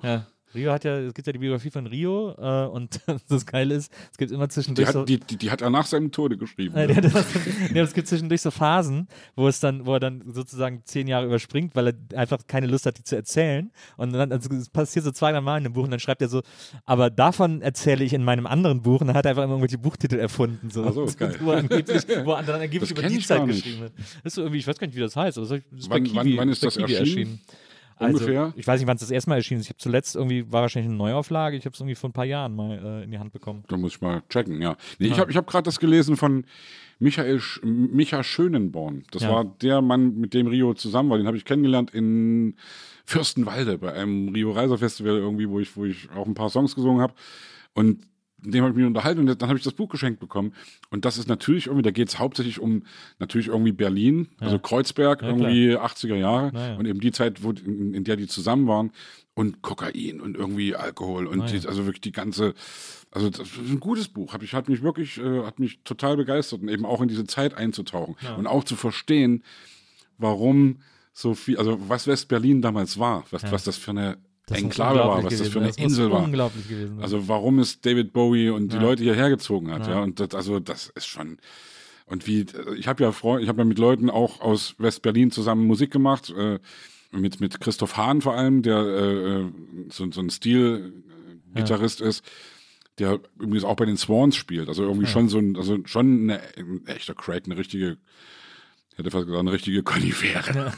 Rio hat ja, es gibt ja die Biografie von Rio äh, und das Geile ist, es gibt immer Die zwischendurch hat, so... die, die, die hat er nach seinem Tode geschrieben. Äh, ne? der hat das, nee, es gibt zwischendurch so Phasen, wo es dann, wo er dann sozusagen zehn Jahre überspringt, weil er einfach keine Lust hat, die zu erzählen. Und dann, also es passiert so zwei, drei Mal in dem Buch und dann schreibt er so, aber davon erzähle ich in meinem anderen Buch und dann hat er einfach immer irgendwelche Buchtitel erfunden. So. Ach so, geil. Wo er angeblich, wo er dann angeblich Das über kenn die ich Zeit gar nicht. geschrieben wird. Das ist so irgendwie, ich weiß gar nicht, wie das heißt, aber das ist Wann- bei wann- Kiwi, wann ist bei das Kiwi erschienen? Also, Ungefähr? ich weiß nicht, wann es das erste Mal erschienen ist. Ich habe zuletzt irgendwie, war wahrscheinlich eine Neuauflage, ich habe es irgendwie vor ein paar Jahren mal äh, in die Hand bekommen. Da muss ich mal checken, ja. Nee, ich habe ich hab gerade das gelesen von Michael Sch Micha Schönenborn. Das Ja. war der Mann, mit dem Rio zusammen war. Den habe ich kennengelernt in Fürstenwalde bei einem Rio Reiser Festival irgendwie, wo ich, wo ich auch ein paar Songs gesungen habe. Und mit dem habe ich mich unterhalten und dann habe ich das Buch geschenkt bekommen. Und das ist natürlich irgendwie, da geht es hauptsächlich um natürlich irgendwie Berlin, also Kreuzberg, Ja, irgendwie achtziger Jahre Ja, ja. und eben die Zeit, wo, in, in der die zusammen waren und Kokain und irgendwie Alkohol und Ah, ja. die, also wirklich die ganze, also das ist ein gutes Buch, hab ich, hat mich wirklich, äh, hat mich total begeistert und eben auch in diese Zeit einzutauchen und auch zu verstehen, warum so viel, also was West-Berlin damals war, was, was das für eine Das muss Enklave war, unglaublich was das gewesen für eine sein. Das muss Insel war. unglaublich gewesen sein. Also warum es David Bowie und die Leute hierher gezogen hat, ja, und das, also das ist schon und wie ich habe ja Freunde, ich habe ja mit Leuten auch aus West-Berlin zusammen Musik gemacht, äh, mit mit Christoph Hahn vor allem, der äh, so, so ein Stil-Gitarrist ist, der übrigens auch bei den Swans spielt, also irgendwie schon so ein, also schon eine, ein echter Crack, eine richtige, ich hätte fast gesagt, eine richtige Konifere.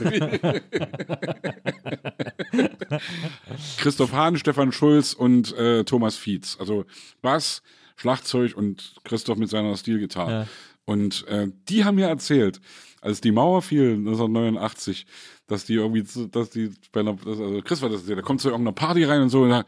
Christoph Hahn, Stefan Schulz und äh, Thomas Fietz. Also Bass, Schlagzeug und Christoph mit seiner Stilgitarre. Ja. Und äh, die haben mir erzählt, als die Mauer fiel neunzehnhundertneunundachtzig, dass die irgendwie, zu- dass die bei einer, das, also Chris war das, der kommt zu irgendeiner Party rein und so, und da,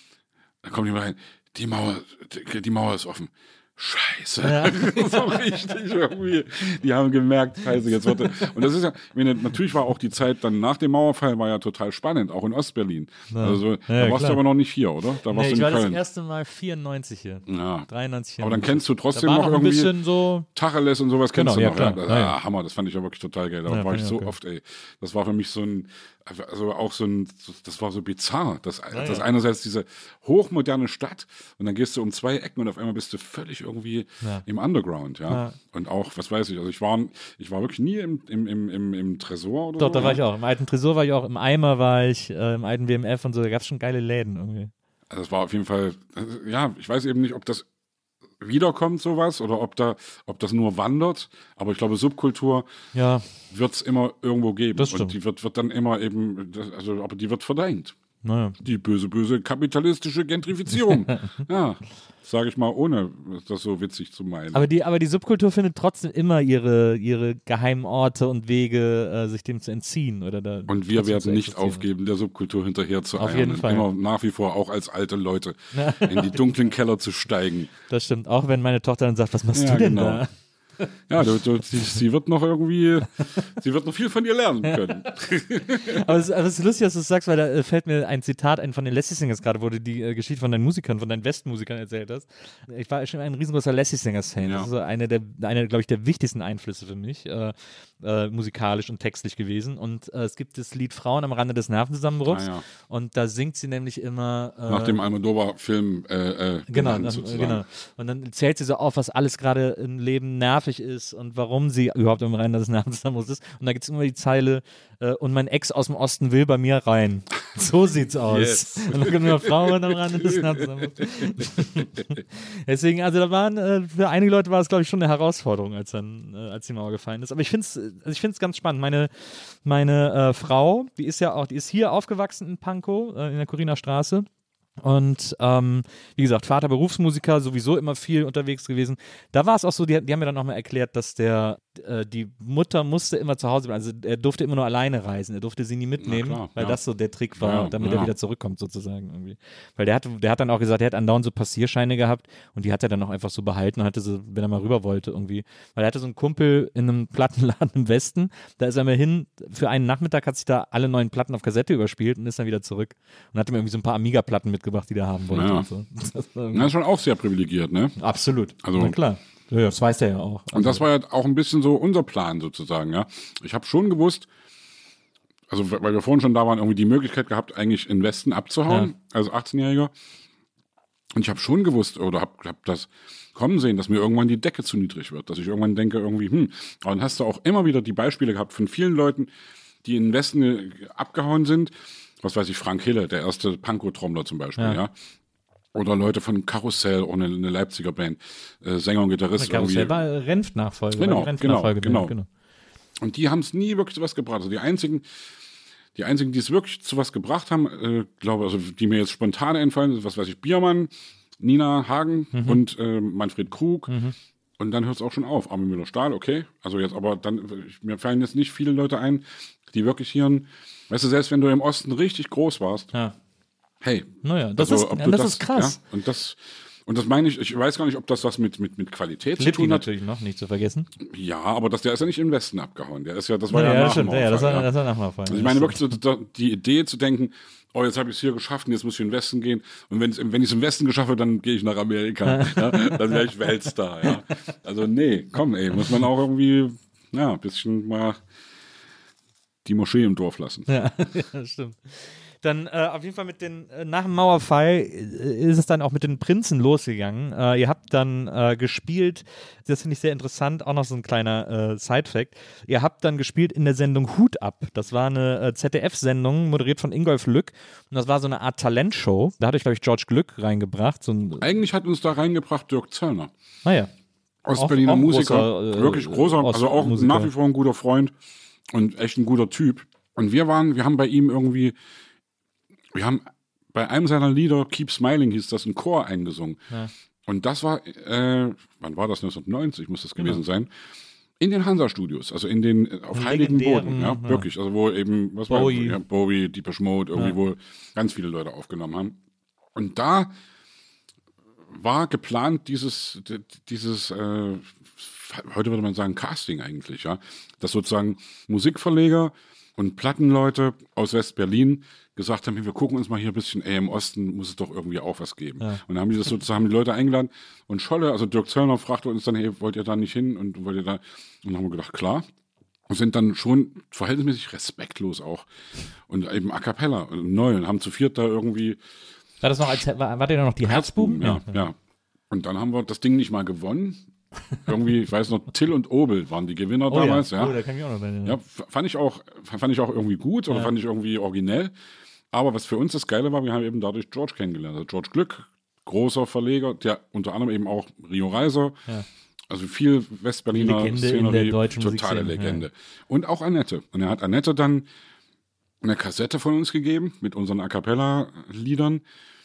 da kommt jemand rein, die Mauer, die, die Mauer ist offen. Scheiße. So richtig irgendwie. Die haben gemerkt, scheiße, jetzt wird das. Und das ist ja, ich meine, natürlich war auch die Zeit dann nach dem Mauerfall war ja total spannend, auch in Ostberlin. Also, Ja, da warst klar. du aber noch nicht hier, oder? Da Nee, warst ich du war in das Köln. erste Mal vierundneunzig hier. Ja. dreiundneunzig Aber dann hier. kennst du Da trotzdem war noch noch ein irgendwie bisschen so. Tacheles und sowas kennst Genau, du ja, noch. klar. Ja, Ja, ja. Hammer, das fand ich ja wirklich total geil. Da Ja, war fand ich ich so auch geil. oft, ey. Das war für mich so ein, also auch so ein, das war so bizarr. Das, das ja. einerseits diese hochmoderne Stadt und dann gehst du um zwei Ecken und auf einmal bist du völlig irgendwie Ja. im Underground, ja. Ja. Und auch, was weiß ich, also ich war, ich war wirklich nie im, im, im, im, im Tresor oder Doch, so. da war ja. ich auch. Im alten Tresor war ich auch, im Eimer war ich, äh, im alten W M F und so. Da gab es schon geile Läden irgendwie. Also das war auf jeden Fall, äh, ja, ich weiß eben nicht, ob das wiederkommt, sowas, oder ob da, ob das nur wandert, aber ich glaube, Subkultur Ja, wird es immer irgendwo geben. Das und stimmt. die wird, wird dann immer eben, das- also, aber die wird verdrängt. naja. Die böse, böse kapitalistische Gentrifizierung. Ja, sage ich mal, ohne das so witzig zu meinen. Aber die, aber die Subkultur findet trotzdem immer ihre, ihre geheimen Orte und Wege, äh, sich dem zu entziehen. Oder da und wir trotzdem zu werden nicht existieren. aufgeben, der Subkultur hinterher zu Auf eiern jeden und Fall. immer nach wie vor auch als alte Leute in die dunklen Keller zu steigen. Das stimmt. Auch wenn meine Tochter dann sagt, was machst Ja, du denn genau. da? Ja, du, du, sie, sie wird noch irgendwie, sie wird noch viel von dir lernen können. Aber es, aber es ist lustig, dass du es sagst, weil da äh, fällt mir ein Zitat ein von den Lassie Singers gerade, wo du die äh, Geschichte von deinen Musikern, von deinen Westmusikern erzählt hast. Ich war schon ein riesengroßer Lassie Singers-Fan. Ja. Das ist so eine der, eine, glaube ich, der wichtigsten Einflüsse für mich, äh, äh, musikalisch und textlich gewesen. Und äh, es gibt das Lied Frauen am Rande des Nervenzusammenbruchs. Ah, ja. Und da singt sie nämlich immer. Äh, Nach dem Almodovar-Film äh, äh, Genau, benannt dann, sozusagen. genau. Und dann zählt sie so auf, was alles gerade im Leben nervig ist und warum sie überhaupt im Reinen des Nervenzusammenbruchs ist. Und da gibt es immer die Zeile, äh, und mein Ex aus dem Osten will bei mir rein. So sieht's aus. Yes. Und dann kommen nur Frauen am Rande des Nervenzusammenbruchs. Deswegen, also da waren, äh, für einige Leute war es, glaube ich, schon eine Herausforderung, als dann, äh, als die Mauer gefallen ist. Aber ich finde es also ich find's ganz spannend. Meine, meine äh, Frau, die ist ja auch, die ist hier aufgewachsen in Pankow, äh, in der Coriner Straße. Und ähm, wie gesagt, Vater Berufsmusiker, sowieso immer viel unterwegs gewesen. Da war es auch so, die, die haben mir dann auch mal erklärt, dass der äh, die Mutter musste immer zu Hause bleiben. Also er durfte immer nur alleine reisen, er durfte sie nie mitnehmen, Na klar, weil ja. das so der Trick war, Ja, damit ja. er wieder zurückkommt sozusagen irgendwie. Weil der hat, der hat dann auch gesagt, er hat andauernd so Passierscheine gehabt und die hat er dann auch einfach so behalten und hatte so, wenn er mal rüber wollte irgendwie. Weil er hatte so einen Kumpel in einem Plattenladen im Westen, da ist er mal hin, für einen Nachmittag hat sich da alle neuen Platten auf Kassette überspielt und ist dann wieder zurück und hat ihm irgendwie so ein paar Amiga-Platten mitgebracht, die der haben wollte. Ja. Und so. Das war Das irgendwie- ist schon auch sehr privilegiert, ne? Absolut. Also- Na klar. Ja, das weiß der ja auch. Und das war ja auch ein bisschen so unser Plan sozusagen, ja. Ich habe schon gewusst, also weil wir vorhin schon da waren, irgendwie die Möglichkeit gehabt, eigentlich in den Westen abzuhauen, ja. als achtzehnjähriger. Und ich habe schon gewusst oder habe hab das kommen sehen, dass mir irgendwann die Decke zu niedrig wird. Dass ich irgendwann denke, irgendwie, hm, aber dann hast du auch immer wieder die Beispiele gehabt von vielen Leuten, die in den Westen abgehauen sind. Was weiß ich, Frank Hille, der erste Pankow-Trommler zum Beispiel, ja. ja. Oder Leute von Karussell, auch eine, eine Leipziger Band, äh, Sänger und Gitarrist. Karussell irgendwie. War Renft-Nachfolge. Genau, Renft genau, Nachfolge genau. genau. Und die haben es nie wirklich zu was gebracht. Also die einzigen, die einzigen, die es wirklich zu was gebracht haben, äh, glaube, also die mir jetzt spontan einfallen, sind, was weiß ich, Biermann, Nina Hagen mhm. und äh, Manfred Krug. Mhm. Und dann hört es auch schon auf. Armin Müller-Stahl, okay. Also jetzt aber dann, mir fallen jetzt nicht viele Leute ein, die wirklich hier, weißt du, selbst wenn du im Osten richtig groß warst, ja. hey. Naja, das, also, ist, ja, das, das ist krass. Ja, und das, und das meine ich, ich weiß gar nicht, ob das was mit, mit, mit Qualität Lippi zu tun hat. natürlich noch, nicht zu vergessen. Ja, aber das, der ist ja nicht im Westen abgehauen. Der ist ja, das war ja, ja, ja nach stimmt, dem ja, das war, ja. das war nach dem Auffall. Also ich meine wirklich so, die Idee zu denken, oh, jetzt habe ich es hier geschafft und jetzt muss ich in den Westen gehen. Und wenn ich es im Westen geschafft habe, dann gehe ich nach Amerika. ja, dann wäre ich Weltstar. Ja. Also nee, komm ey, muss man auch irgendwie ja, ein bisschen mal die Moschee im Dorf lassen. Ja, ja stimmt. Dann äh, auf jeden Fall mit den, äh, nach dem Mauerfall äh, ist es dann auch mit den Prinzen losgegangen. Äh, ihr habt dann äh, gespielt, das finde ich sehr interessant, auch noch so ein kleiner äh, Side-Fact. Ihr habt dann gespielt in der Sendung Hut ab. Das war eine äh, Z D F-Sendung, moderiert von Ingolf Lück. Und das war so eine Art Talentshow. Da hat euch, glaube ich, George Glück reingebracht. So ein, Eigentlich hat uns da reingebracht Dirk Zöllner. Naja. Ostberliner Musiker. Großer, äh, wirklich großer, also auch Musiker. Nach wie vor ein guter Freund und echt ein guter Typ. Und wir waren, wir haben bei ihm irgendwie Wir haben bei einem seiner Lieder, Keep Smiling hieß das, ein Chor eingesungen. Ja. Und das war, äh, wann war das, neunzehnhundertneunzig muss das gewesen genau. sein, in den Hansa-Studios, also in den, auf heiligen Boden, ja, ja, wirklich, also wo eben, was Bowie. war, ja, Bowie, Depeche Mode, irgendwie, ja. wo ganz viele Leute aufgenommen haben. Und da war geplant dieses, dieses, äh, heute würde man sagen Casting eigentlich, ja, dass sozusagen Musikverleger und Plattenleute aus West-Berlin gesagt haben, wir gucken uns mal hier ein bisschen, ey, im Osten muss es doch irgendwie auch was geben. Ja. Und dann haben die das sozusagen, die Leute eingeladen und Scholle, also Dirk Zöllner fragte uns dann, hey, wollt ihr da nicht hin? Und wollt ihr da? Und dann haben wir gedacht, klar. Und sind dann schon verhältnismäßig respektlos auch. Und eben a cappella und neu und haben zu viert da irgendwie. War das noch als, war, war der noch die Herzbuben? Herzbuben ja, ja, ja. Und dann haben wir das Ding nicht mal gewonnen. Irgendwie, ich weiß noch, Till und Obel waren die Gewinner oh damals. Ja. Ja. Oh, da kann ich auch noch sein, ja. ja, fand ich auch, fand ich auch irgendwie gut oder ja. fand ich irgendwie originell. Aber was für uns das Geile war, wir haben eben dadurch George kennengelernt. Also George Glück, großer Verleger, der unter anderem eben auch Rio Reiser, ja. also viel Westberliner Legende Szenerie, in der deutschen totale Musikszene, Legende. Ja. Und auch Annette. Und er hat Annette dann eine Kassette von uns gegeben mit unseren A Cappella-Liedern.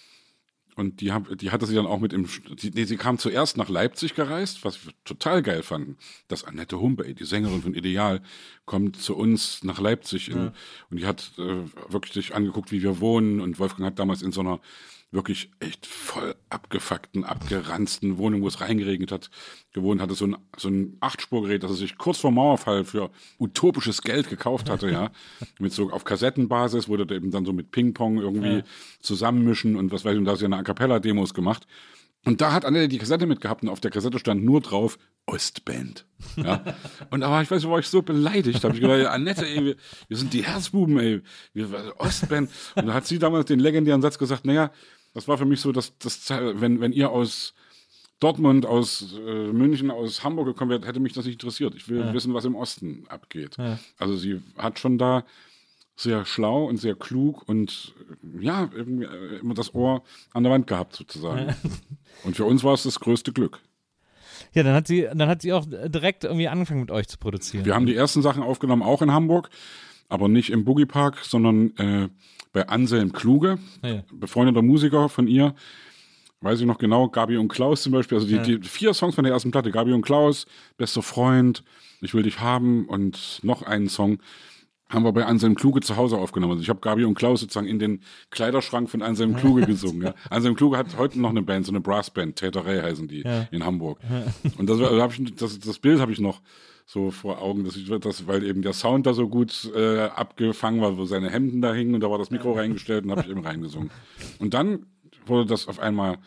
Und die, hab, die hatte sie dann auch mit im, die, nee, sie kam zuerst nach Leipzig gereist, was wir total geil fanden, dass Annette Humpe, die Sängerin von Ideal, kommt zu uns nach Leipzig in, ja. und die hat äh, wirklich sich angeguckt, wie wir wohnen, und Wolfgang hat damals in so einer wirklich echt voll abgefuckten, abgeranzten Wohnung, wo es reingeregnet hat, gewohnt, hatte so ein, so ein Achtspurgerät, das er sich kurz vor Mauerfall für utopisches Geld gekauft hatte, ja, mit so auf Kassettenbasis, wurde da eben dann so mit Ping-Pong irgendwie ja. zusammenmischen und was weiß ich, und da hat sie eine A Cappella-Demos gemacht. Und da hat Annette die Kassette mitgehabt und auf der Kassette stand nur drauf Ostband. Ja. Und aber ich weiß, war ich so beleidigt, habe ich gedacht, Annette, ey, wir, wir sind die Herzbuben, ey, wir Ostband. Und da hat sie damals den legendären Satz gesagt, naja, das war für mich so, dass das, wenn, wenn ihr aus Dortmund, aus äh, München, aus Hamburg gekommen wärt, hätte mich das nicht interessiert. Ich will ja. wissen, was im Osten abgeht. Ja. Also sie hat schon da sehr schlau und sehr klug und ja, irgendwie immer das Ohr an der Wand gehabt sozusagen. Ja. Und für uns war es das größte Glück. Ja, dann hat sie, dann hat sie auch direkt irgendwie angefangen mit euch zu produzieren. Wir haben die ersten Sachen aufgenommen, auch in Hamburg, aber nicht im Boogie Park, sondern äh, bei Anselm Kluge, ja. befreundeter Musiker von ihr. Weiß ich noch genau, Gabi und Klaus zum Beispiel, also die, ja. die vier Songs von der ersten Platte, Gabi und Klaus, Bester Freund, Ich will dich haben und noch einen Song, haben wir bei Anselm Kluge zu Hause aufgenommen. Also ich habe Gabi und Klaus sozusagen in den Kleiderschrank von Anselm Kluge gesungen. Ja. Anselm Kluge hat heute noch eine Band, so eine Brassband, Täterei heißen die, ja. in Hamburg. Ja. Und das, also hab ich, das, das Bild habe ich noch so vor Augen, dass ich das, weil eben der Sound da so gut äh, abgefangen war, wo seine Hemden da hingen und da war das Mikro reingestellt und habe ich eben reingesungen. Und dann wurde das auf einmal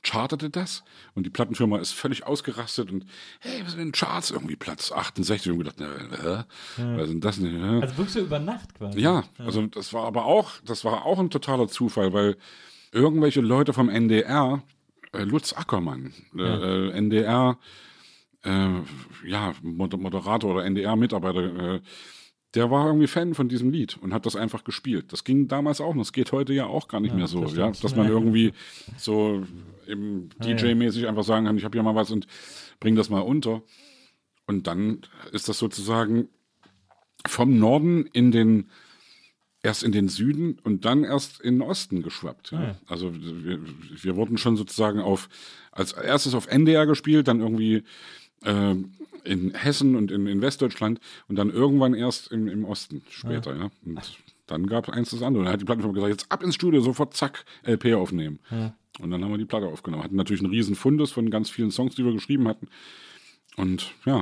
chartete das und die Plattenfirma ist völlig ausgerastet und hey, was sind denn Charts? Irgendwie Platz achtundsechzig und ich gedacht, na, hä? Was sind das denn? Hä? Also wirklich so über Nacht quasi. Ja, also das war aber auch, das war auch ein totaler Zufall, weil irgendwelche Leute vom N D R, äh, Lutz Ackermann, äh, äh, N D R, äh, ja, Moderator oder N D R-Mitarbeiter, äh, der war irgendwie Fan von diesem Lied und hat das einfach gespielt. Das ging damals auch noch, das geht heute ja auch gar nicht Ja, mehr so, das ja, stimmt. dass man irgendwie so eben D J-mäßig einfach sagen kann, ich habe hier mal was und bring das mal unter. Und dann ist das sozusagen vom Norden in den, erst in den Süden und dann erst in den Osten geschwappt. Ja. Ja. Also wir, wir wurden schon sozusagen auf, als erstes auf N D R gespielt, dann irgendwie äh, in Hessen und in, in Westdeutschland und dann irgendwann erst im, im Osten später. Ja. Ja. Und dann gab es eins das andere. Und dann hat die Plattenfirma gesagt, jetzt ab ins Studio, sofort zack, L P aufnehmen. Ja. Und dann haben wir die Platte aufgenommen. Hatten natürlich einen riesen Fundus von ganz vielen Songs, die wir geschrieben hatten. Und ja,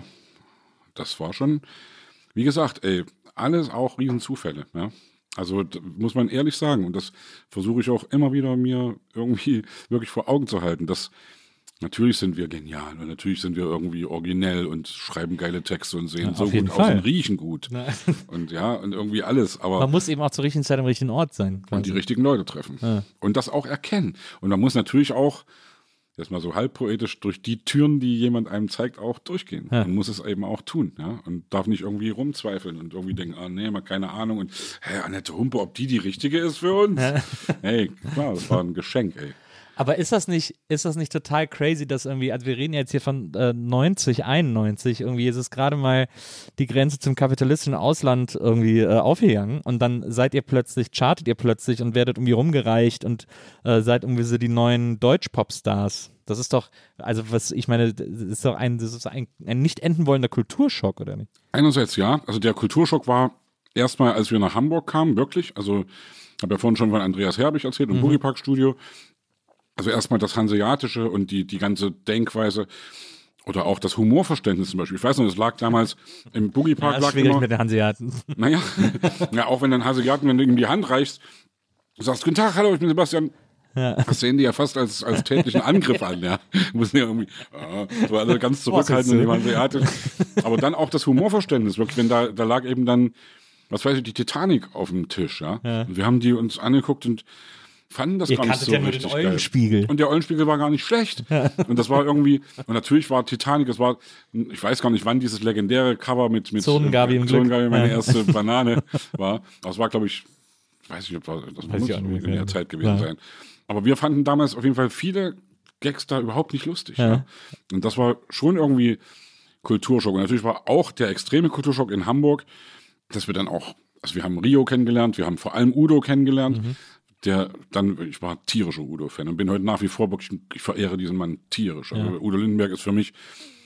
das war schon, wie gesagt, ey, alles auch Riesenzufälle. Ja. Also muss man ehrlich sagen, und das versuche ich auch immer wieder mir irgendwie wirklich vor Augen zu halten, dass natürlich sind wir genial und natürlich sind wir irgendwie originell und schreiben geile Texte und sehen Ja, so auf gut jeden aus Fall. und riechen gut. Na. Und ja, und irgendwie alles, aber Man muss eben auch zur richtigen Zeit am richtigen Ort sein. Quasi. und die richtigen Leute treffen. Ja. Und das auch erkennen. Und man muss natürlich auch, jetzt mal so halb poetisch, durch die Türen, die jemand einem zeigt, auch durchgehen. Ja. Man muss es eben auch tun, ja. Und darf nicht irgendwie rumzweifeln und irgendwie denken, ah nee, mal keine Ahnung. Und hey, Annette Humpe, ob die die richtige ist für uns? Hey, klar, das war ein Geschenk, ey. Aber ist das nicht, ist das nicht total crazy, dass irgendwie, also wir reden jetzt hier von äh, neunzig, einundneunzig, irgendwie ist es gerade mal die Grenze zum kapitalistischen Ausland irgendwie äh, aufgegangen und dann seid ihr plötzlich, chartet ihr plötzlich und werdet irgendwie rumgereicht und äh, seid irgendwie so die neuen Deutsch-Pop-Stars. Das ist doch, also was, ich meine, das ist doch ein, das ist ein, ein nicht enden wollender Kulturschock, oder nicht? Einerseits ja, also der Kulturschock war erstmal, als wir nach Hamburg kamen, wirklich, also habe ja vorhin schon von Andreas Herbig erzählt im Mhm. Boogie Park Studio. Also erstmal das Hanseatische und die, die ganze Denkweise oder auch das Humorverständnis zum Beispiel. Ich weiß noch, es lag damals im Boogie Park, Ja, lag schwierig immer, mit den Hanseaten. naja, ja, auch wenn du einen Hanseaten, wenn du ihm die Hand reichst, du sagst, guten Tag, hallo, ich bin Sebastian. Ja. Das sehen die ja fast als, als tätlichen Angriff an, ja. Müssen ja irgendwie, ah, das war alle ganz zurückhaltend und dem Hanseatisch. Aber dann auch das Humorverständnis, wirklich, wenn da, da lag eben dann, was weiß ich, die Titanic auf dem Tisch, ja. Ja. Und wir haben die uns angeguckt und fanden das Ihr gar nicht kanntet so ja nur richtig den geil. Eulenspiegel. Und der Eulenspiegel war gar nicht schlecht. Und das war irgendwie, und natürlich war Titanic, es war, ich weiß gar nicht, wann dieses legendäre Cover mit, mit Zonengabi im Glück. Zonengabi, meine Ja. erste Banane war. Aber es war, glaube ich, weiß nicht, ob das, das Weiß muss ich auch nicht in mehr. der Zeit gewesen Ja. sein. Aber wir fanden damals auf jeden Fall viele Gags da überhaupt nicht lustig. Ja. Ja. Und das war schon irgendwie Kulturschock. Und natürlich war auch der extreme Kulturschock in Hamburg, dass wir dann auch, also wir haben Rio kennengelernt, wir haben vor allem Udo kennengelernt, Mhm. der dann, ich war tierischer Udo-Fan und bin heute nach wie vor wirklich, ich verehre diesen Mann tierisch. Also Ja. Udo Lindenberg ist für mich,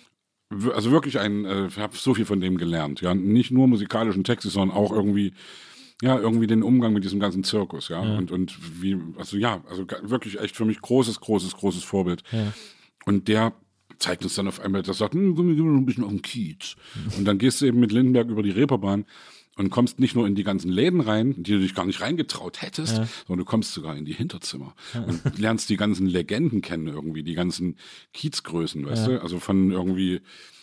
w- also wirklich ein, äh, ich habe so viel von dem gelernt. Ja, nicht nur musikalischen Texte, sondern auch irgendwie, ja, irgendwie den Umgang mit diesem ganzen Zirkus, ja. Ja. Und, und wie, also ja, also ga- wirklich echt für mich großes, großes, großes Vorbild. Ja. Und der zeigt uns dann auf einmal, der sagt, hm, komm, wir gehen noch ein bisschen auf den Kiez. Und dann gehst du eben mit Lindenberg über die Reeperbahn und kommst nicht nur in die ganzen Läden rein, in die du dich gar nicht reingetraut hättest, Ja. sondern du kommst sogar in die Hinterzimmer und lernst die ganzen Legenden kennen irgendwie, die ganzen Kiezgrößen, weißt Ja. du? Also von irgendwie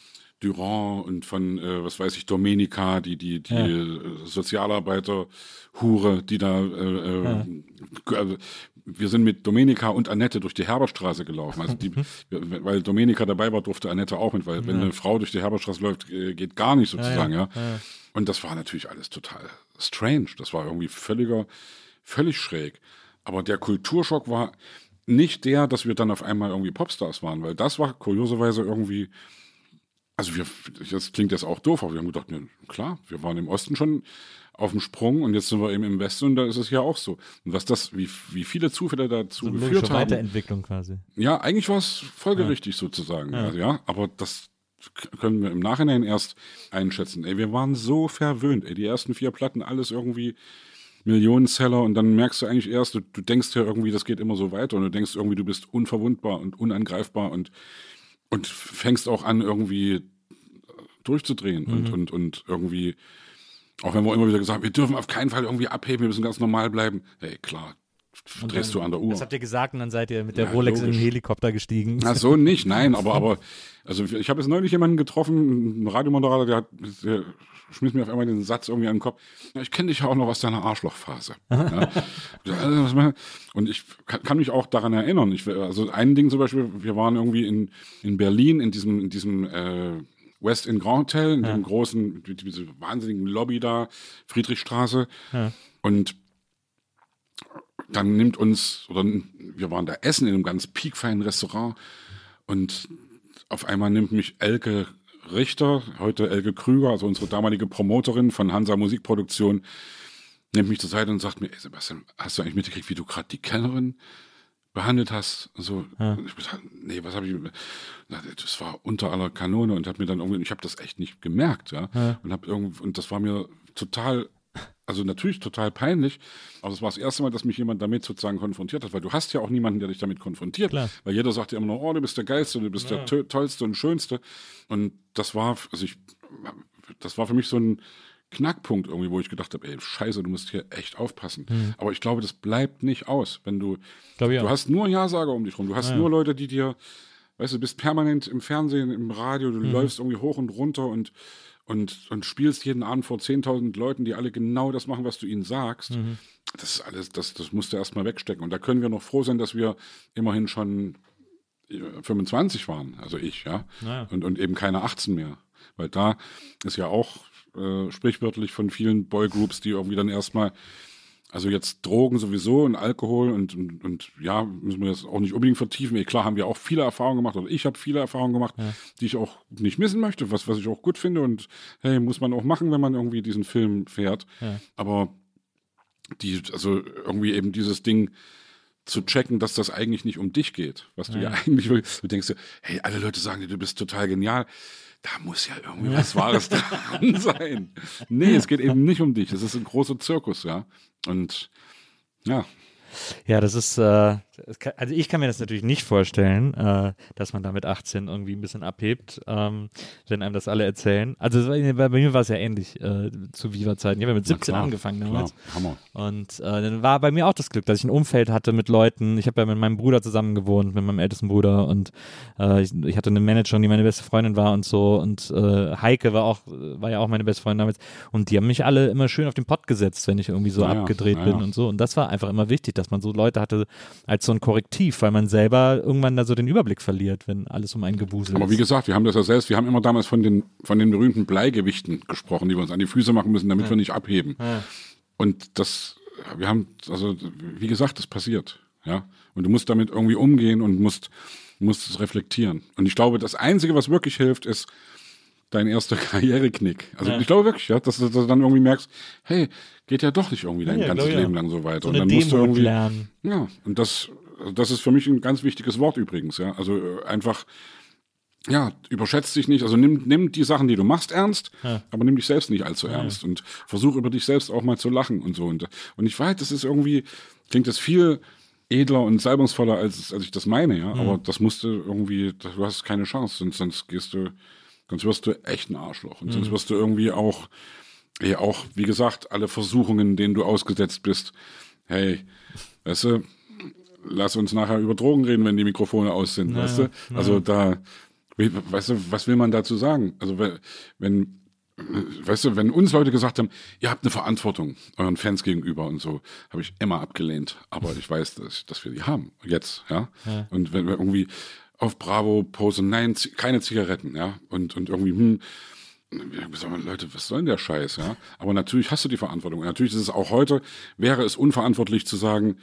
Durand und von, äh, was weiß ich, Domenica, die, die, die Ja. äh, Sozialarbeiter-Hure, die da, äh, Ja. äh, also, wir sind mit Domenica und Annette durch die Herberstraße gelaufen. Also die, weil Domenica dabei war, durfte Annette auch mit, weil wenn eine Frau durch die Herberstraße läuft, äh, geht gar nicht sozusagen, ja. Ja. Und das war natürlich alles total strange. Das war irgendwie völliger, völlig schräg. Aber der Kulturschock war nicht der, dass wir dann auf einmal irgendwie Popstars waren, weil das war kurioserweise irgendwie, also wir, das klingt jetzt auch doof, aber wir haben gedacht, ne, klar, wir waren im Osten schon auf dem Sprung und jetzt sind wir eben im Westen und da ist es ja auch so. Und was das, wie, wie viele Zufälle dazu So eine geführt logische haben. Weiterentwicklung quasi. Ja, eigentlich war es folgerichtig sozusagen. Ja. Also, ja, aber das k- können wir im Nachhinein erst einschätzen. Ey, wir waren so verwöhnt. Ey, die ersten vier Platten, alles irgendwie Millionenseller und dann merkst du eigentlich erst, du, du denkst ja irgendwie, das geht immer so weiter und du denkst irgendwie, du bist unverwundbar und unangreifbar und, und fängst auch an, irgendwie durchzudrehen und, und, und irgendwie, auch wenn wir immer wieder gesagt haben, wir dürfen auf keinen Fall irgendwie abheben, wir müssen ganz normal bleiben. Hey, klar, Und drehst dann, du an der Uhr. Das habt ihr gesagt und dann seid ihr mit der Ja, Rolex in logisch. den Helikopter gestiegen. Na, so nicht, nein, aber, aber also ich habe jetzt neulich jemanden getroffen, einen Radiomoderator, der, hat, der schmiss mir auf einmal den Satz irgendwie an den Kopf. Ja, ich kenne dich ja auch noch aus deiner Arschlochphase. Ja. Und ich kann, kann mich auch daran erinnern. Ich, also ein Ding zum Beispiel, wir waren irgendwie in, in Berlin in diesem, in diesem äh, West Inn Grand Hotel, in ja. dem großen, diese wahnsinnigen Lobby da, Friedrichstraße. Ja. Und dann nimmt uns, oder wir waren da essen in einem ganz piekfeinen Restaurant und auf einmal nimmt mich Elke Richter, heute Elke Krüger, also unsere damalige Promoterin von Hansa Musikproduktion, nimmt mich zur Seite und sagt mir, ey Sebastian, hast du eigentlich mitgekriegt, wie du gerade die Kellnerin behandelt hast? So, ja. Ich gesagt, nee, was habe ich, das war unter aller Kanone und hat mir dann irgendwie, ich habe das echt nicht gemerkt, ja, ja. und habe irgendwie, und das war mir total, also natürlich total peinlich, aber es war das erste Mal, dass mich jemand damit sozusagen konfrontiert hat, weil du hast ja auch niemanden, der dich damit konfrontiert. Klar. Weil jeder sagt ja immer nur, oh, du bist der Geilste, du bist ja. der to- Tollste und Schönste. Und das war, also ich, das war für mich so ein Knackpunkt irgendwie, wo ich gedacht habe, ey, scheiße, du musst hier echt aufpassen. Mhm. Aber ich glaube, das bleibt nicht aus, wenn du, du ja. hast nur Ja-Sager um dich rum, du hast ja. nur Leute, die dir, weißt du, bist permanent im Fernsehen, im Radio, du mhm. läufst irgendwie hoch und runter und Und, und spielst jeden Abend vor zehntausend Leuten, die alle genau das machen, was du ihnen sagst. Mhm. Das ist alles, das, das musst du erstmal wegstecken. Und da können wir noch froh sein, dass wir immerhin schon fünfundzwanzig waren, also ich, ja. Naja. Und, und eben keine achtzehn mehr. Weil da ist ja auch äh, sprichwörtlich von vielen Boygroups, die irgendwie dann erstmal, also jetzt Drogen sowieso und Alkohol und, und, und ja, müssen wir das auch nicht unbedingt vertiefen. Klar haben wir auch viele Erfahrungen gemacht, oder ich habe viele Erfahrungen gemacht, ja. die ich auch nicht missen möchte, was, was ich auch gut finde und hey, muss man auch machen, wenn man irgendwie diesen Film fährt. Ja. Aber die, also irgendwie eben dieses Ding zu checken, dass das eigentlich nicht um dich geht, was du ja, ja eigentlich willst. Du denkst dir, hey, alle Leute sagen dir, du bist total genial. Da muss ja irgendwie ja. was Wahres dran sein. Nee, es geht eben nicht um dich. Es ist ein großer Zirkus, ja. Und ja. Ja, das ist, äh, also ich kann mir das natürlich nicht vorstellen, äh, dass man da mit achtzehn irgendwie ein bisschen abhebt, ähm, wenn einem das alle erzählen. Also bei, bei mir war es ja ähnlich äh, zu Viva-Zeiten. Ich habe ja mit siebzehn klar, angefangen damals. Klar, Hammer. Und äh, dann war bei mir auch das Glück, dass ich ein Umfeld hatte mit Leuten. Ich habe ja mit meinem Bruder zusammen gewohnt, mit meinem ältesten Bruder und äh, ich, ich hatte eine Managerin, die meine beste Freundin war und so und äh, Heike war auch, war ja auch meine beste Freundin damals und die haben mich alle immer schön auf den Pott gesetzt, wenn ich irgendwie so naja, abgedreht naja. bin und so und das war einfach immer wichtig, dass man so Leute hatte als so ein Korrektiv, weil man selber irgendwann da so den Überblick verliert, wenn alles um einen gewuselt ist. Aber wie gesagt, wir haben das ja selbst, wir haben immer damals von den, von den berühmten Bleigewichten gesprochen, die wir uns an die Füße machen müssen, damit ja. wir nicht abheben. Ja. Und das, wir haben, also wie gesagt, das passiert. Ja. Und du musst damit irgendwie umgehen und musst, musst es reflektieren. Und ich glaube, das Einzige, was wirklich hilft, ist dein erster Karriereknick. Also ja. ich glaube wirklich, ja, dass, dass du dann irgendwie merkst, hey, geht ja doch nicht irgendwie dein ja, ganzes Leben ja. lang so weiter. So und dann Demut musst du irgendwie lernen. Ja, und das, das ist für mich ein ganz wichtiges Wort übrigens, ja. Also einfach, ja, überschätzt dich nicht, also nimm, nimm die Sachen, die du machst, ernst, ja. aber nimm dich selbst nicht allzu ja. ernst und versuch über dich selbst auch mal zu lachen und so. Und, und ich weiß, das ist irgendwie, klingt das viel edler und salbungsvoller, als, als ich das meine, ja. Mhm. Aber das musst du irgendwie, du hast keine Chance, sonst, sonst gehst du, sonst wirst du echt ein Arschloch. Und mhm. sonst wirst du irgendwie auch, ja, auch, wie gesagt, alle Versuchungen, denen du ausgesetzt bist, hey, weißt du, lass uns nachher über Drogen reden, wenn die Mikrofone aus sind, naja, weißt du? Naja. Also da, weißt du, was will man dazu sagen? Also wenn, wenn, weißt du, wenn uns Leute gesagt haben, ihr habt eine Verantwortung euren Fans gegenüber und so, habe ich immer abgelehnt. Aber ich weiß, dass, dass wir die haben, jetzt, ja. ja. Und wenn wir irgendwie auf Bravo posen, nein, keine Zigaretten, ja, und, und irgendwie, hm, Leute, was soll denn der Scheiß, ja? Aber natürlich hast du die Verantwortung. Und natürlich ist es auch heute, wäre es unverantwortlich zu sagen,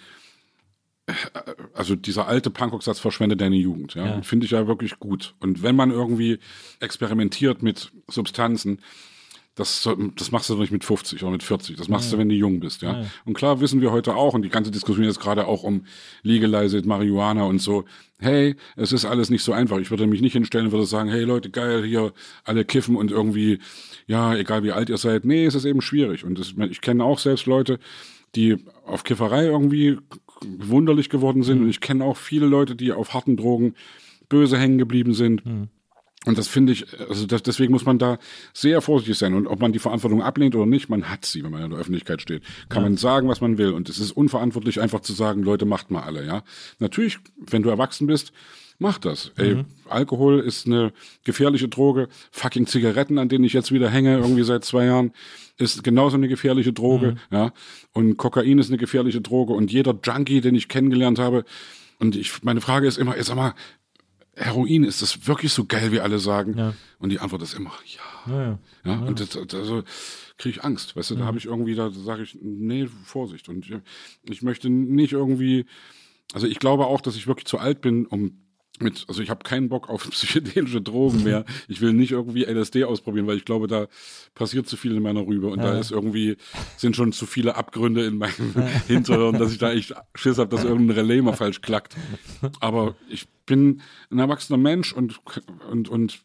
also dieser alte Punkrock-Satz, verschwende deine Jugend, ja, ja. finde ich ja wirklich gut. Und wenn man irgendwie experimentiert mit Substanzen, das, das machst du doch nicht mit fünfzig oder mit vierzig, das machst ja. du, wenn du jung bist, ja? ja. Und klar wissen wir heute auch, und die ganze Diskussion ist gerade auch um Legalized Marihuana und so, hey, es ist alles nicht so einfach. Ich würde mich nicht hinstellen und würde sagen, hey Leute, geil, hier alle kiffen und irgendwie, ja, egal wie alt ihr seid. Nee, es ist eben schwierig. Und das, ich kenne auch selbst Leute, die auf Kifferei irgendwie wunderlich geworden sind. Mhm. Und ich kenne auch viele Leute, die auf harten Drogen böse hängen geblieben sind. Mhm. Und das finde ich, also das, deswegen muss man da sehr vorsichtig sein. Und ob man die Verantwortung ablehnt oder nicht, man hat sie, wenn man in der Öffentlichkeit steht. Kann ja. man sagen, was man will. Und es ist unverantwortlich, einfach zu sagen, Leute, macht mal alle, ja. Natürlich, wenn du erwachsen bist, mach das. Mhm. Ey, Alkohol ist eine gefährliche Droge. Fucking Zigaretten, an denen ich jetzt wieder hänge, irgendwie seit zwei Jahren, ist genauso eine gefährliche Droge, mhm. ja. Und Kokain ist eine gefährliche Droge. Und jeder Junkie, den ich kennengelernt habe, und ich, meine Frage ist immer, sag mal, Heroin, ist das wirklich so geil, wie alle sagen? Ja. Und die Antwort ist immer, ja. ja, ja. ja und das, also kriege ich Angst, weißt du, ja. da habe ich irgendwie, da sage ich, nee, Vorsicht. Und ich, ich möchte nicht irgendwie, also ich glaube auch, dass ich wirklich zu alt bin, um mit, also ich habe keinen Bock auf psychedelische Drogen mehr. Ich will nicht irgendwie L S D ausprobieren, weil ich glaube, da passiert zu viel in meiner Rübe und ja. da ist irgendwie, sind schon zu viele Abgründe in meinem Hinterhirn, dass ich da echt Schiss habe, dass irgendein Relais mal falsch klackt. Aber ich bin ein erwachsener Mensch und, und, und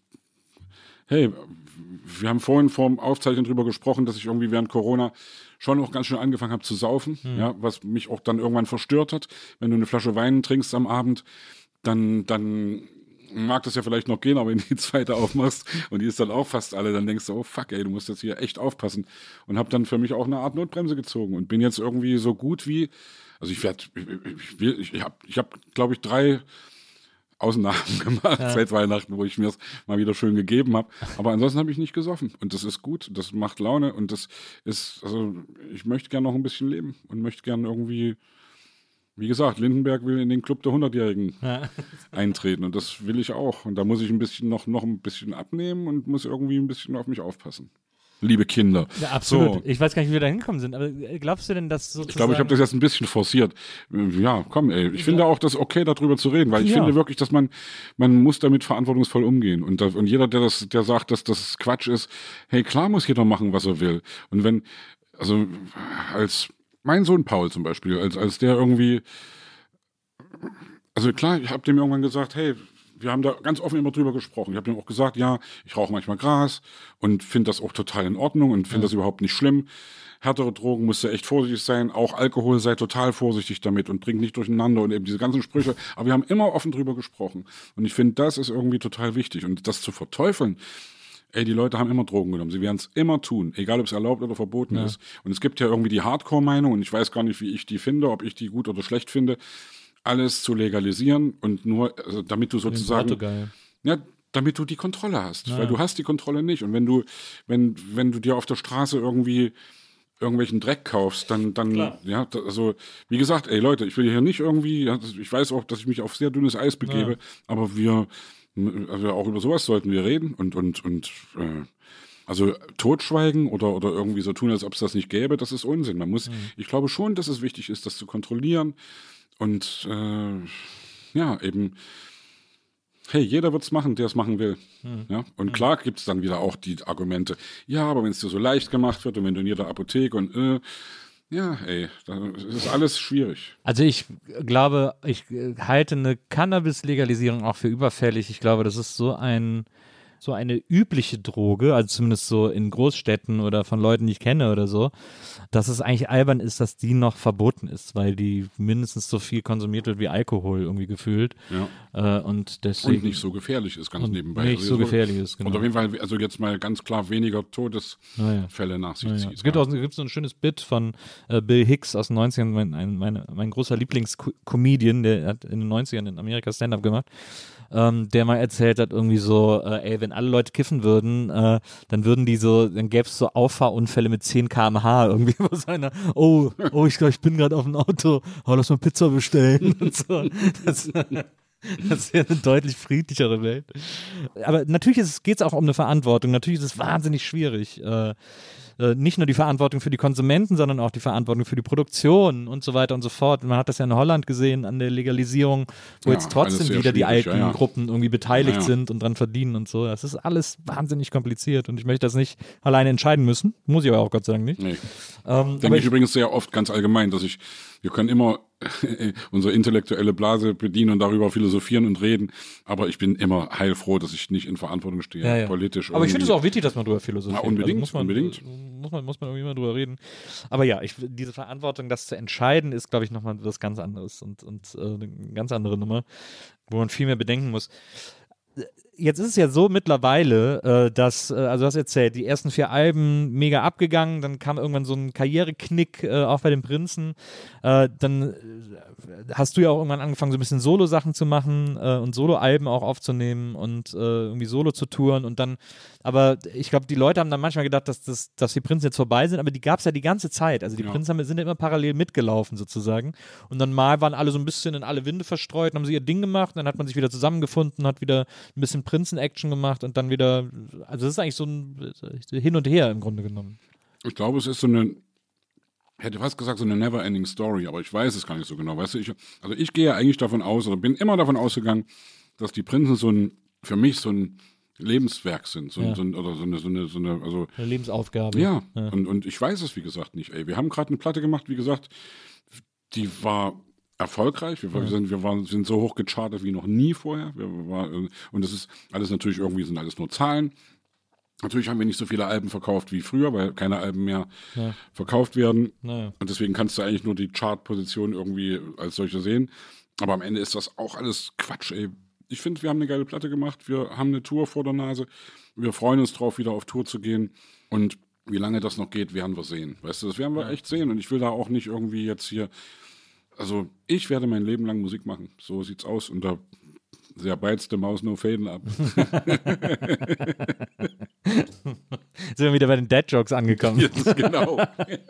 hey, wir haben vorhin vor dem Aufzeichnen drüber gesprochen, dass ich irgendwie während Corona schon auch ganz schön angefangen habe zu saufen, hm. ja, was mich auch dann irgendwann verstört hat. Wenn du eine Flasche Wein trinkst am Abend, dann, dann mag das ja vielleicht noch gehen, aber wenn du die zweite aufmachst und die ist dann auch fast alle, dann denkst du, oh fuck, ey, du musst jetzt hier echt aufpassen. Und habe dann für mich auch eine Art Notbremse gezogen und bin jetzt irgendwie so gut wie, also ich werde, ich, ich, ich habe, ich hab, glaube ich, drei Ausnahmen gemacht ja. seit Weihnachten, wo ich mir es mal wieder schön gegeben habe. Aber ansonsten habe ich nicht gesoffen und das ist gut, das macht Laune und das ist, also ich möchte gerne noch ein bisschen leben und möchte gerne irgendwie, wie gesagt, Lindenberg will in den Club der hundertjährigen ja. eintreten und das will ich auch. Und da muss ich ein bisschen noch, noch ein bisschen abnehmen und muss irgendwie ein bisschen auf mich aufpassen. Liebe Kinder. Ja, absolut. So. Ich weiß gar nicht, wie wir da hingekommen sind, aber glaubst du denn, dass sozusagen... Ich glaube, ich habe das jetzt ein bisschen forciert. Ja, komm, ey. Ich ja. finde auch, das ist okay, darüber zu reden, weil ich ja. finde wirklich, dass man, man muss damit verantwortungsvoll umgehen. Und, da, und jeder, der das, der sagt, dass das Quatsch ist, hey, klar muss jeder machen, was er will. Und wenn, also als mein Sohn Paul zum Beispiel, als, als der irgendwie, also klar, ich habe dem irgendwann gesagt, hey, wir haben da ganz offen immer drüber gesprochen. Ich habe ihm auch gesagt, ja, ich rauche manchmal Gras und finde das auch total in Ordnung und finde ja. das überhaupt nicht schlimm. Härtere Drogen musst du echt vorsichtig sein. Auch Alkohol, sei total vorsichtig damit und bring nicht durcheinander und eben diese ganzen Sprüche. Aber wir haben immer offen drüber gesprochen. Und ich finde, das ist irgendwie total wichtig. Und das zu verteufeln, ey, die Leute haben immer Drogen genommen. Sie werden es immer tun, egal ob es erlaubt oder verboten ja. ist. Und es gibt ja irgendwie die Hardcore-Meinung und ich weiß gar nicht, wie ich die finde, ob ich die gut oder schlecht finde. Alles zu legalisieren und nur, also damit du sozusagen, ja, damit du die Kontrolle hast, ja. weil du hast die Kontrolle nicht und wenn du, wenn, wenn du dir auf der Straße irgendwie irgendwelchen Dreck kaufst, dann, dann, Klar. ja, also, wie gesagt, ey Leute, ich will hier nicht irgendwie, ja, ich weiß auch, dass ich mich auf sehr dünnes Eis begebe, ja. aber wir, also auch über sowas sollten wir reden und, und, und, äh, also totschweigen oder, oder irgendwie so tun, als ob es das nicht gäbe, das ist Unsinn. Man muss, mhm. ich glaube schon, dass es wichtig ist, das zu kontrollieren. Und äh, ja, eben, hey, jeder wird's machen, der es machen will. Hm. Ja? Und hm. klar gibt's dann wieder auch die Argumente, ja, aber wenn es dir so leicht gemacht wird und wenn du in jeder Apotheke und äh, ja, ey, das ist alles schwierig. Also ich glaube, ich halte eine Cannabis-Legalisierung auch für überfällig. Ich glaube, das ist so ein so eine übliche Droge, also zumindest so in Großstädten oder von Leuten, die ich kenne oder so, dass es eigentlich albern ist, dass die noch verboten ist, weil die mindestens so viel konsumiert wird wie Alkohol irgendwie gefühlt. Ja. Äh, und deswegen und nicht so gefährlich ist, ganz nebenbei. Nicht also so gefährlich ist, genau. Und auf jeden Fall, also jetzt mal ganz klar weniger Todesfälle naja. nach sich naja. zieht. Es gibt auch gibt so ein schönes Bit von äh, Bill Hicks aus den neunzigern, mein, ein, mein, mein großer Lieblingscomedian, der hat in den neunzigern in Amerika Stand-up gemacht. Ähm, der mal erzählt hat, irgendwie so, äh, ey, wenn alle Leute kiffen würden, äh, dann würden die so, dann gäbe es so Auffahrunfälle mit zehn Kilometer pro Stunde irgendwie, wo so einer, oh, oh, ich, ich bin gerade auf dem Auto, oh, lass mal Pizza bestellen und so. Das, das ist ja eine deutlich friedlichere Welt. Aber natürlich geht es auch um eine Verantwortung, natürlich ist es wahnsinnig schwierig, äh, nicht nur die Verantwortung für die Konsumenten, sondern auch die Verantwortung für die Produktion und so weiter und so fort. Man hat das ja in Holland gesehen an der Legalisierung, wo ja, jetzt trotzdem wieder die alten ja, ja. Gruppen irgendwie beteiligt ja, ja. sind und dran verdienen und so. Das ist alles wahnsinnig kompliziert und ich möchte das nicht alleine entscheiden müssen. Muss ich aber auch Gott sei Dank nicht. Nee. Ähm, Denke ich, ich übrigens sehr oft ganz allgemein, dass ich, wir können immer unsere intellektuelle Blase bedienen und darüber philosophieren und reden, aber ich bin immer heilfroh, dass ich nicht in Verantwortung stehe, ja, ja. politisch. Aber ich finde es auch wichtig, dass man darüber philosophiert. Ja, unbedingt, also muss man, unbedingt. Muss man, muss man irgendwie mal drüber reden. Aber ja, ich, diese Verantwortung, das zu entscheiden, ist, glaube ich, nochmal was ganz anderes und, und äh, eine ganz andere Nummer, wo man viel mehr bedenken muss. jetzt ist es ja so mittlerweile, äh, dass, äh, also du hast erzählt, die ersten vier Alben mega abgegangen, dann kam irgendwann so ein Karriereknick, äh, auch bei den Prinzen. Äh, dann äh, hast du ja auch irgendwann angefangen, so ein bisschen Solo-Sachen zu machen äh, und Solo-Alben auch aufzunehmen und äh, irgendwie Solo zu touren und dann, aber ich glaube, die Leute haben dann manchmal gedacht, dass, das, dass die Prinzen jetzt vorbei sind, aber die gab es ja die ganze Zeit. Also die Ja. Prinzen haben, sind ja immer parallel mitgelaufen sozusagen und dann mal waren alle so ein bisschen in alle Winde verstreut und haben sie ihr Ding gemacht und dann hat man sich wieder zusammengefunden, hat wieder ein bisschen Prinzen-Action gemacht und dann wieder, also das ist eigentlich so ein Hin und Her im Grunde genommen. Ich glaube, es ist so eine, hätte fast gesagt, so eine never-ending Story, aber ich weiß es gar nicht so genau. Weißt du, ich, also ich gehe ja eigentlich davon aus, oder bin immer davon ausgegangen, dass die Prinzen so ein, für mich so ein Lebenswerk sind, so, Ja. so ein, oder so eine, so eine, so eine, also Eine Lebensaufgabe. ja, Ja. Und, und ich weiß es, wie gesagt, nicht. Ey, wir haben gerade eine Platte gemacht, wie gesagt, die war erfolgreich. Wir, wir, sind, wir waren, sind so hoch gechartet wie noch nie vorher. Wir, war, und das ist alles natürlich irgendwie, sind alles nur Zahlen. Natürlich haben wir nicht so viele Alben verkauft wie früher, weil keine Alben mehr Ja. verkauft werden. Naja. Und deswegen kannst du eigentlich nur die Chartposition irgendwie als solche sehen. Aber am Ende ist das auch alles Quatsch, ey. Ich finde, wir haben eine geile Platte gemacht. Wir haben eine Tour vor der Nase. Wir freuen uns drauf, wieder auf Tour zu gehen. Und wie lange das noch geht, werden wir sehen. Weißt du, das werden wir echt sehen. Und ich will da auch nicht irgendwie jetzt hier, also ich werde mein Leben lang Musik machen. So sieht's aus. Und da sehr beizte Maus, no faden ab. Sind wir wieder bei den Dad-Jokes angekommen. Jetzt, genau.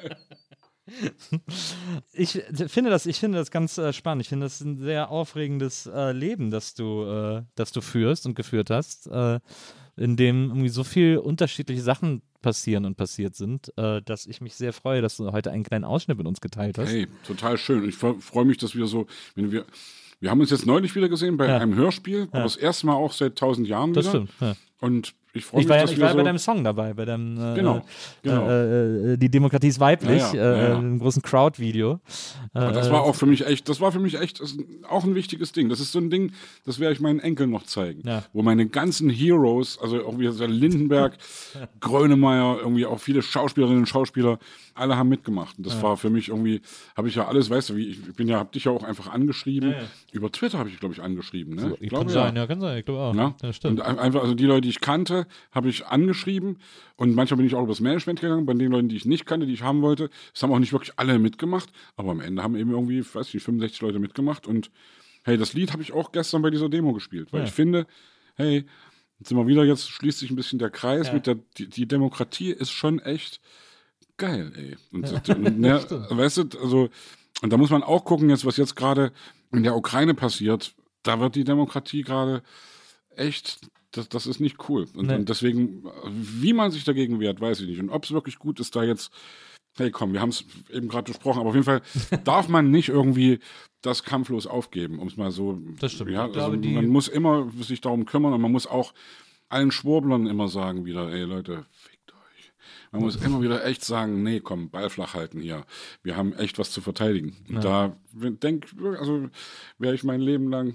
Ich finde das, ich finde das ganz äh, spannend. Ich finde das ein sehr aufregendes äh, Leben, das du, äh, das du führst und geführt hast, äh, in dem irgendwie so viel unterschiedliche Sachen passieren und passiert sind, äh, dass ich mich sehr freue, dass du heute einen kleinen Ausschnitt mit uns geteilt hast. Hey, total schön. Ich freue mich, dass wir so, wenn wir, wir haben uns jetzt neulich wieder gesehen bei Ja. einem Hörspiel, aber das erste Mal auch seit tausend Jahren Das wieder. stimmt. Ja. Und ich freue mich, Ich war, ja, dass ich wir war ja so, bei deinem Song dabei, bei deinem äh, Genau, genau. Äh, äh, Die Demokratie ist weiblich, Ja, ja, äh, ja, ja. einem großen Crowd-Video. aber das war auch für mich echt, das war für mich echt das ist auch ein wichtiges Ding. Das ist so ein Ding, das werde ich meinen Enkeln noch zeigen. Ja. Wo meine ganzen Heroes, also auch wie der Lindenberg, Grönemeyer, irgendwie auch viele Schauspielerinnen und Schauspieler, alle haben mitgemacht. Und das war für mich irgendwie, habe ich ja alles, weißt du, wie ich bin ja, habe dich ja auch einfach angeschrieben. Ja, ja. Über Twitter habe ich, glaube ich, angeschrieben. Ne? Ich Kann glaube, sein, ja. ja, kann sein, ich glaube auch. Ja? Ja, stimmt. Und ein- einfach, also die Leute, die ich kannte, habe ich angeschrieben und manchmal bin ich auch übers Management gegangen, bei den Leuten, die ich nicht kannte, die ich haben wollte. Es haben auch nicht wirklich alle mitgemacht, aber am Ende haben eben irgendwie, weiß nicht, fünfundsechzig Leute mitgemacht und hey, das Lied habe ich auch gestern bei dieser Demo gespielt, weil Ja. ich finde, hey, jetzt sind wir wieder, jetzt schließt sich ein bisschen der Kreis Ja. mit der, die, die Demokratie ist schon echt geil, ey. Und, und, ne, weißt du, also, und da muss man auch gucken, jetzt, was jetzt gerade in der Ukraine passiert, da wird die Demokratie gerade echt, das, das ist nicht cool. Und, Nee. und deswegen, wie man sich dagegen wehrt, weiß ich nicht. Und ob es wirklich gut ist, da jetzt, hey komm, wir haben es eben gerade besprochen, aber auf jeden Fall darf man nicht irgendwie das kampflos aufgeben, um es mal so. Das stimmt. Ja, Ich glaube, also die- man muss immer sich darum kümmern und man muss auch allen Schwurblern immer sagen wieder, ey Leute, fickt euch. Man muss immer wieder echt sagen, nee, komm, Ball flach halten hier. Wir haben echt was zu verteidigen. Und da denk, also werde ich mein Leben lang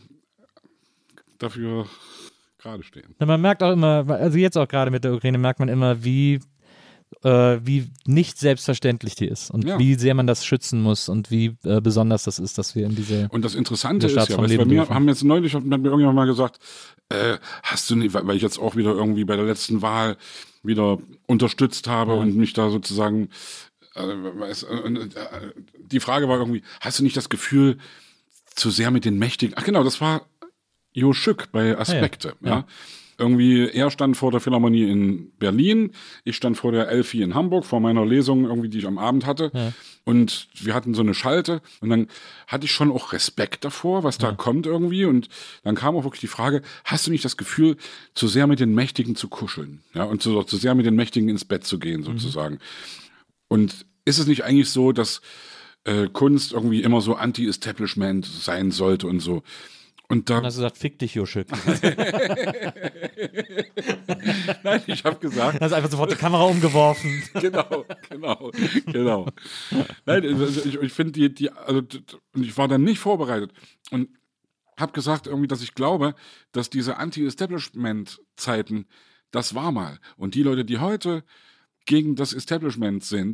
dafür gerade stehen. Na, man merkt auch immer, also jetzt auch gerade mit der Ukraine, merkt man immer, wie, äh, wie nicht selbstverständlich die ist und Ja. wie sehr man das schützen muss und wie äh, besonders das ist, dass wir in diese. Und das Interessante Der ist ja, Staatsform weißt, du, bei leben mir dürfen. haben jetzt neulich, hat mir irgendjemand mal gesagt, äh, hast du nicht, weil weil ich jetzt auch wieder irgendwie bei der letzten Wahl wieder unterstützt habe und mich da sozusagen, äh, weiß, äh, äh, die Frage war irgendwie, hast du nicht das Gefühl, zu sehr mit den Mächtigen, ach genau, das war Jo Schück bei Aspekte, ja. ja. Ja. Irgendwie, er stand vor der Philharmonie in Berlin, ich stand vor der Elfi in Hamburg, vor meiner Lesung irgendwie, die ich am Abend hatte. Ja. Und wir hatten so eine Schalte und dann hatte ich schon auch Respekt davor, was da kommt irgendwie. Und dann kam auch wirklich die Frage, hast du nicht das Gefühl, zu sehr mit den Mächtigen zu kuscheln? Ja, und zu, zu sehr mit den Mächtigen ins Bett zu gehen, sozusagen. Und ist es nicht eigentlich so, dass äh, Kunst irgendwie immer so Anti-Establishment sein sollte und so? Und da, Dann hast du gesagt, fick dich, Joschek. nein, ich habe gesagt, Dann hast du einfach sofort die Kamera umgeworfen. genau, genau, genau. Nein, also ich, ich finde die, die, also d- und ich war dann nicht vorbereitet und habe gesagt irgendwie, dass ich glaube, dass diese Anti-Establishment-Zeiten, das war mal. Und die Leute, die heute gegen das Establishment sind,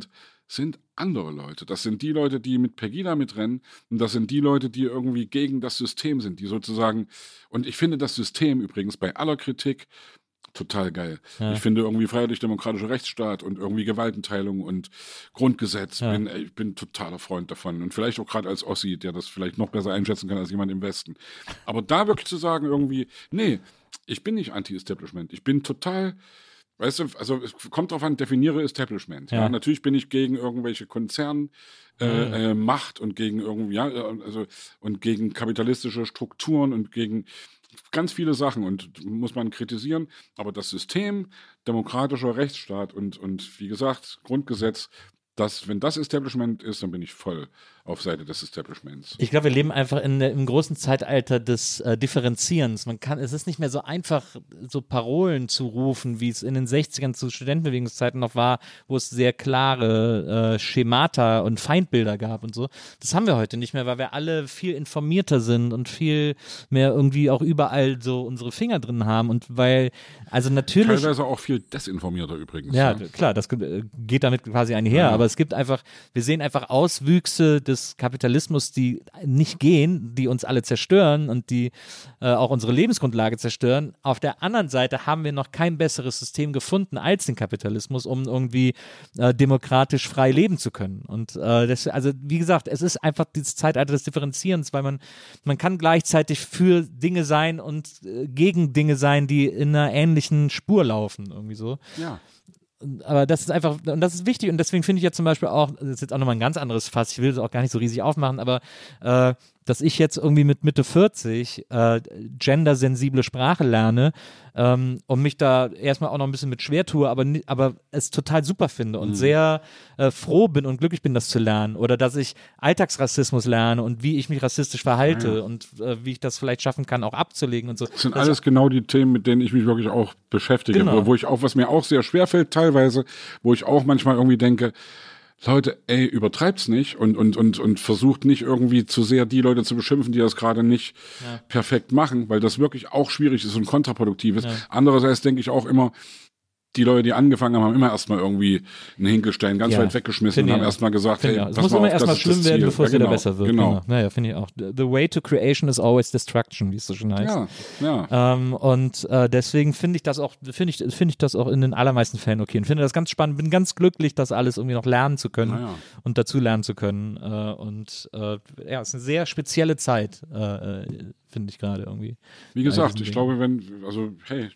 sind andere Leute. Das sind die Leute, die mit Pegida mitrennen und das sind die Leute, die irgendwie gegen das System sind, die sozusagen, und ich finde das System übrigens bei aller Kritik total geil. Ja. Ich finde irgendwie freiheitlich-demokratischer Rechtsstaat und irgendwie Gewaltenteilung und Grundgesetz, ja. bin, ich bin totaler Freund davon und vielleicht auch gerade als Ossi, der das vielleicht noch besser einschätzen kann als jemand im Westen. Aber da wirklich zu sagen irgendwie, nee, ich bin nicht Anti-Establishment, ich bin total... Weißt du, also es kommt drauf an, definiere Establishment. Ja. Ja, natürlich bin ich gegen irgendwelche Konzernmacht äh, äh, Macht und gegen irgendwie, ja, also und gegen kapitalistische Strukturen und gegen ganz viele Sachen und muss man kritisieren. Aber das System, demokratischer Rechtsstaat und, und wie gesagt, Grundgesetz, das, wenn das Establishment ist, dann bin ich voll auf Seite des Establishments. Ich glaube, wir leben einfach in, im großen Zeitalter des äh, Differenzierens. Man kann, es ist nicht mehr so einfach, so Parolen zu rufen, wie es in den sechzigern zu Studentenbewegungszeiten noch war, wo es sehr klare äh, Schemata und Feindbilder gab und so. Das haben wir heute nicht mehr, weil wir alle viel informierter sind und viel mehr irgendwie auch überall so unsere Finger drin haben und weil, also natürlich... Teilweise auch viel desinformierter übrigens. Ja, ja. Klar, das geht damit quasi einher, ja. Aber es gibt einfach, wir sehen einfach Auswüchse des Kapitalismus, die nicht gehen, die uns alle zerstören und die äh, auch unsere Lebensgrundlage zerstören. Auf der anderen Seite haben wir noch kein besseres System gefunden als den Kapitalismus, um irgendwie äh, demokratisch frei leben zu können. Und äh, das, also wie gesagt, es ist einfach dieses Zeitalter des Differenzierens, weil man, man kann gleichzeitig für Dinge sein und äh, gegen Dinge sein, die in einer ähnlichen Spur laufen, irgendwie so. Ja. Aber das ist einfach, und das ist wichtig und deswegen finde ich ja zum Beispiel auch, das ist jetzt auch nochmal ein ganz anderes Fass, ich will es auch gar nicht so riesig aufmachen, aber äh, dass ich jetzt irgendwie mit Mitte vierzig äh, gendersensible Sprache lerne ähm, und mich da erstmal auch noch ein bisschen mit schwer tue, aber, aber es total super finde und mhm. sehr äh, froh bin und glücklich bin, das zu lernen. Oder dass ich Alltagsrassismus lerne und wie ich mich rassistisch verhalte ja, ja. und äh, wie ich das vielleicht schaffen kann, auch abzulegen und so. Das sind das alles genau die Themen, mit denen ich mich wirklich auch beschäftige. Genau. Wo, wo ich auch, was mir auch sehr schwer fällt teilweise, wo ich auch manchmal irgendwie denke, Leute, ey, übertreibt's nicht und, und, und, und versucht nicht irgendwie zu sehr die Leute zu beschimpfen, die das gerade nicht ja. perfekt machen, weil das wirklich auch schwierig ist und kontraproduktiv ist. Ja. Andererseits denke ich auch immer, die Leute, die angefangen haben, haben immer erstmal irgendwie einen Hinkelstein ganz ja. weit weggeschmissen und haben erstmal gesagt, hey, es muss immer erstmal schlimm werden, bevor es ja, genau, wieder besser wird. Genau. genau. Naja, finde ich auch. The way to creation is always destruction, wie es so schön heißt. Ja, ja. Ähm, und äh, deswegen finde ich das auch, finde ich, finde ich das auch in den allermeisten Fällen okay und finde das ganz spannend, bin ganz glücklich, das alles irgendwie noch lernen zu können ja. und dazu lernen zu können. Äh, und äh, ja, es ist eine sehr spezielle Zeit, äh, finde ich gerade irgendwie. Wie gesagt, ich glaube, wenn, also, hey,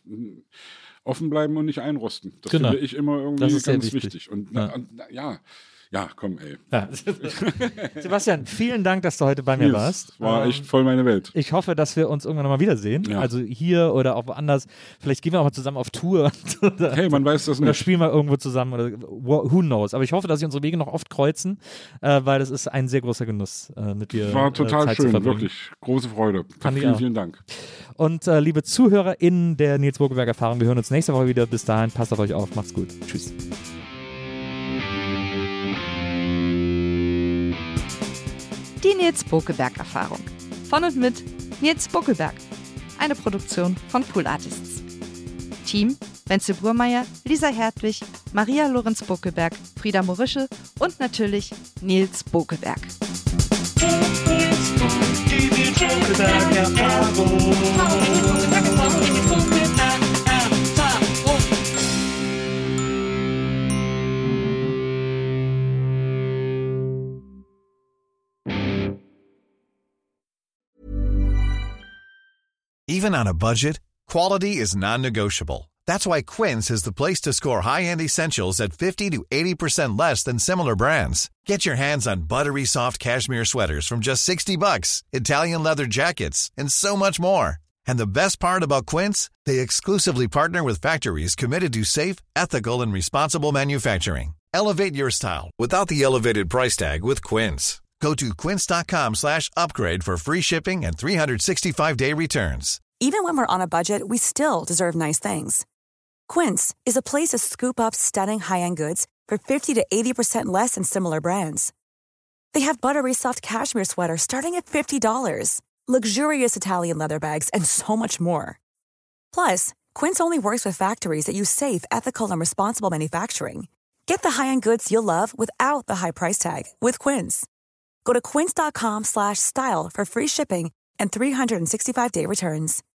offen bleiben und nicht einrosten. Das genau. finde ich immer irgendwie ganz wichtig. wichtig. Und ja. Na, na, ja, ja, komm, ey. Ja. Sebastian, vielen Dank, dass du heute bei mir yes, warst. War echt voll meine Welt. Ich hoffe, dass wir uns irgendwann nochmal wiedersehen. Ja. Also hier oder auch woanders. Vielleicht gehen wir auch mal zusammen auf Tour. Hey, man weiß das nicht. Oder spielen wir irgendwo zusammen. Oder who knows. Aber ich hoffe, dass sich unsere Wege noch oft kreuzen, äh, weil es ist ein sehr großer Genuss, äh, mit dir War total äh, Zeit schön, zu verbringen. wirklich. Große Freude. Fand vielen, auch. vielen Dank. Und äh, liebe ZuhörerInnen der Nils Bokelberg-Erfahrung, wir hören uns nächste Woche wieder. Bis dahin, passt auf euch auf. Macht's gut. Tschüss. Die Nils Bokelberg-Erfahrung. Von und mit Nils Bokelberg. Eine Produktion von Pool Artists. Team: Wenzel Burmeier, Lisa Hertwig, Maria Lorenz Bokelberg, Frieda Morische und natürlich Nils Bokelberg. Die Nils Bokelberg-Erfahrung. Even on a budget, quality is non-negotiable. That's why Quince is the place to score high-end essentials at fifty to eighty percent less than similar brands. Get your hands on buttery soft cashmere sweaters from just sixty bucks, Italian leather jackets, and so much more. And the best part about Quince, they exclusively partner with factories committed to safe, ethical, and responsible manufacturing. Elevate your style without the elevated price tag with Quince. Go to quince.com slash upgrade for free shipping and three sixty-five day returns. Even when we're on a budget, we still deserve nice things. Quince is a place to scoop up stunning high-end goods for fifty to eighty percent less than similar brands. They have buttery soft cashmere sweaters starting at fifty dollars, luxurious Italian leather bags, and so much more. Plus, Quince only works with factories that use safe, ethical, and responsible manufacturing. Get the high-end goods you'll love without the high price tag with Quince. Go to quince.com slash style for free shipping and three sixty-five day returns.